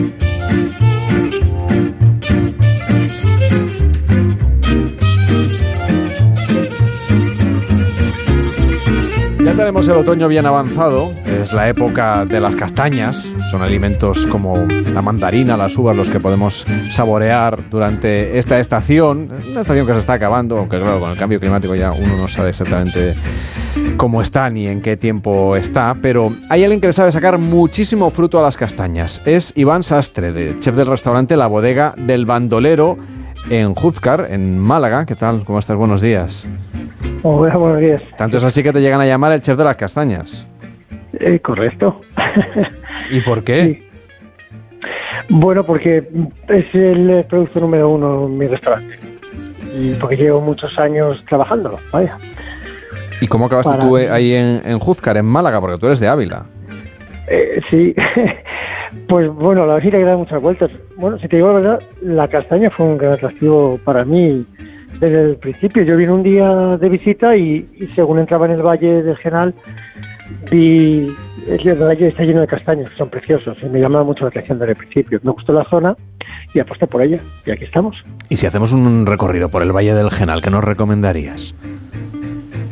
Ya tenemos el otoño bien avanzado, es la época de las castañas, son alimentos como la mandarina, las uvas, los que podemos saborear durante esta estación, una estación que se está acabando, aunque claro, con el cambio climático ya uno no sabe exactamente cómo está ni en qué tiempo está, pero hay alguien que le sabe sacar muchísimo fruto a las castañas, es Iván Sastre, chef del restaurante La Bodega del Bandolero en Júzcar, en Málaga. ¿Qué tal? ¿Cómo estás? Buenos días. Hola, buenos días. Tanto es así que te llegan a llamar el chef de las castañas. Correcto. ¿Y por qué? Sí. Bueno, porque es el producto número uno en mi restaurante. Y porque llevo muchos años trabajándolo, vaya. ¿Y cómo acabaste tú ahí en Júzcar, en Málaga? Porque tú eres de Ávila. Sí. Pues bueno, la verdad es que da muchas vueltas. Bueno, si te digo la verdad, la castaña fue un gran atractivo para mí desde el principio. Yo vine un día de visita y según entraba en el Valle del Genal, vi el valle está lleno de castaños, son preciosos, y me llamaba mucho la atención desde el principio. Me gustó la zona y aposté por ella, y aquí estamos. ¿Y si hacemos un recorrido por el Valle del Genal, qué nos recomendarías?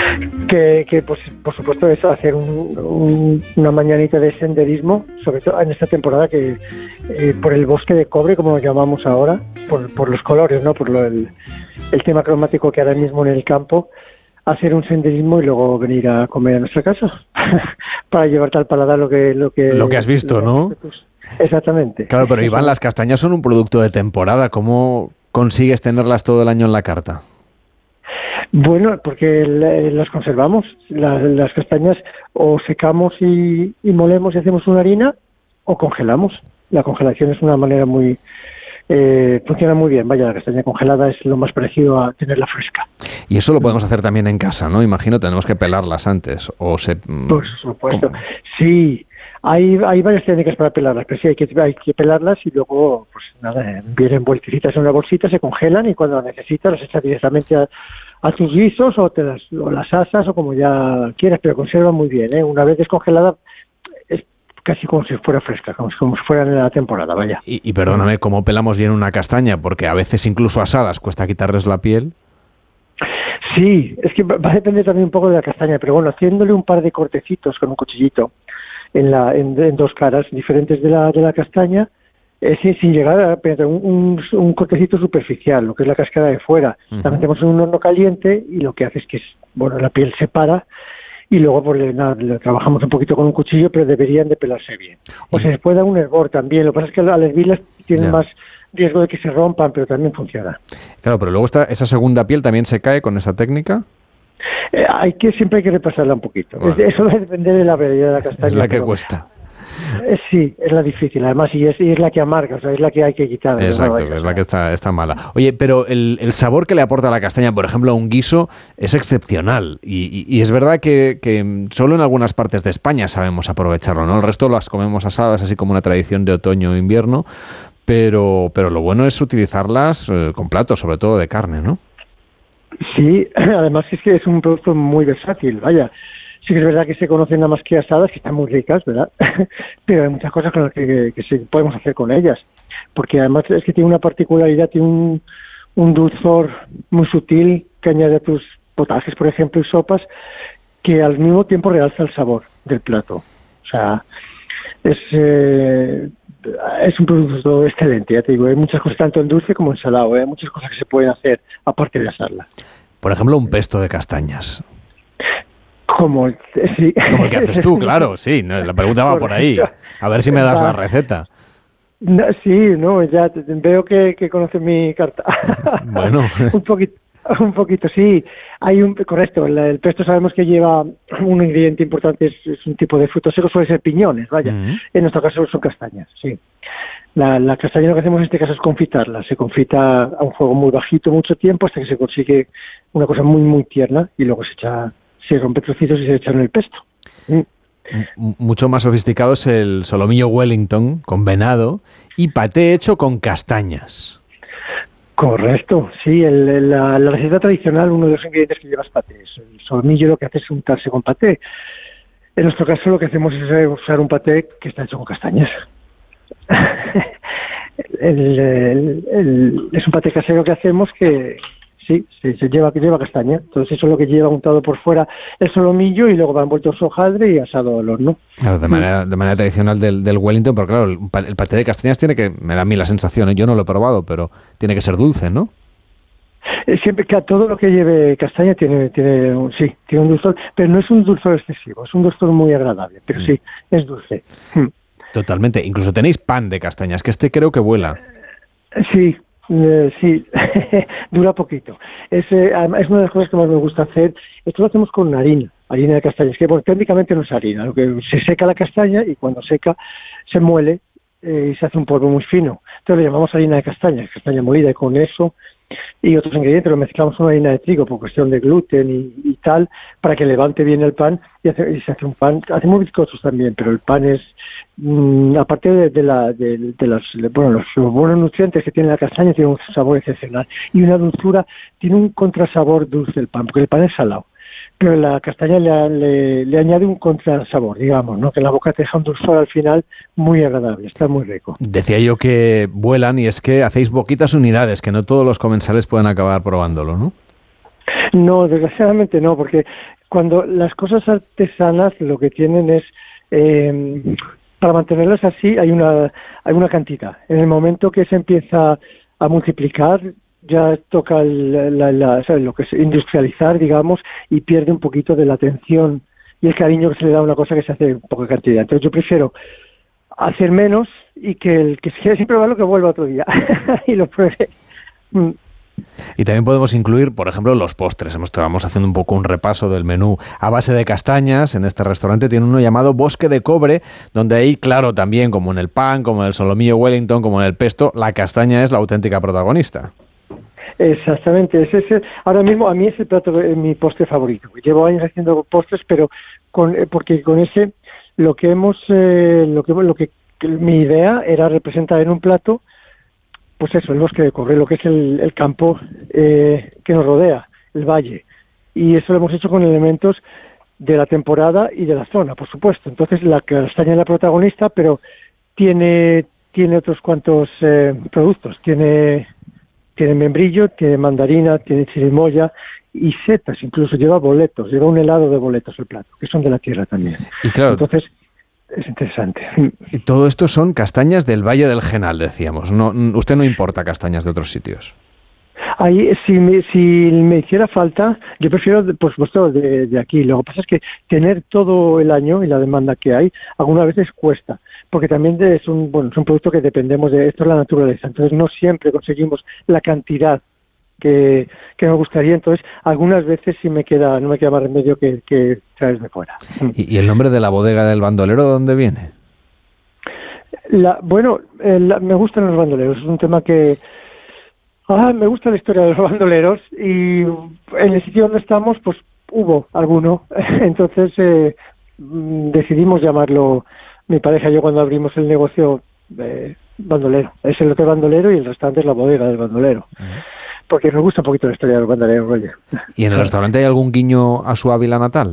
Que pues, por supuesto, eso, hacer una mañanita de senderismo, sobre todo en esta temporada, que por el bosque de cobre, como lo llamamos ahora, por los colores, ¿no? Por el tema cromático que ahora mismo en el campo, hacer un senderismo y luego venir a comer a nuestra casa para llevarte al paladar lo que has visto, ¿no? Exactamente. Claro, pero Iván, las castañas son un producto de temporada. ¿Cómo consigues tenerlas todo el año en la carta? Bueno, porque las conservamos. Las castañas o secamos y molemos y hacemos una harina, o congelamos. La congelación es una manera funciona muy bien. Vaya, la castaña congelada es lo más parecido a tenerla fresca. Y eso lo podemos hacer también en casa, ¿no? Imagino, tenemos que pelarlas antes. Por supuesto. Sí, hay varias técnicas para pelarlas, pero sí, hay que pelarlas y luego, pues nada, vienen vueltecitas en una bolsita, se congelan y cuando las necesitas las echas directamente a tus guisos o las asas o como ya quieras, pero conserva muy bien, ¿eh? Una vez descongelada es casi como si fuera fresca, como si fuera en la temporada, vaya. Y perdóname, ¿cómo pelamos bien una castaña? Porque a veces incluso asadas cuesta quitarles la piel. Sí, es que va a depender también un poco de la castaña, pero bueno, haciéndole un par de cortecitos con un cuchillito en dos caras diferentes de la castaña, sin llegar a penetrar un cortecito superficial, lo que es la cáscara de fuera. La metemos en un horno caliente y lo que hace es que la piel se para y luego pues le trabajamos un poquito con un cuchillo, pero deberían de pelarse bien. O se les puede dar un hervor también, lo que pasa es que al hervirlas tienen más riesgo de que se rompan, pero también funciona. Claro, pero luego esa segunda piel también se cae con esa técnica. Siempre hay que repasarla un poquito. Bueno. Eso va a depender de la variedad de la castaña. Es la que cuesta. Sí, es la difícil, además, y es la que amarga, o sea, es la que hay que quitar. Exacto, que es la que está mala. Oye, pero el sabor que le aporta la castaña, por ejemplo, a un guiso, es excepcional. Y es verdad que solo en algunas partes de España sabemos aprovecharlo, ¿no? El resto las comemos asadas, así como una tradición de otoño o invierno, pero lo bueno es utilizarlas con platos, sobre todo de carne, ¿no? Sí, además es que es un producto muy versátil, vaya. Sí que es verdad que se conocen nada más que asadas, que están muy ricas, ¿verdad? Pero hay muchas cosas con las que podemos hacer con ellas. Porque además es que tiene una particularidad, tiene un dulzor muy sutil que añade a tus potajes, por ejemplo, y sopas, que al mismo tiempo realza el sabor del plato. O sea, es un producto excelente, ya te digo. Hay muchas cosas, tanto en dulce como en salado, hay muchas cosas que se pueden hacer aparte de asarla. Por ejemplo, un pesto de castañas. Como el que haces tú, claro, sí. La pregunta va por ahí. A ver si me das la receta. Ya veo que conoces mi carta. Bueno. un poquito, sí. Correcto, el pesto sabemos que lleva un ingrediente importante, es un tipo de frutos secos, suele ser piñones, vaya. En nuestro caso son castañas, sí. La castaña lo que hacemos en este caso es confitarla. Se confita a un fuego muy bajito mucho tiempo hasta que se consigue una cosa muy, muy tierna y luego se rompe trocitos y se echa en el pesto. Mucho más sofisticado es el solomillo Wellington con venado y paté hecho con castañas. Correcto, sí. La receta tradicional, uno de los ingredientes que lleva es paté. El solomillo lo que hace es untarse con paté. En nuestro caso lo que hacemos es usar un paté que está hecho con castañas. Es un paté casero que hacemos que sí, se lleva castaña. Entonces eso es lo que lleva untado por fuera el solomillo y luego va envuelto en su hojaldre y asado al horno. Claro, de manera tradicional del Wellington, pero claro, el paté de castañas me da a mí la sensación, yo no lo he probado, pero tiene que ser dulce, ¿no? Siempre que todo lo que lleve castaña tiene un dulzor, pero no es un dulzor excesivo, es un dulzor muy agradable, pero sí, es dulce. Totalmente. Incluso tenéis pan de castañas, que creo que vuela. Sí, dura poquito. Es una de las cosas que más me gusta hacer. Esto lo hacemos con harina de castañas, que técnicamente no es harina, lo que se seca la castaña y cuando seca se muele y se hace un polvo muy fino. Entonces lo llamamos harina de castaña molida, y con eso y otros ingredientes lo mezclamos con harina de trigo por cuestión de gluten y tal, para que levante bien el pan y se hace un pan. Hacemos bizcochos también, pero el pan es aparte de los buenos nutrientes que tiene la castaña, tiene un sabor excepcional y una dulzura, tiene un contrasabor dulce el pan, porque el pan es salado, pero la castaña le añade un contrasabor, digamos, ¿no? Que en la boca te deja un dulzor al final muy agradable, está muy rico. Decía yo que vuelan y es que hacéis poquitas unidades, que no todos los comensales pueden acabar probándolo, ¿no? No, desgraciadamente no, porque cuando las cosas artesanas lo que tienen es, para mantenerlas así hay una cantidad. En el momento que se empieza a multiplicar, ya toca ¿sabes? Lo que es industrializar, digamos, y pierde un poquito de la atención y el cariño que se le da a una cosa que se hace en poca cantidad. Entonces yo prefiero hacer menos y que el que se quiera sin probarlo que vuelva otro día y lo pruebe. Y también podemos incluir, por ejemplo, los postres. Estamos haciendo un poco un repaso del menú a base de castañas. En este restaurante tiene uno llamado Bosque de Cobre, donde ahí, claro, también como en el pan, como en el solomillo Wellington, como en el pesto, la castaña es la auténtica protagonista. Exactamente, ahora mismo a mí es el plato, mi postre favorito. Llevo años haciendo postres, pero porque con ese mi idea era representar en un plato, pues eso, el Bosque de Cobre, lo que es el campo que nos rodea, el valle, y eso lo hemos hecho con elementos de la temporada y de la zona, por supuesto. Entonces la castaña es la protagonista, pero tiene otros cuantos productos, tiene membrillo, tiene mandarina, tiene chirimoya y setas, incluso lleva boletos, lleva un helado de boletos el plato, que son de la tierra también. Y claro, entonces es interesante. Y todo esto son castañas del Valle del Genal, decíamos. No, usted no importa castañas de otros sitios. Ahí, si me hiciera falta, yo prefiero, por supuesto, de aquí. Lo que pasa es que tener todo el año y la demanda que hay, algunas veces cuesta, porque también es un producto que dependemos de esto, es la naturaleza. Entonces no siempre conseguimos la cantidad que me gustaría. Entonces algunas veces sí no me queda más remedio que traer de fuera. ¿Y el nombre de la bodega del bandolero de dónde viene? Me gustan los bandoleros. Es un tema que me gusta la historia de los bandoleros, y en el sitio donde estamos pues hubo alguno. Entonces decidimos llamarlo, mi pareja y yo, cuando abrimos el negocio, bandolero. Es el hotel bandolero y el restaurante es la bodega del bandolero. Porque nos gusta un poquito la historia de los bandoleros, Roger. ¿Y en el restaurante hay algún guiño a su Ávila natal?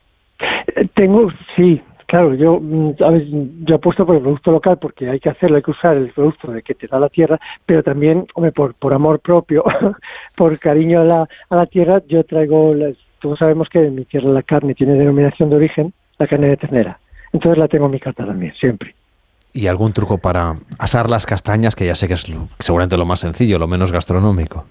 Sí, claro, yo apuesto por el producto local, porque hay que usar el producto de que te da la tierra, pero también, por amor propio, por cariño a la tierra, yo traigo, todos sabemos que en mi tierra la carne tiene denominación de origen, la carne de ternera. Entonces la tengo en mi carta también, siempre. ¿Y algún truco para asar las castañas, que ya sé que es seguramente lo más sencillo, lo menos gastronómico?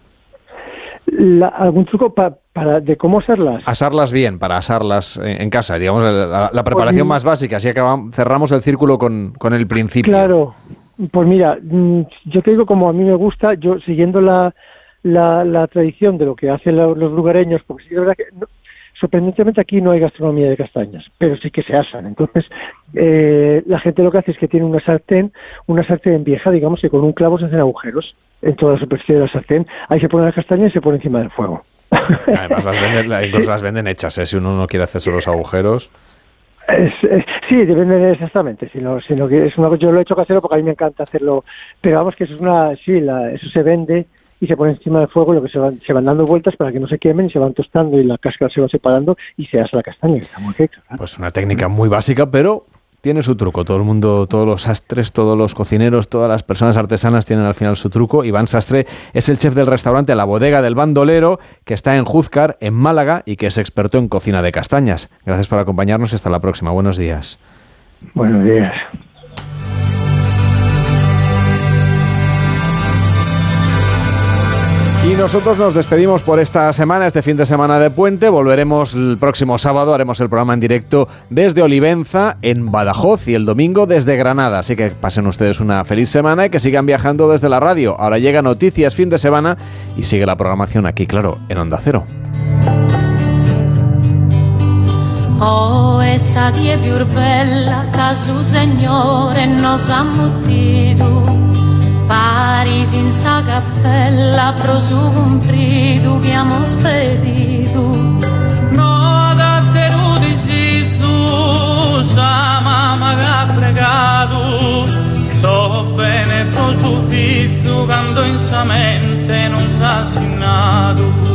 ¿Algún truco de cómo asarlas? Asarlas bien, para asarlas en casa, digamos, la preparación más básica, así cerramos el círculo con el principio. Claro, pues mira, yo te digo, como a mí me gusta, yo siguiendo la tradición de lo que hacen los lugareños, porque sí, de verdad que sorprendentemente aquí no hay gastronomía de castañas, pero sí que se asan. Entonces la gente lo que hace es que tiene una sartén vieja, digamos, que con un clavo se hacen agujeros en toda la superficie de la sartén. Ahí se ponen las castañas y se pone encima del fuego. Además incluso las venden hechas, si uno no quiere hacerse los agujeros. Sí, depende exactamente. Sino que yo lo he hecho casero porque a mí me encanta hacerlo, pero vamos, que eso eso se vende y se pone encima del fuego, lo que se van dando vueltas para que no se quemen, y se van tostando y la cáscara se va separando y se asa la castaña, que está muy rica. ¿Claro? Pues una técnica muy básica, pero tiene su truco. Todo el mundo, todos los sastres, todos los cocineros, todas las personas artesanas tienen al final su truco. Iván Sastre es el chef del restaurante La Bodega del Bandolero, que está en Júzcar, en Málaga, y que es experto en cocina de castañas. Gracias por acompañarnos y hasta la próxima. Buenos días. Buenos días. Y nosotros nos despedimos por esta semana, este fin de semana de puente. Volveremos el próximo sábado, haremos el programa en directo desde Olivenza, en Badajoz, y el domingo desde Granada. Así que pasen ustedes una feliz semana y que sigan viajando desde la radio. Ahora llega Noticias Fin de Semana y sigue la programación aquí, claro, en Onda Cero. Oh, esa die più bella che su Signore nos ha muttido. Paris in sa cappella pro su comprido che amo spedito. No da te lo dici su sa mamma che ha pregato. So bene pro su figlio quando in sa mente non s'ha assinato.